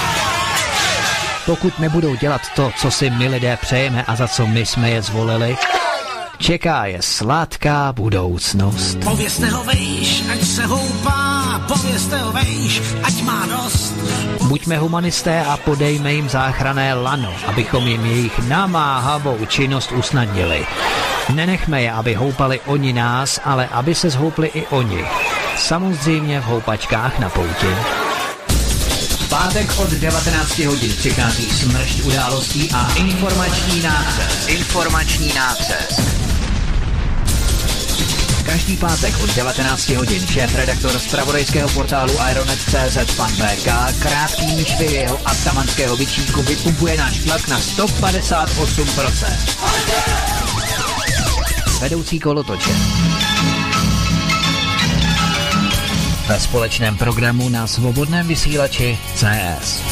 Pokud nebudou dělat to, co si my lidé přejeme a za co my jsme je zvolili, čeká je sladká budoucnost. Povězte ho vejš, ať se houpá, povězte ho vejš, ať má dost. Buďme humanisté a podejme jim záchranné lano, abychom jim jejich namáhavou činnost usnadnili. Nenechme je, aby houpali oni nás, ale aby se zhoupli i oni. Samozřejmě v houpačkách na pouti. V pátek od 19 hodin přichází smršť událostí a informační nácest. Každý pátek od 19 hodin šéfredaktor zpravodajského portálu Ironet.cz pan VK krátkými švy jeho atamanského bičíku vypumpuje náš tlak na 158%. Vedoucí kolotoče. Ve společném programu na svobodném vysílači CS.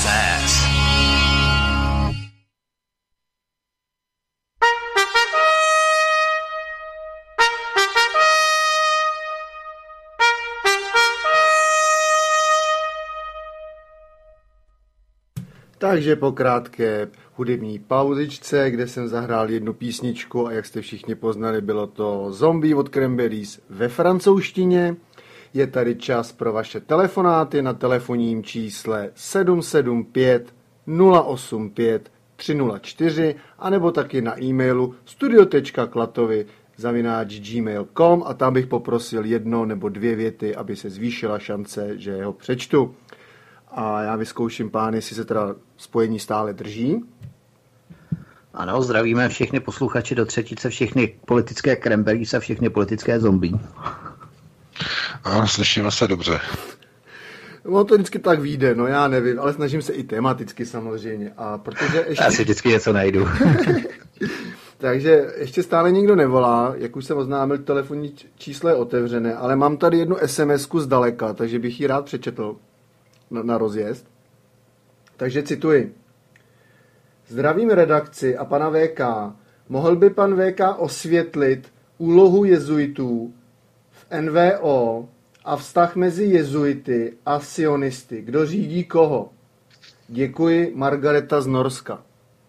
Takže po krátké hudební pauzičce, kde jsem zahrál jednu písničku a jak jste všichni poznali, bylo to Zombie od Cranberries ve francouzštině. Je tady čas pro vaše telefonáty na telefonním čísle 775 085 304 anebo taky na e-mailu studio.klatovy@gmail.com a tam bych poprosil 1 nebo 2 věty, aby se zvýšila šance, že ho přečtu. A já vyzkouším, pány, jestli se teda spojení stále drží. Ano, zdravíme všechny posluchače do třetice, všechny politické Cranberries a všechny politické zombie. Ano, slyšíme se dobře. No to vždycky tak vyjde, no já nevím, ale snažím se i tematicky samozřejmě. A protože ještě... Já si vždycky něco najdu. Takže ještě stále nikdo nevolá, jak už jsem oznámil, telefonní číslo je otevřené, ale mám tady jednu SMS-ku zdaleka, takže bych ji rád přečetl na rozjezd. Takže cituji. Zdravím redakci a pana VK. Mohl by pan VK osvětlit úlohu jezuitů v NVO a vztah mezi jezuity a sionisty? Kdo řídí koho? Děkuji, Margareta z Norska.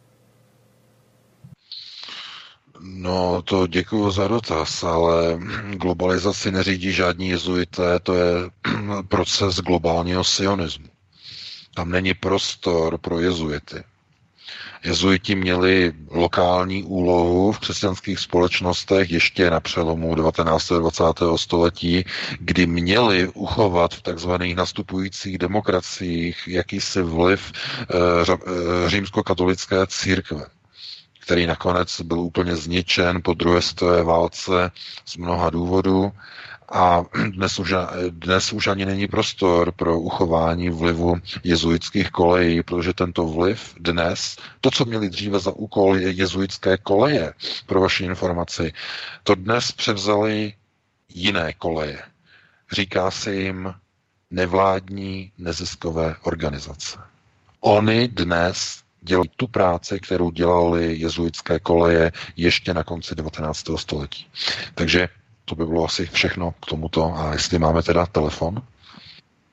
No, to děkuju za dotaz, ale globalizaci neřídí žádní jezuité, to je proces globálního sionismu. Tam není prostor pro jezuity. Jezuiti měli lokální úlohu v křesťanských společnostech ještě na přelomu 19. a 20. století, kdy měli uchovat v takzvaných nastupujících demokraciích jakýsi vliv římskokatolické církve, který nakonec byl úplně zničen po druhé světové válce z mnoha důvodů a dnes už ani není prostor pro uchování vlivu jezuitských kolejí, protože tento vliv dnes, to, co měli dříve za úkol jezuitské koleje, pro vaši informaci, to dnes převzali jiné koleje. Říká se jim nevládní neziskové organizace. Oni dnes dělají tu práci, kterou dělali jezuitské koleje ještě na konci 19. století. Takže to by bylo asi všechno k tomuto. A jestli máme teda telefon?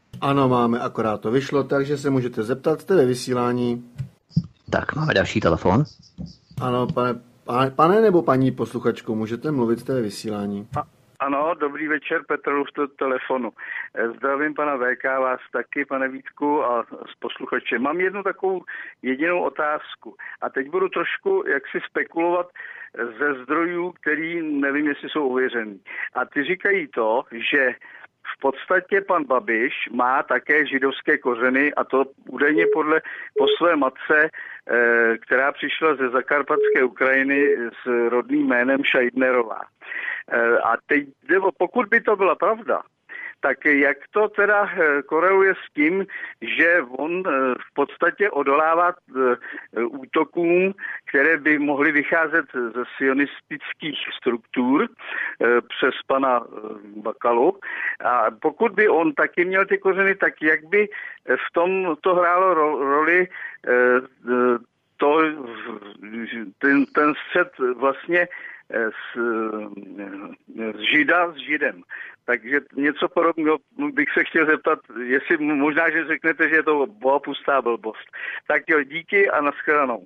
Ano, máme, akorát to vyšlo, takže se můžete zeptat, jste ve vysílání. Tak, máme další telefon. Ano, pane nebo paní posluchačko, můžete mluvit, jste ve vysílání. Ano, dobrý večer, Petr v telefonu. Zdravím pana VK, vás taky, pane Vítku, a s posluchačem. Mám jednu takovou jedinou otázku. A teď budu trošku jaksi spekulovat ze zdrojů, který nevím, jestli jsou ověřený. A ty říkají to, že v podstatě pan Babiš má také židovské kořeny, a to údajně po své matce, která přišla ze zakarpatské Ukrajiny s rodným jménem Šajdnerová. A teď, pokud by to byla pravda, tak jak to teda koreluje s tím, že on v podstatě odolává útokům, které by mohly vycházet ze sionistických struktur přes pana Bakalu. A pokud by on taky měl ty kořeny, tak jak by v tom to hrálo roli ten střet vlastně z Žida s Židem. Takže něco podobného bych se chtěl zeptat, jestli možná, že řeknete, že je to bohapustá blbost. Tak jo, díky a nashledanou.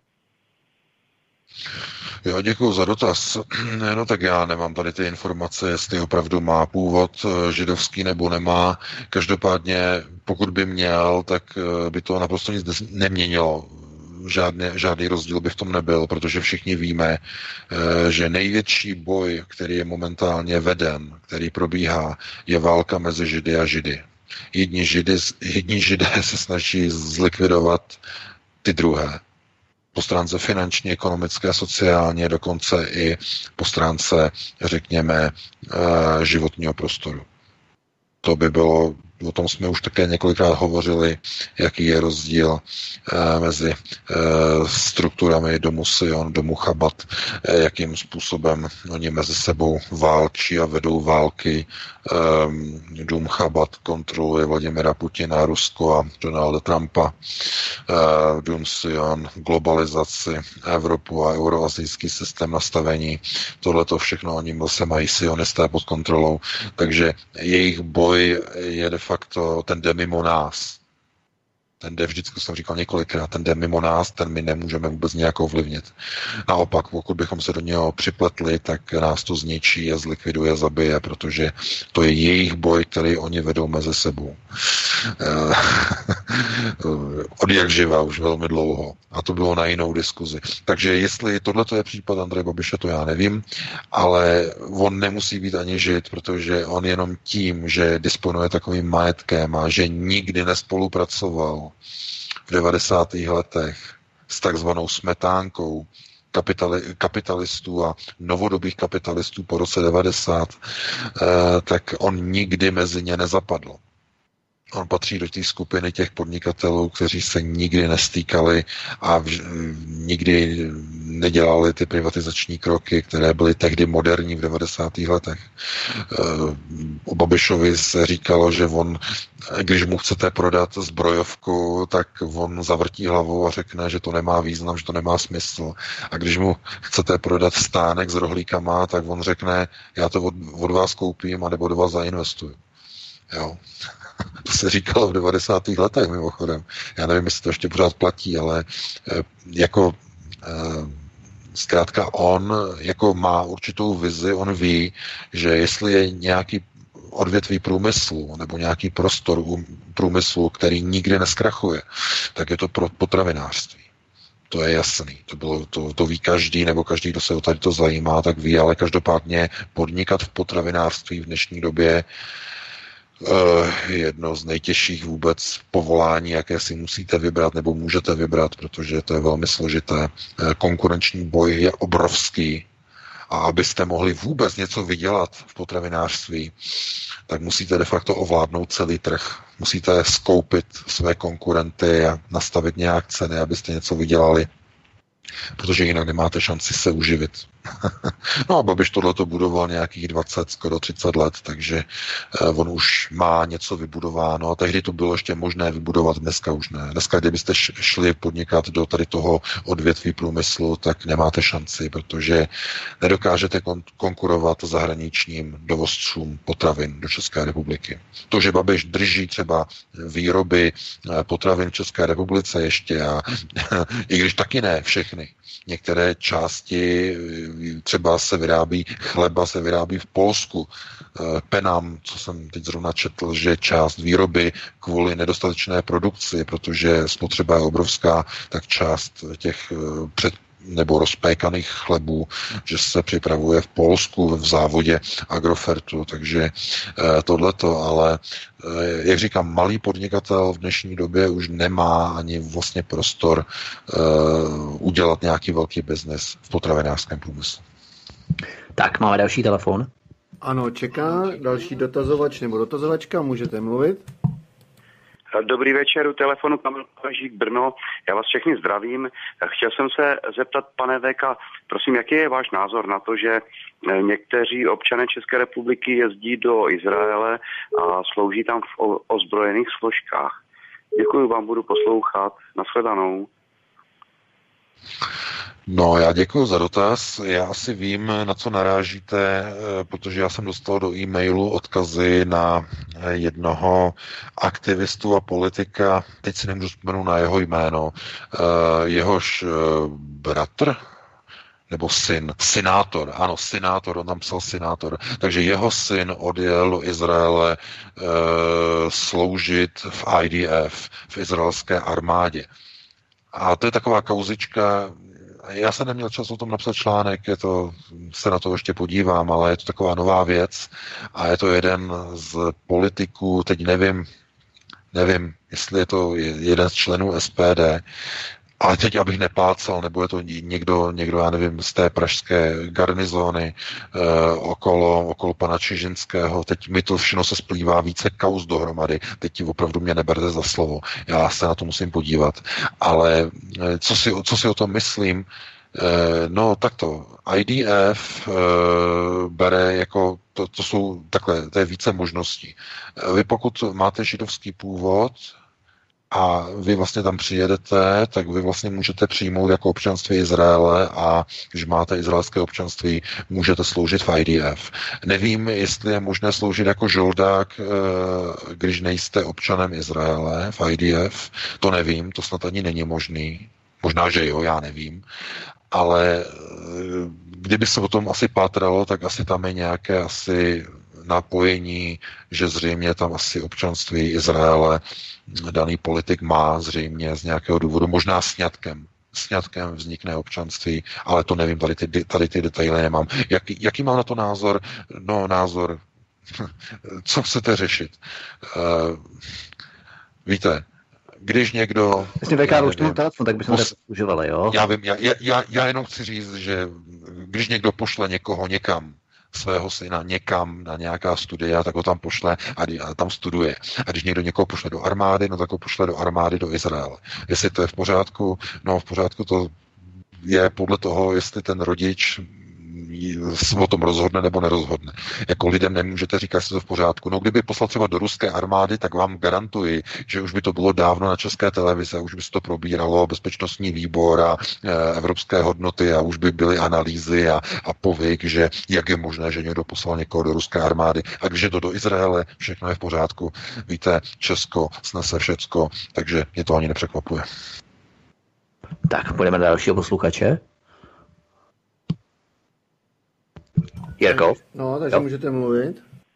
Jo, děkuji za dotaz. No tak já nemám tady ty informace, jestli opravdu má původ židovský nebo nemá. Každopádně, pokud by měl, tak by to naprosto nic neměnilo. Žádný rozdíl by v tom nebyl, protože všichni víme, že největší boj, který je momentálně veden, který probíhá, je válka mezi Židy a Židy. Jedni Židé se snaží zlikvidovat ty druhé. Po stránce finanční, ekonomické, sociálně, dokonce i po stránce, řekněme, životního prostoru. To by bylo, o tom jsme už také několikrát hovořili, jaký je rozdíl mezi strukturami domu Sion, domu Chabad, jakým způsobem oni mezi sebou válčí a vedou války. Dům Chabad kontroluje Vladimira Putina, Rusko a Donalda Trumpa. Dům Sion, globalizaci, Evropu a euroazijský systém nastavení. Tohleto všechno oni se mají sionisté pod kontrolou. Takže jejich boj je de facto, ten jde mimo nás. Ten jde, vždycky jsem říkal několikrát, ten jde mimo nás, ten my nemůžeme vůbec nějak ovlivnit. Naopak, pokud bychom se do něho připletli, tak nás to zničí a zlikviduje, zabije, protože to je jejich boj, který oni vedou mezi sebou. Od jak živa, už velmi dlouho. A to bylo na jinou diskuzi. Takže jestli tohleto je případ Andreje Babiše, to já nevím, ale on nemusí být ani Žid, protože on jenom tím, že disponuje takovým majetkem a že nikdy nespolupracoval v 90. letech s takzvanou smetánkou kapitalistů a novodobých kapitalistů po roce 90, tak on nikdy mezi ně nezapadl. On patří do té skupiny těch podnikatelů, kteří se nikdy nestýkali a nikdy nedělali ty privatizační kroky, které byly tehdy moderní v 90. letech. O Babišovi se říkalo, že on, když mu chcete prodat zbrojovku, tak on zavrtí hlavou a řekne, že to nemá význam, že to nemá smysl. A když mu chcete prodat stánek s rohlíkama, tak on řekne, já to od vás koupím a nebo do vás zainvestuju. Jo. To se říkalo v 90. letech mimochodem. Já nevím, jestli to ještě pořád platí, ale zkrátka on jako má určitou vizi, on ví, že jestli je nějaký odvětví průmyslu nebo nějaký prostor průmyslu, který nikdy neskrachuje, tak je to pro potravinářství. To je jasný. To ví každý, nebo každý, kdo se o tady to zajímá, tak ví, ale každopádně podnikat v potravinářství v dnešní době jedno z nejtěžších vůbec povolání, jaké si musíte vybrat nebo můžete vybrat, protože to je velmi složité. Konkurenční boj je obrovský a abyste mohli vůbec něco vydělat v potravinářství, tak musíte de facto ovládnout celý trh. Musíte skoupit své konkurenty a nastavit nějak ceny, abyste něco vydělali. protože jinak nemáte šanci se uživit. No a Babiš tohleto budoval nějakých 20, skoro 30 let, takže on už má něco vybudováno a tehdy to bylo ještě možné vybudovat, dneska už ne. Dneska, kdybyste šli podnikat do tady toho odvětví průmyslu, tak nemáte šanci, protože nedokážete konkurovat zahraničním dovozcům potravin do České republiky. To, že Babiš drží třeba výroby potravin v České republice ještě a i když taky ne všechny, některé části třeba se vyrábí, chleba se vyrábí v Polsku. Penam, co jsem teď zrovna četl, že část výroby kvůli nedostatečné produkci, protože spotřeba je obrovská, tak část těch nebo rozpékaných chlebů, že se připravuje v Polsku v závodě Agrofertu, takže tohleto, ale jak říkám, malý podnikatel v dnešní době už nemá ani vlastně prostor udělat nějaký velký biznes v potravinářském průmyslu. Tak, máme další telefon. Ano, čeká další dotazovač nebo dotazovačka, můžete mluvit. Dobrý večer, u telefonu Kamil Pažík, Brno. Já vás všechny zdravím. Chtěl jsem se zeptat, pane VK, prosím, jaký je váš názor na to, že někteří občané České republiky jezdí do Izraele a slouží tam v ozbrojených složkách? Děkuji vám, budu poslouchat. Nashledanou. No, já děkuji za dotaz. Já asi vím, na co narážíte, protože já jsem dostal do e-mailu odkazy na jednoho aktivistu a politika, teď si nemůžu vzpomenout na jeho jméno, jehož bratr, nebo syn, senátor, on tam psal senátor, takže jeho syn odjel do Izraele sloužit v IDF, v izraelské armádě. A to je taková kauzička, já jsem neměl čas o tom napsat článek, se na to ještě podívám, ale je to taková nová věc a je to jeden z politiků, teď nevím, jestli je to jeden z členů SPD, ale teď abych neplácal, nebo je to někdo, já nevím, z té pražské garnizóny okolo pana Čižinského. Teď mi to všechno se splývá více kauz dohromady. Teď opravdu mě neberte za slovo. Já se na to musím podívat. Ale co si o tom myslím? No takto. IDF bere jako, to jsou takhle, to je více možností. Vy pokud máte židovský původ, a vy vlastně tam přijedete, tak vy vlastně můžete přijmout jako občanství Izraele a když máte izraelské občanství, můžete sloužit v IDF. Nevím, jestli je možné sloužit jako žoldák, když nejste občanem Izraele v IDF. To nevím, to snad ani není možný. Možná, že jo, já nevím. Ale kdyby se o tom asi pátralo, tak asi tam je nějaké asi napojení, že zřejmě tam asi občanství Izraele daný politik má zřejmě z nějakého důvodu, možná sňatkem vznikne občanství, ale to nevím, tady ty detaily nemám. Jaký mám na to názor? No, názor, co chcete řešit? Víte, když někdo... Jestli VK už mám telefon, tak bychom to používali, jo? Já vím, já jenom chci říct, že když někdo pošle někoho někam, svého syna někam na nějaká studia, tak ho tam pošle a tam studuje. A když někdo někoho pošle do armády, no tak ho pošle do armády do Izraele. Jestli to je v pořádku, no v pořádku to je podle toho, jestli ten rodič o tom rozhodne nebo nerozhodne. Jako lidem nemůžete říkat, jestli to v pořádku. No kdyby poslal třeba do ruské armády, tak vám garantuji, že už by to bylo dávno na české televize, už by se to probíralo bezpečnostní výbor a evropské hodnoty a už by byly analýzy a povyk, že jak je možné, že někdo poslal někoho do ruské armády. A když je to do Izraele, všechno je v pořádku. Víte, Česko snese všecko, takže mě to ani nepřekvapuje. Tak, půjdeme na dalšího posluchače. Jirko? No, takže můžete mluvit.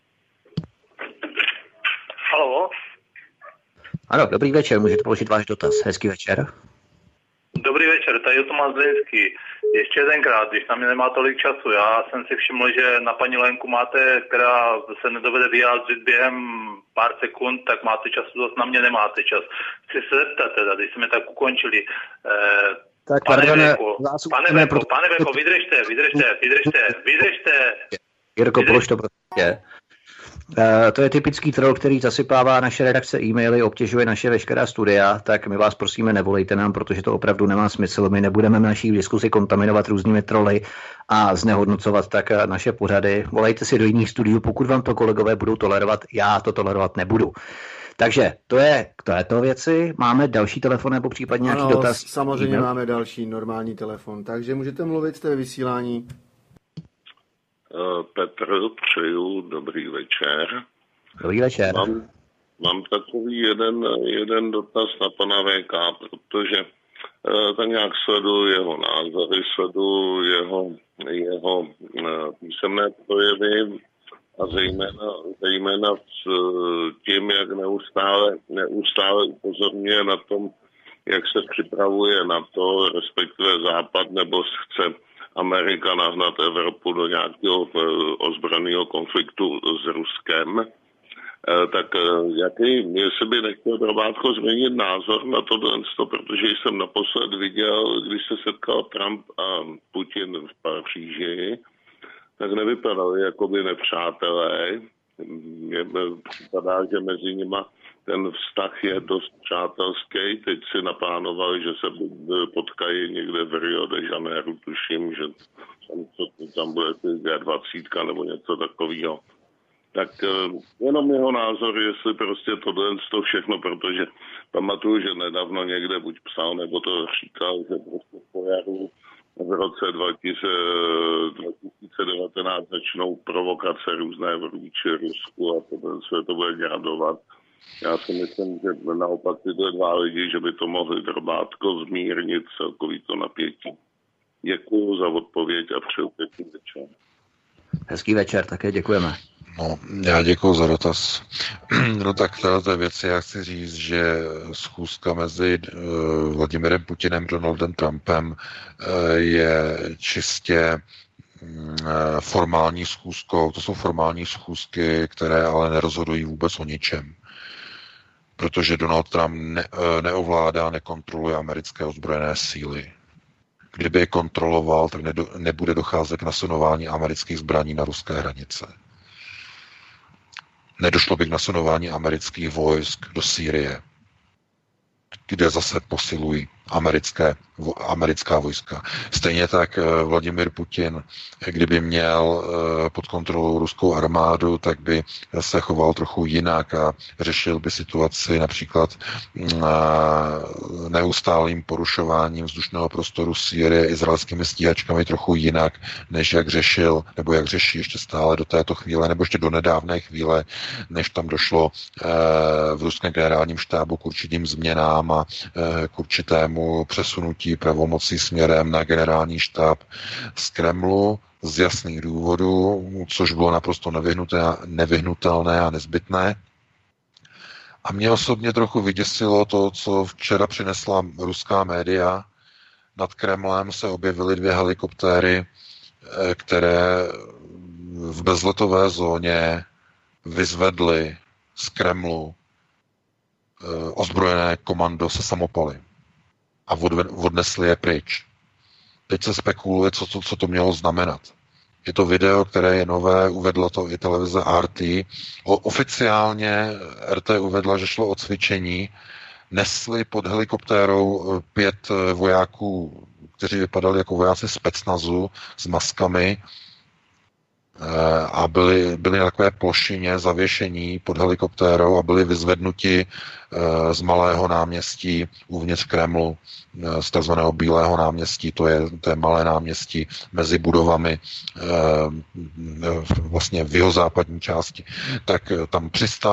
Haló? Ano, dobrý večer, můžete položit váš dotaz. Hezký večer. Dobrý večer, tady je Tomáš Zlinský. Ještě jedenkrát, když na mě nemá tolik času. Já jsem si všiml, že na paní Lenku máte, která se nedovede vyjádřit během pár sekund, tak máte času, zase na mě nemáte čas. Chci se zeptat teda, když jsme tak ukončili. Tak, pane Veko, vydržte. Jirko, polož to prostě. To je typický troll, který zasypává naše redakce e-maily, obtěžuje naše veškerá studia, tak my vás prosíme, nevolejte nám, protože to opravdu nemá smysl. My nebudeme naší diskusi kontaminovat různými troly a znehodnocovat tak naše pořady. Volejte si do jiných studiů, pokud vám to kolegové budou tolerovat, já to tolerovat nebudu. Takže to je k této věci. Máme další telefon nebo případně nějaký dotaz? Samozřejmě máme další normální telefon, takže můžete mluvit, jste ve vysílání. Petr, přeju dobrý večer. Dobrý večer. Mám takový jeden dotaz na pana VK, protože tak nějak sleduju jeho názory, sleduju jeho písemné projevy a zejména s tím, jak neustále upozorňuje na tom, jak se připravuje na to, respektive Západ, nebo chce Amerika nahnat Evropu do nějakého ozbrojeného konfliktu s Ruskem, tak jestli by nechtěl Drobátko změnit názor na tohle, protože jsem naposled viděl, když se setkal Trump a Putin v Paříži, tak nevypadali jako by nepřátelé. Mně připadá, že mezi nima ten vztah je dost přátelský. Teď si naplánovali, že se potkají někde v Rio de Janeiro, tuším, že tam bude G20 nebo něco takového. Tak jenom jeho názor, jestli prostě tohle to všechno, protože pamatuju, že nedávno někde buď psal, nebo to říkal, že prostě po jaru v roce 2019 začnou provokace různé vůči Rusku a to bude gradovat. Já si myslím, že naopak tyhle dva lidi, že by to mohli Drobátko zmírnit celkový to napětí. Děkuju za odpověď a přeju pěkný večer. Hezký večer, také děkujeme. No, já děkuju za dotaz. No tak této věci já chci říct, že schůzka mezi Vladimirem Putinem a Donaldem Trumpem je čistě formální schůzkou. To jsou formální schůzky, které ale nerozhodují vůbec o ničem. Protože Donald Trump neovládá, nekontroluje americké ozbrojené síly. Kdyby je kontroloval, tak nebude docházet k nasunování amerických zbraní na ruské hranice. Nedošlo by k nasunování amerických vojsk do Sýrie, kde zase posilují americká vojska. Stejně tak Vladimir Putin, kdyby měl pod kontrolou ruskou armádu, tak by se choval trochu jinak a řešil by situaci například neustálým porušováním vzdušného prostoru Sýrie izraelskými stíhačkami trochu jinak, než jak řešil, nebo jak řeší ještě stále do této chvíle, nebo ještě do nedávné chvíle, než tam došlo v ruském generálním štábu k určitým změnám a k určitému přesunutí pravomocí směrem na generální štáb z Kremlu z jasných důvodů, což bylo naprosto nevyhnutelné a nezbytné. A mě osobně trochu vyděsilo to, co včera přinesla ruská média. Nad Kremlem se objevily 2 helikoptéry, které v bezletové zóně vyzvedly z Kremlu ozbrojené komando se samopaly a odnesli je pryč. Teď se spekuluje, co to mělo znamenat. Je to video, které je nové, uvedla to i televize RT. Oficiálně RT uvedla, že šlo o cvičení. Nesli pod helikoptérou 5 vojáků, kteří vypadali jako vojáci specnazu s maskami a byli na takové plošině zavěšení pod helikoptérou a byli vyzvednuti z malého náměstí uvnitř Kremlu, z takzvaného Bílého náměstí, to je malé náměstí mezi budovami vlastně v jeho západní části. Tak tam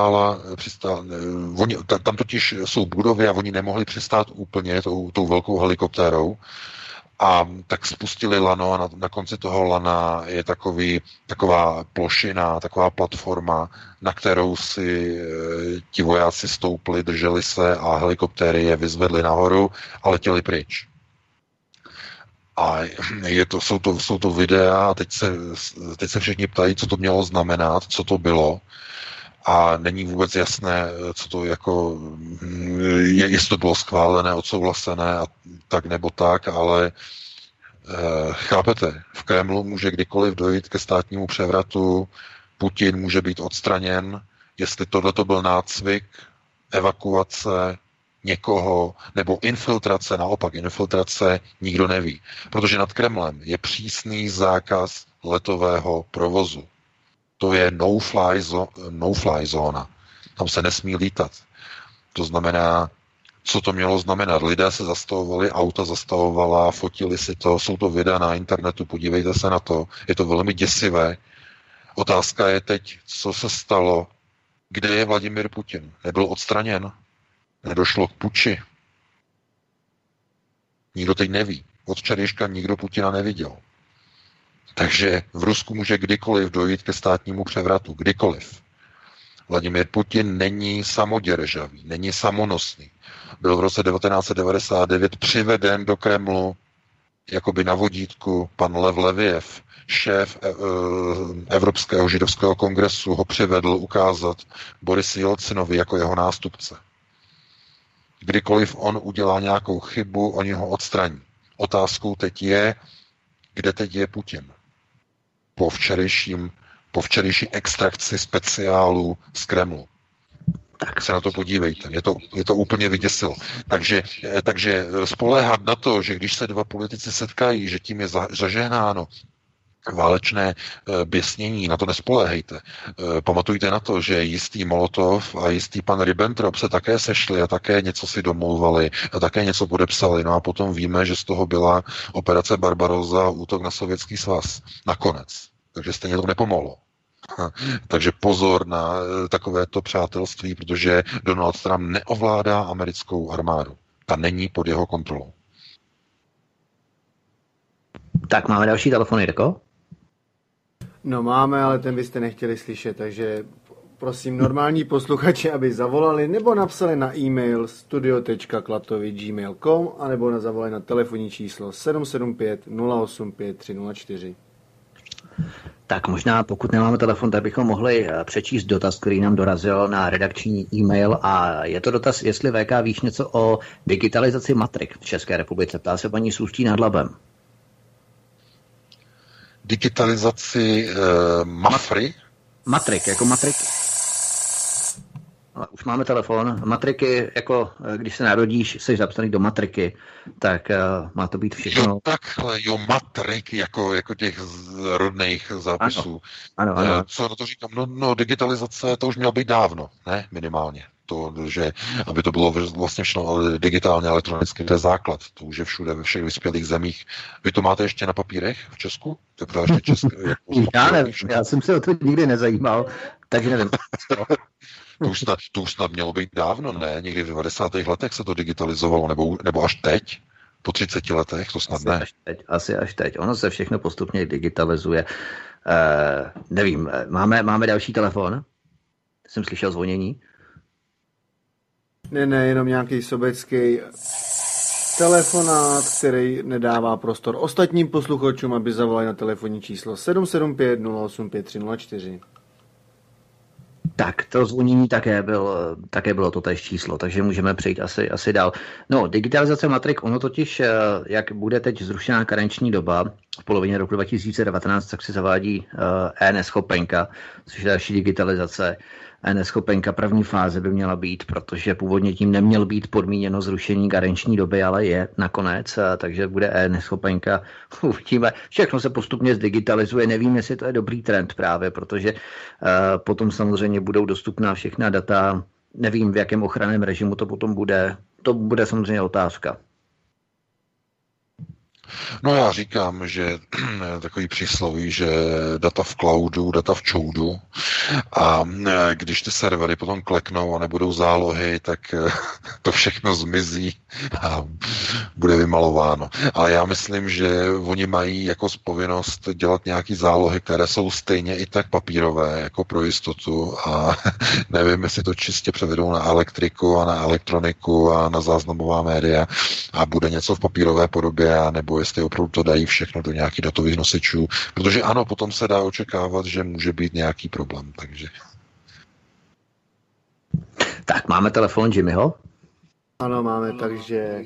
tam totiž jsou budovy a oni nemohli přistát úplně tou velkou helikoptérou. A tak spustili lano a na konci toho lana je taková plošina, taková platforma, na kterou si ti vojáci stoupli, drželi se a helikoptéry je vyzvedly nahoru a letěli pryč. A jsou to videa a teď se všichni ptají, co to mělo znamenat, co to bylo. A není vůbec jasné, co to jako, jestli to bylo schválené, odsouhlasené a tak nebo tak, ale chápete, v Kremlu může kdykoliv dojít ke státnímu převratu, Putin může být odstraněn, jestli tohleto byl nácvik, evakuace někoho, nebo infiltrace, naopak infiltrace, nikdo neví. Protože nad Kremlem je přísný zákaz letového provozu. To je no-fly zóna. Tam se nesmí lítat. To znamená, co to mělo znamenat? Lidé se zastavovali, auta zastavovala, fotili si to, jsou to videa na internetu, podívejte se na to. Je to velmi děsivé. Otázka je teď, co se stalo, kde je Vladimir Putin? Nebyl odstraněn? Nedošlo k puči? Nikdo teď neví. Od včerejška nikdo Putina neviděl. Takže v Rusku může kdykoliv dojít ke státnímu převratu. Kdykoliv. Vladimír Putin není samoděržavý, není samonosný. Byl v roce 1999 přiveden do Kremlu jakoby na vodítku pan Lev Leviev, šéf Evropského židovského kongresu, ho přivedl ukázat Borisi Jelcinovi jako jeho nástupce. Kdykoliv on udělá nějakou chybu, oni ho odstraní. Otázkou teď je, kde teď je Putin. Po včerejší extrakci speciálů z Kremlu. Tak se na to podívejte. Je to úplně vyděsilo. Takže spoléhat na to, že když se dva politici setkají, že tím je zažehnáno válečné běsnění, na to nespoléhejte. Pamatujte na to, že jistý Molotov a jistý pan Ribbentrop se také sešli a také něco si domlouvali a také něco podepsali. No a potom víme, že z toho byla operace Barbarossa, útok na Sovětský svaz. Nakonec. Takže stejně to nepomohlo. Takže pozor na takovéto přátelství, protože Donald Trump neovládá americkou armádu. Ta není pod jeho kontrolou. Tak máme další telefon, Jirko? No máme, ale ten byste nechtěli slyšet, takže prosím normální posluchače, aby zavolali nebo napsali na e-mail studio.klatovy@gmail.com anebo zavolali na telefonní číslo 775 085 304. Tak možná, pokud nemáme telefon, tak bychom mohli přečíst dotaz, který nám dorazil na redakční e-mail a je to dotaz, jestli VK víš něco o digitalizaci matrik v České republice. Ptá se paní Sůstí nad Labem. Digitalizaci mafry? Matrik, jako matriky. Ale už máme telefon. Matriky, jako když se narodíš, jsi zapsaný do matriky, tak má to být všechno. Jo, takhle, matriky, jako těch rodných zápisů. Ano. Co na to říkám? No, digitalizace, to už mělo být dávno, ne? Minimálně. To, že aby to bylo vlastně všechno digitálně, elektronicky, to je základ. To už je všude, ve všech vyspělých zemích. Vy to máte ještě na papírech v Česku? To je ještě české. Já nevím, já jsem se o to nikdy nezajímal, takže nevím. To už snad mělo být dávno, ne? Někdy v 90. letech se to digitalizovalo, nebo až teď? Po 30 letech? To snad ne. Asi až teď. Ono se všechno postupně digitalizuje. Nevím, máme další telefon? Jsem slyšel zvonění. Ne, jenom nějaký sobecký telefonát, který nedává prostor ostatním posluchačům, aby zavolali na telefonní číslo 775 085 304. Tak, to zvonění také bylo to též číslo, takže můžeme přejít asi dál. No, digitalizace matrik, ono totiž, jak bude teď zrušená karenční doba v polovině roku 2019, tak se zavádí eNeschopenka, což je další digitalizace. eNeschopenka první fáze by měla být, protože původně tím neměl být podmíněno zrušení karenční doby, ale je nakonec, takže bude eNeschopenka. Uvidíme, všechno se postupně zdigitalizuje, nevím, jestli to je dobrý trend právě, protože potom samozřejmě budou dostupná všechna data, nevím, v jakém ochranném režimu to potom bude, to bude samozřejmě otázka. No já říkám, že takový přísloví, že data v cloudu, data v čoudu a když ty servery potom kleknou a nebudou zálohy, tak to všechno zmizí a bude vymalováno. Ale já myslím, že oni mají jako povinnost dělat nějaký zálohy, které jsou stejně i tak papírové, jako pro jistotu a nevím, jestli to čistě převedou na elektriku a na elektroniku a na záznamová média a bude něco v papírové podobě, nebo jestli opravdu to dají všechno do nějakých datových nosičů, protože ano, potom se dá očekávat, že může být nějaký problém, takže. Tak, máme telefon Jimmyho? Ano, máme, takže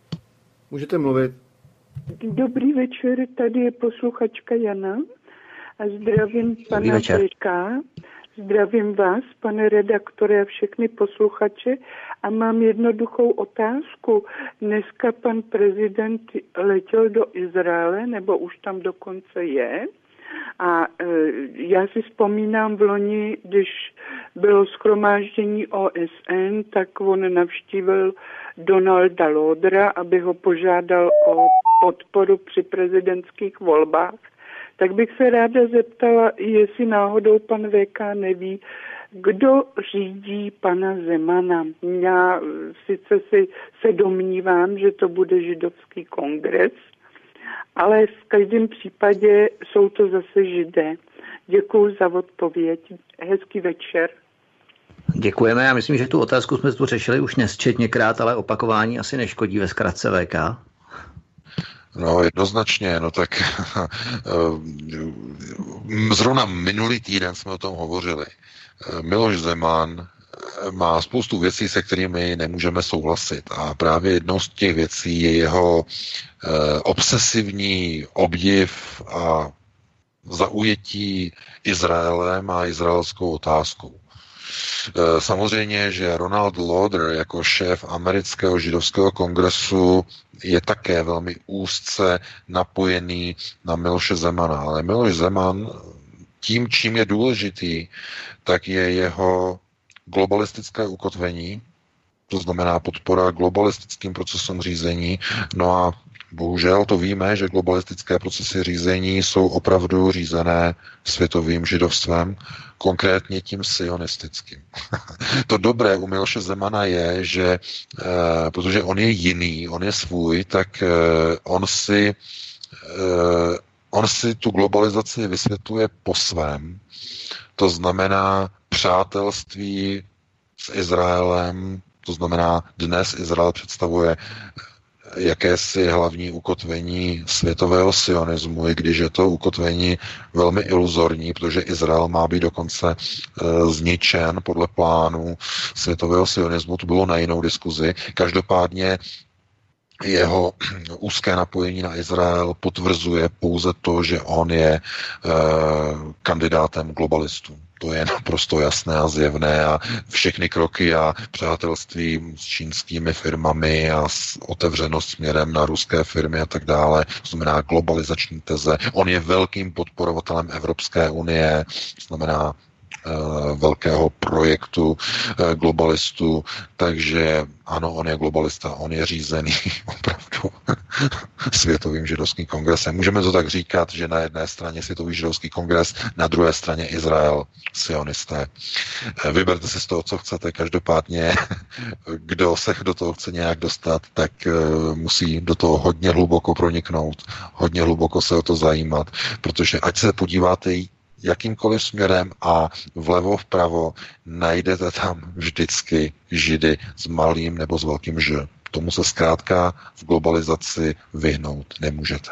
můžete mluvit. Dobrý večer, tady je posluchačka Jana A zdravím pana VK, zdravím vás, pane redaktore a všechny posluchače a mám jednoduchou otázku. Dneska pan prezident letěl do Izraele, nebo už tam dokonce je. A já si vzpomínám v loni, když bylo shromáždění OSN, tak on navštívil Donalda Laudera, aby ho požádal o podporu při prezidentských volbách. Tak bych se ráda zeptala, jestli náhodou pan VK neví, kdo řídí pana Zemana. Já sice se domnívám, že to bude židovský kongres, ale v každém případě jsou to zase Židé. Děkuji za odpověď. Hezký večer. Děkujeme. Já myslím, že tu otázku jsme tu řešili už nesčetněkrát, ale opakování asi neškodí ve zkratce VK. No jednoznačně, no tak zrovna minulý týden jsme o tom hovořili. Miloš Zeman má spoustu věcí, se kterými nemůžeme souhlasit a právě jednou z těch věcí je jeho obsesivní obdiv a zaujetí Izraelem a izraelskou otázkou. Samozřejmě, že Ronald Lauder jako šéf amerického židovského kongresu je také velmi úzce napojený na Miloše Zemana, ale Miloš Zeman tím, čím je důležitý, tak je jeho globalistické ukotvení, to znamená podpora globalistickým procesům řízení. No a bohužel to víme, že globalistické procesy řízení jsou opravdu řízené světovým židovstvem, konkrétně tím sionistickým. To dobré u Miloše Zemana je, že protože on je jiný, on je svůj, tak on si tu globalizaci vysvětluje po svém. To znamená přátelství s Izraelem, to znamená dnes Izrael představuje jakési hlavní ukotvení světového sionismu, i když je to ukotvení velmi iluzorní, protože Izrael má být dokonce zničen podle plánu světového sionismu, to bylo na jinou diskuzi. Každopádně jeho úzké napojení na Izrael potvrzuje pouze to, že on je kandidátem globalistů. To je naprosto jasné a zjevné a všechny kroky a přátelství s čínskými firmami a otevřenost směrem na ruské firmy a tak dále, to znamená globalizační teze. On je velkým podporovatelem Evropské unie, to znamená velkého projektu globalistů, takže ano, on je globalista, on je řízený opravdu světovým židovským kongresem. Můžeme to tak říkat, že na jedné straně světový židovský kongres, na druhé straně Izrael, sionisté. Vyberte si z toho, co chcete, každopádně kdo se do toho chce nějak dostat, tak musí do toho hodně hluboko proniknout, hodně hluboko se o to zajímat, protože ať se podíváte jakýmkoliv směrem a vlevo, vpravo, najdete tam vždycky Židy s malým nebo s velkým Ž. Tomu se zkrátka v globalizaci vyhnout nemůžete.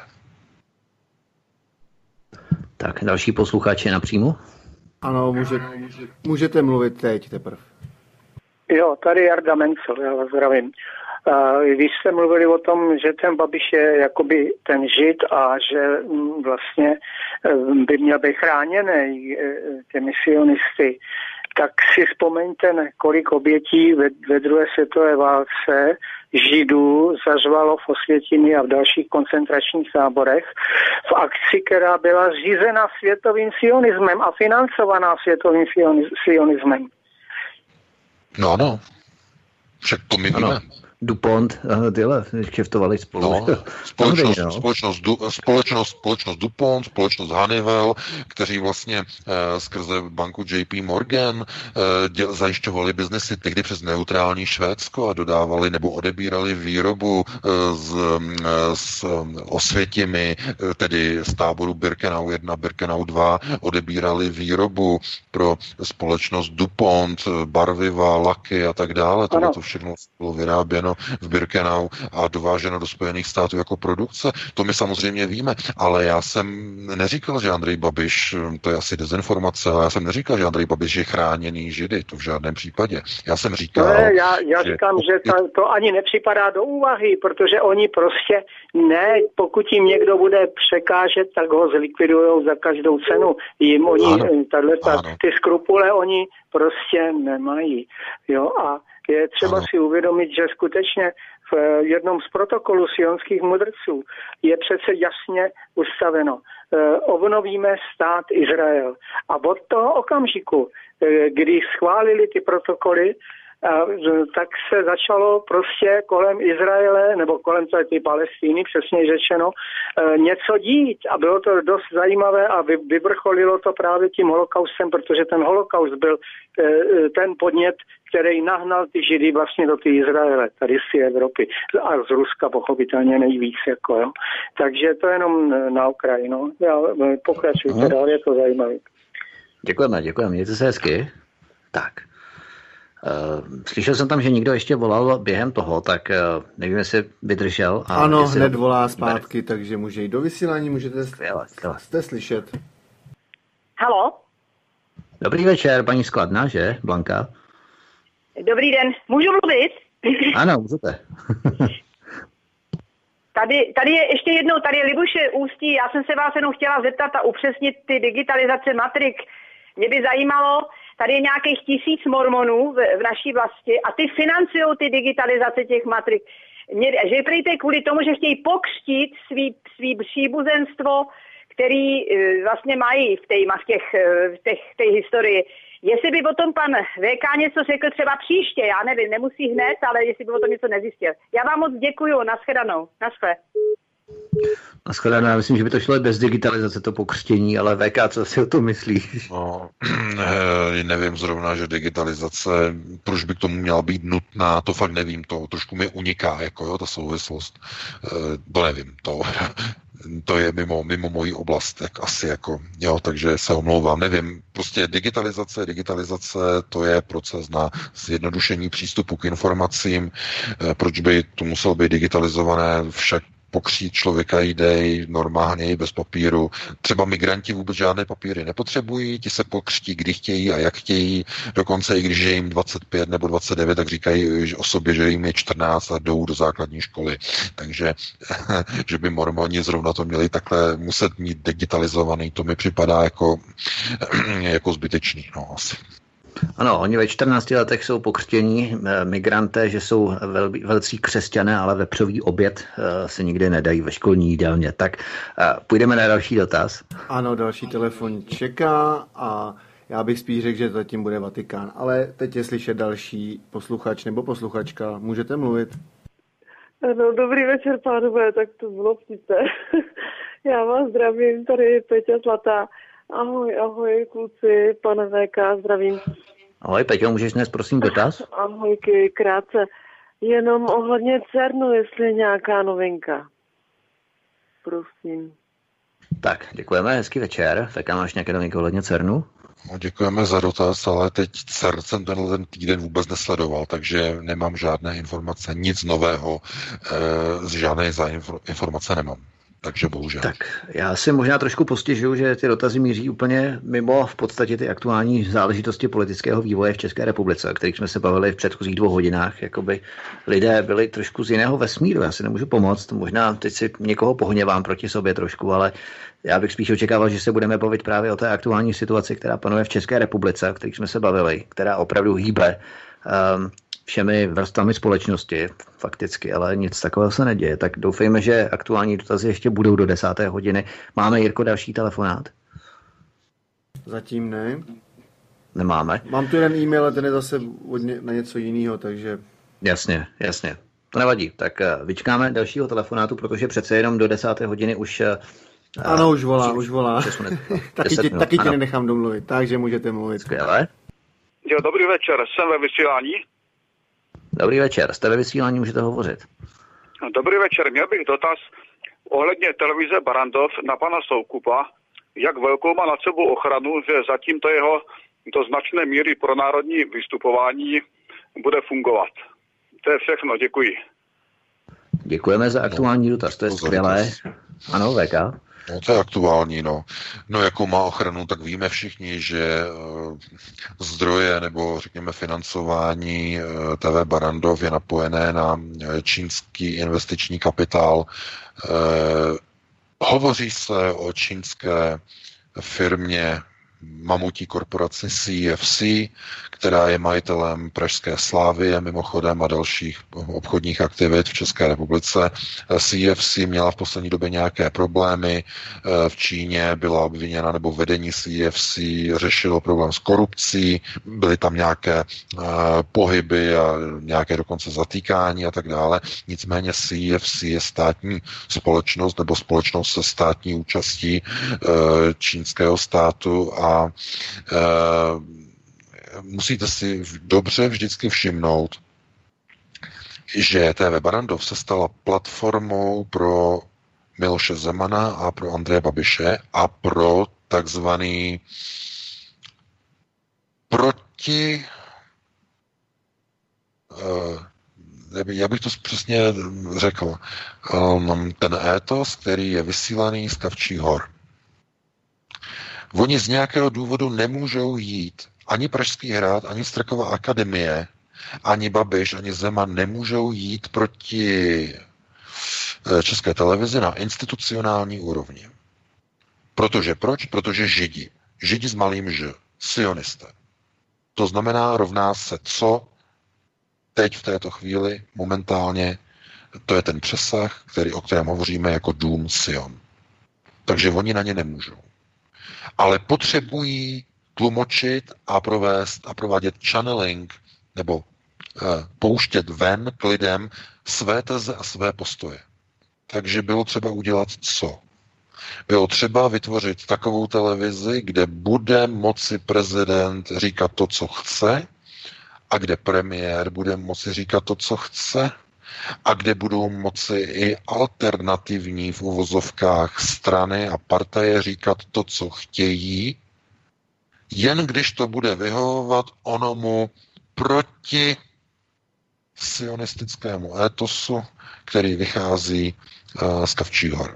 Tak, další posluchač je napřímo? Ano, můžete mluvit teď teprve. Jo, tady Jarda Mencel, já vás zdravím. Když jste mluvili o tom, že ten Babiš je jakoby ten Žid a že vlastně by měl být chráněný těmi sionisty, tak si vzpomeňte, kolik obětí ve druhé světové válce Židů zažvalo v Osvětimi a v dalších koncentračních táborech v akci, která byla řízena světovým sionismem a financovaná světovým sionismem. No ano, však to my víme. DuPont, tyhle kšeftovali spolu. No, společnost DuPont, společnost Honeywell, kteří vlastně skrze banku JP Morgan zajišťovali biznesy někdy přes neutrální Švédsko a dodávali nebo odebírali výrobu z Osvětimi, tedy z táboru Birkenau 1, Birkenau 2, odebírali výrobu pro společnost DuPont, barviva, laky a tak dále. To všechno bylo vyráběno vyráběno v Birkenau a dováženo do Spojených států jako produkce. To my samozřejmě víme, ale já jsem neříkal, že Andrej Babiš, to je asi dezinformace, ale já jsem neříkal, že Andrej Babiš je chráněný Židy, to v žádném případě. Já jsem říkal... Ne, já říkám, že to ani nepřipadá do úvahy, protože oni prostě ne, pokud jim někdo bude překážet, tak ho zlikvidujou za každou cenu. Jim oni, ty skrupule oni prostě nemají. Jo, a je třeba si uvědomit, že skutečně v jednom z protokolů sionských mudrců je přece jasně ustaveno. Obnovíme stát Izrael. A od toho okamžiku, kdy schválili ty protokoly, tak se začalo prostě kolem Izraele, nebo kolem té Palestiny, přesně řečeno, něco dít. A bylo to dost zajímavé a vyvrcholilo to právě tím holokaustem, protože ten holokaust byl ten podnět, který nahnal ty Židy vlastně do té Izraele, tady z Evropy a z Ruska pochopitelně nejvíc. Jako, jo. Takže to jenom na okraji. No. Pokračujte dál, je to zajímavé. Děkujeme, mějte se hezky. Tak. Slyšel jsem tam, že někdo ještě volal během toho, tak nevím, jestli vydržel. Ano, hned volá zpátky, takže může jít do vysílání, jste slyšet. Haló? Dobrý večer, paní z Kladna, že, Blanka? Dobrý den, můžu mluvit? Ano, můžete. Tady je ještě jednou, tady je Libuše Ústí, já jsem se vás jenom chtěla zeptat a upřesnit ty digitalizace matrik. Mě by zajímalo, tady je nějakých 1000 mormonů v naší vlasti a ty financují ty digitalizace těch matrik. Že prejte kvůli tomu, že chtějí pokřtít svý příbuzenstvo, který vlastně mají v té historii. Jestli by o tom pan VK něco řekl třeba příště, já nevím, nemusí hned, ale jestli by o tom něco nezjistil. Já vám moc děkuju, nashledanou. Nashledanou, já myslím, že by to šlo bez digitalizace, to pokřtění, ale VK, co si o tom myslíš? No, nevím zrovna, že digitalizace, proč by k tomu měla být nutná, to fakt nevím, to trošku mi uniká, jako jo, ta souvislost. To nevím, to je mimo moji oblast, tak asi jako, jo, takže se omlouvám, nevím, prostě digitalizace, to je proces na zjednodušení přístupu k informacím, proč by to muselo být digitalizované, však pokřít člověka jde normálně bez papíru. Třeba migranti vůbec žádné papíry nepotřebují, ti se pokřtí, kdy chtějí a jak chtějí. Dokonce i když je jim 25 nebo 29, tak říkají o sobě, že jim je 14 a jdou do základní školy. Takže, že by mormoni zrovna to měli takhle muset mít digitalizovaný, to mi připadá jako zbytečný. No, asi. Ano, oni ve 14 letech jsou pokřtění migranté, že jsou velcí křesťané, ale vepřový oběd se nikdy nedají ve školní jídelně. Tak půjdeme na další dotaz. Ano, další telefon čeká a já bych spíš řekl, že zatím bude Vatikán. Ale teď je slyšet další posluchač nebo posluchačka. Můžete mluvit? No, dobrý večer, pánové, tak to bylo vtipné. Já vás zdravím, tady Peťa Zlatá. Ahoj, kluci, pane VK, zdravím. Ahoj, Peťo, můžeš dnes prosím dotaz? Ahojky, krátce. Jenom ohledně CERNu, jestli je nějaká novinka. Prosím. Tak, děkujeme, hezký večer. VK, máš nějaké novinky ohledně CERNu? No, děkujeme za dotaz, ale teď CERN jsem ten týden vůbec nesledoval, takže nemám žádné informace, nic nového, žádné informace nemám. Takže bohužel. Tak já si možná trošku postěžuju, že ty dotazy míří úplně mimo v podstatě ty aktuální záležitosti politického vývoje v České republice, o kterých jsme se bavili v předchozích 2 hodinách. Jakoby lidé byli trošku z jiného vesmíru, já si nemůžu pomoct. Možná teď si někoho pohněvám proti sobě trošku, ale já bych spíš očekával, že se budeme bavit právě o té aktuální situaci, která panuje v České republice, o kterých jsme se bavili, která opravdu hýbe všemi vrstvami společnosti, fakticky, ale nic takového se neděje. Tak doufejme, že aktuální dotazy ještě budou do 10. hodiny. Máme, Jirko, další telefonát? Zatím ne. Nemáme. Mám tu jeden e-mail, ale ten je zase na něco jiného, takže... Jasně. To nevadí. Tak vyčkáme dalšího telefonátu, protože přece jenom do 10. hodiny už... Ano, už volá. Taky tě nenechám domluvit, takže můžete mluvit. Skvěle. Jo, dobrý večer, jsem ve vysílání. Dobrý večer, jste ve vysílání, můžete hovořit. Dobrý večer, měl bych dotaz ohledně televize Barrandov na pana Soukupa, jak velkou má nad sebou ochranu, že zatím to jeho do značné míry pro národní vystupování bude fungovat. To je všechno, děkuji. Děkujeme za aktuální dotaz, to je skvělé. Ano, VK. No, to je aktuální, no. No, jakou má ochranu, tak víme všichni, že zdroje nebo, řekněme, financování TV Barrandov je napojené na čínský investiční kapitál. Hovoří se o čínské firmě mamutí korporaci CFC, která je majitelem pražské Slavie mimochodem a dalších obchodních aktivit v České republice. CFC měla v poslední době nějaké problémy. V Číně byla obviněna, nebo vedení CFC řešilo problém s korupcí, byly tam nějaké pohyby a nějaké dokonce zatýkání a tak dále. Nicméně CFC je státní společnost nebo společnost se státní účastí čínského státu a musíte si dobře vždycky všimnout, že TV Barrandov se stala platformou pro Miloše Zemana a pro Andreje Babiše a pro takzvaný já bych to přesně řekl, ten étos, který je vysílaný z Kavčích hor. Oni z nějakého důvodu nemůžou jít, ani Pražský hrad, ani Strakova akademie, ani Babiš, ani Zeman nemůžou jít proti České televizi na institucionální úrovni. Protože proč? Protože Židi. Židi s malým ž. Sionisté. To znamená, rovná se co teď v této chvíli momentálně, to je ten přesah, o kterém hovoříme jako dům Sion. Takže oni na ně nemůžou. Ale potřebují tlumočit a provádět channeling nebo pouštět ven k lidem své teze a své postoje. Takže bylo třeba udělat co? Bylo třeba vytvořit takovou televizi, kde bude moci prezident říkat to, co chce, a kde premiér bude moci říkat to, co chce, a kde budou moci i alternativní v uvozovkách strany a partaje říkat to, co chtějí, jen když to bude vyhovovat onomu proti sionistickému étosu, který vychází z Kavčích hor.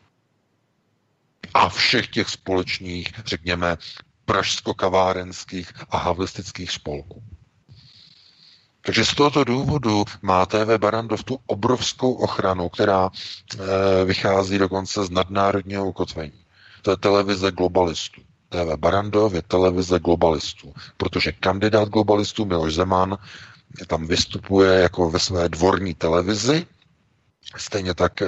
A všech těch společných, řekněme, pražsko-kavárenských a havlistických spolků. Takže z tohoto důvodu má TV Barrandov tu obrovskou ochranu, která vychází dokonce z nadnárodního ukotvení. To je televize globalistů. TV Barrandov je televize globalistů, protože kandidát globalistů Miloš Zeman tam vystupuje jako ve své dvorní televizi, stejně tak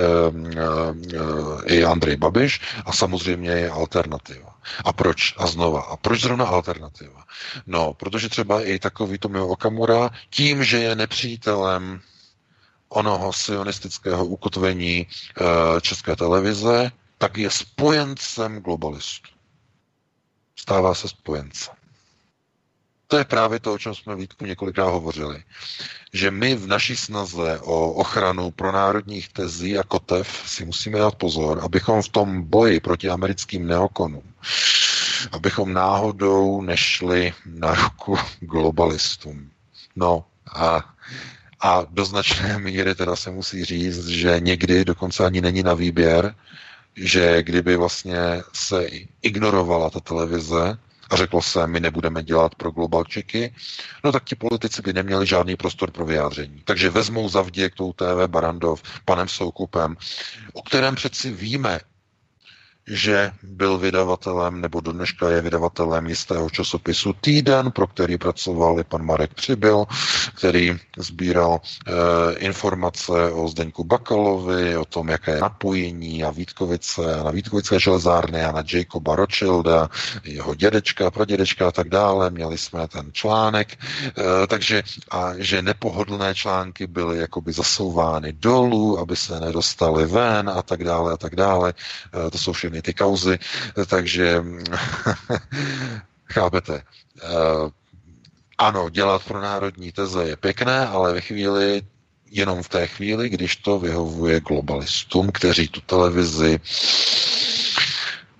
i Andrej Babiš a samozřejmě je alternativa. A proč? A znova. A proč zrovna alternativa? No, protože třeba i takový Tomio Okamura, tím, že je nepřítelem onoho sionistického ukotvení České televize, tak je spojencem globalistů. Stává se spojencem. To je právě to, o čem jsme Vítku několikrát hovořili. Že my v naší snaze o ochranu pronárodních tezí a kotev si musíme dát pozor, abychom v tom boji proti americkým neokonům, abychom náhodou nešli na ruku globalistům. No a do značné míry teda se musí říct, že někdy dokonce ani není na výběr, že kdyby vlastně se ignorovala ta televize a řeklo se, my nebudeme dělat pro globalčiky, no tak ti politici by neměli žádný prostor pro vyjádření. Takže vezmou za vděk tou TV Barrandov panem Soukupem, o kterém přeci víme, že byl vydavatelem, nebo do dneška je vydavatelem jistého časopisu Týden, pro který pracoval i pan Marek Přibyl, který sbíral informace o Zdeňku Bakalovi, o tom, jaké je napojení a Vítkovice, a na Vítkovické železárny a na Jacoba Rothschilda, jeho dědečka, pradědečka a tak dále. Měli jsme ten článek, takže a že nepohodlné články byly jakoby zasouvány dolů, aby se nedostaly ven a tak dále a tak dále. To jsou všechny ty kauzy, takže chápete. Ano, dělat pro národní teze je pěkné, ale jenom v té chvíli, když to vyhovuje globalistům, kteří tu televizi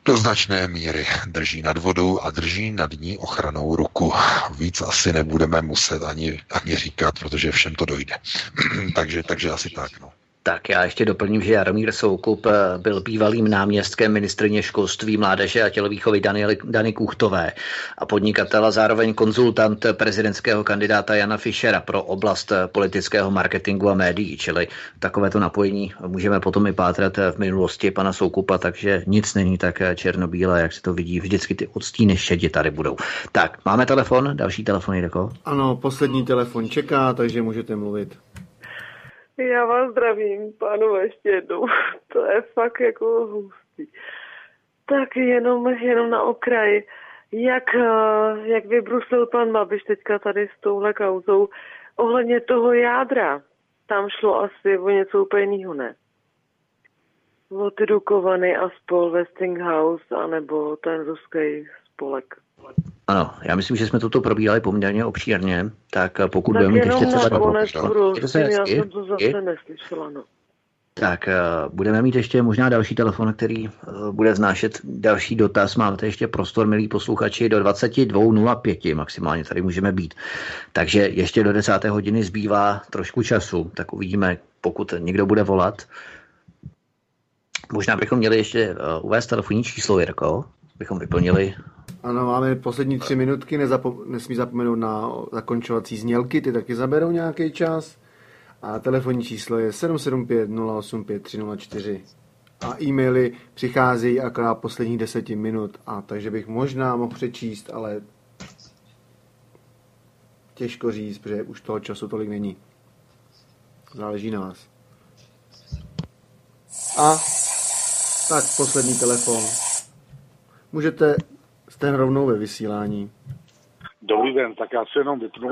do značné míry drží nad vodou a drží nad ní ochrannou ruku. Víc asi nebudeme muset ani říkat, protože všem to dojde. takže asi tak, no. Tak já ještě doplním, že Jaromír Soukup byl bývalým náměstkem ministryně školství, mládeže a tělovýchovy Dany Kuchtové a podnikatel a zároveň konzultant prezidentského kandidáta Jana Fischera pro oblast politického marketingu a médií, čili takovéto napojení můžeme potom i pátrat v minulosti pana Soukupa, takže nic není tak černobílé, jak se to vidí. Vždycky ty odstíny šedi tady budou. Tak, máme telefon, další telefon, Jirko? Ano, poslední telefon čeká, takže můžete mluvit. Já vás zdravím, pánové, ještě jednou. To je fakt jako hustý. Tak jenom na okraji. Jak vybruslil pan Babiš teďka tady s touhle kauzou ohledně toho jádra. Tam šlo asi o něco úplně jiného, ne? O ty Dukovany a spol Westinghouse, anebo ten ruský spolek. Ano, já myslím, že jsme toto probírali poměrně obšírně, tak pokud budeme mít ještě třeba tak budeme mít ještě možná další telefon, který bude vznášet další dotaz. Máte ještě prostor, milí posluchači, do 22:05 maximálně tady můžeme být. Takže ještě do 10. hodiny zbývá trošku času, tak uvidíme, pokud někdo bude volat. Možná bychom měli ještě uvést telefonní číslo, Jirko, bychom vyplnili. Ano, máme poslední 3 minutky, nesmí zapomenout na zakončovací znělky, ty taky zaberou nějaký čas. A telefonní číslo je 775 085 304. A e-maily přicházejí akorát posledních 10 minut, a takže bych možná mohl přečíst, ale těžko říct, protože už toho času tolik není. Záleží na vás. A tak poslední telefon. Můžete, jste rovnou ve vysílání. Dobrý den, tak já se jenom vypnu.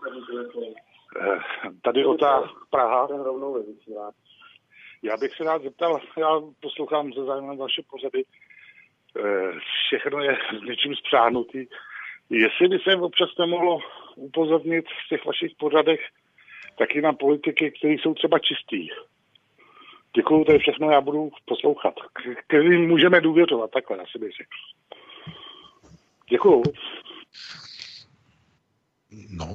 Tady ta Praha. Já bych se rád zeptal, já poslouchám se zájmem vaše pořady, všechno je s něčím spřáhnutý. Jestli by se občas nemohlo upozornit v těch vašich pořadech taky na politiky, které jsou třeba čistý. Děkuju, to je všechno, já budu poslouchat. Kterým můžeme důvěřovat, takhle asi bych řekl. Děkuju. No.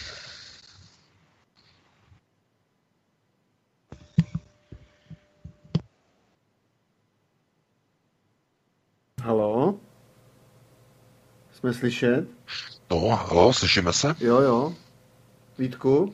Haló? Jsme slyšet? No, haló, slyšíme se? Jo. Vítku?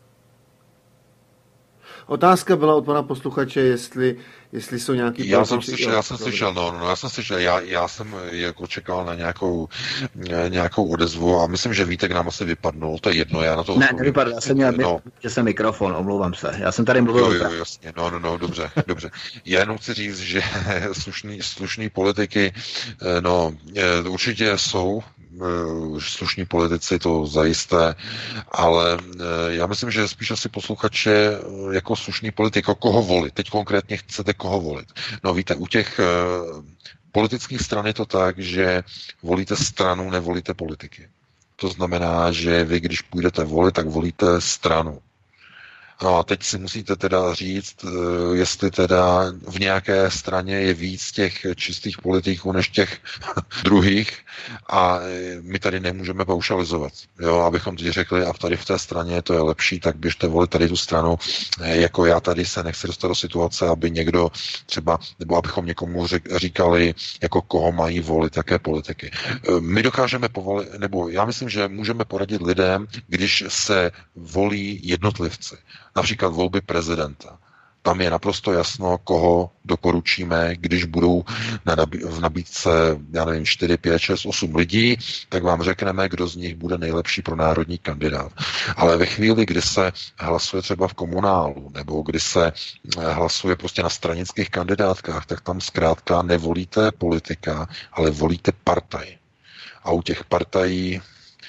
Otázka byla od pana posluchače, jestli jsou nějaký... Já jsem slyšel, já jsem jako čekal na nějakou odezvu a myslím, že Vítek nám asi vypadnul, to je jedno, já na to... Ne, nevypadl, já jsem měl, že jsem mikrofon, omlouvám se, já jsem tady mluvil... Jo, jasně, no, dobře. Já jenom chci říct, že slušný politiky, určitě jsou slušní politici, to zajisté, ale já myslím, že spíš asi posluchače jako slušný politik, koho volit. Teď konkrétně chcete koho volit. No víte, u těch politických stran je to tak, že volíte stranu, nevolíte politiky. To znamená, že vy, když půjdete volit, tak volíte stranu. No a teď si musíte teda říct, jestli teda v nějaké straně je víc těch čistých politiků než těch druhých a my tady nemůžeme paušalizovat. Jo, abychom teď řekli, a tady v té straně to je lepší, tak běžte volit tady tu stranu. Jako já tady se nechci dostat do situace, aby někdo třeba, nebo abychom někomu říkali, jako koho mají volit, jaké politiky. My dokážeme povolit, nebo já myslím, že můžeme poradit lidem, když se volí jednotlivci. Například volby prezidenta. Tam je naprosto jasno, koho doporučíme, když budou v nabídce, 4, 5, 6, 8 lidí, tak vám řekneme, kdo z nich bude nejlepší pro národní kandidát. Ale ve chvíli, kdy se hlasuje třeba v komunálu, nebo kdy se hlasuje prostě na stranických kandidátkách, tak tam zkrátka nevolíte politika, ale volíte partaj. A u těch partají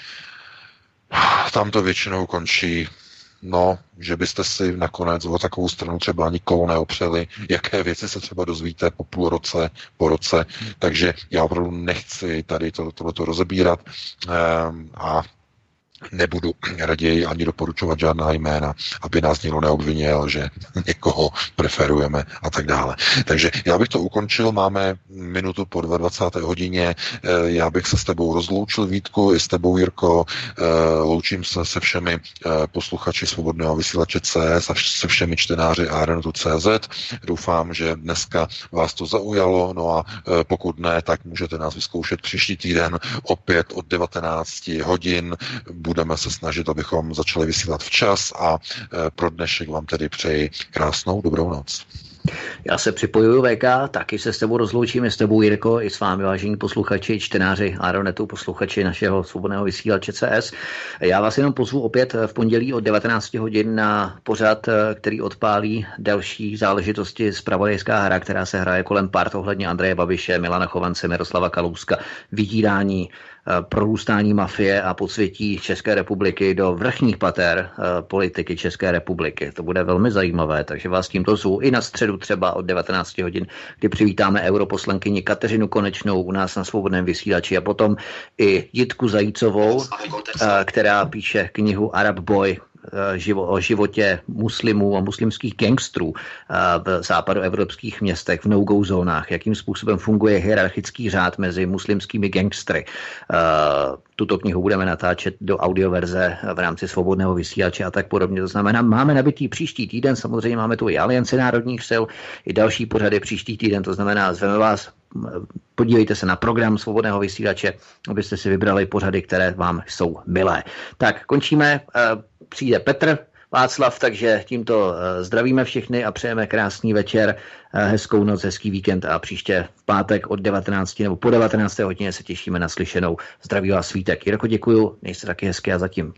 tam to většinou končí že byste si nakonec o takovou stranu třeba nikoho neopřeli, jaké věci se třeba dozvíte po půl roce, po roce, takže já opravdu nechci tady tohleto rozebírat a nebudu raději ani doporučovat žádná jména, aby nás někdo neobvinil, že někoho preferujeme a tak dále. Takže já bych to ukončil, máme minutu po 22. hodině, já bych se s tebou rozloučil, Vítku, i s tebou, Jirko, loučím se se všemi posluchači Svobodného vysílače CS a se všemi čtenáři Aeronetu.cz. Doufám, že dneska vás to zaujalo, no a pokud ne, tak můžete nás vyzkoušet příští týden opět od 19 hodin. Budeme se snažit, abychom začali vysílat včas a pro dnešek vám tedy přeji krásnou dobrou noc. Já se připojuju, VK, taky se s tebou rozloučíme, s tebou, Jirko, i s vámi, vážení posluchači, čtenáři Aeronetu, posluchači našeho Svobodného vysílače CS. Já vás jenom pozvu opět v pondělí od 19 hodin na pořad, který odpálí další záležitosti zpravodajská hra, která se hraje kolem part ohledně Andreje Babiše, Milana Chovance, Miroslava Kalouska, vydírání, prorůstání mafie a podsvětí České republiky do vrchních pater politiky České republiky. To bude velmi zajímavé, takže vás tímto zvu i na středu třeba od 19 hodin, kdy přivítáme europoslankyni Kateřinu Konečnou u nás na Svobodném vysílači a potom i Jitku Zajícovou, která píše knihu Arab Boy, o životě muslimů a muslimských gangstrů v západoevropských městech, v no-go zónách, jakým způsobem funguje hierarchický řád mezi muslimskými gangstry. Tuto knihu budeme natáčet do audioverze v rámci Svobodného vysílače a tak podobně. To znamená, máme nabitý příští týden, samozřejmě máme tu i Alianci národních sil, i další pořady příští týden, to znamená, zveme vás, podívejte se na program Svobodného vysílače, abyste si vybrali pořady, které vám jsou milé. Tak, končíme, přijde Petr Václav, takže tímto zdravíme všechny a přejeme krásný večer, hezkou noc, hezký víkend a příště v pátek od 19 nebo po 19. hodině se těšíme na slyšenou. Zdraví vás Vítek. Jirko, děkuju, nejste taky hezky a zatím.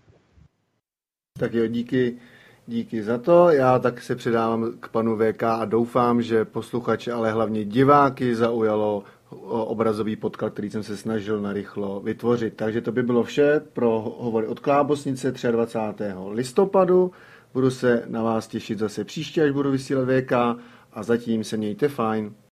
Tak jo, díky za to. Já tak se předávám k panu VK a doufám, že posluchače, ale hlavně diváky zaujalo obrazový podklad, který jsem se snažil narychlo vytvořit. Takže to by bylo vše pro hovory od Klábosnice 23. listopadu. Budu se na vás těšit zase příště, až budu vysílat VK a zatím se mějte fajn.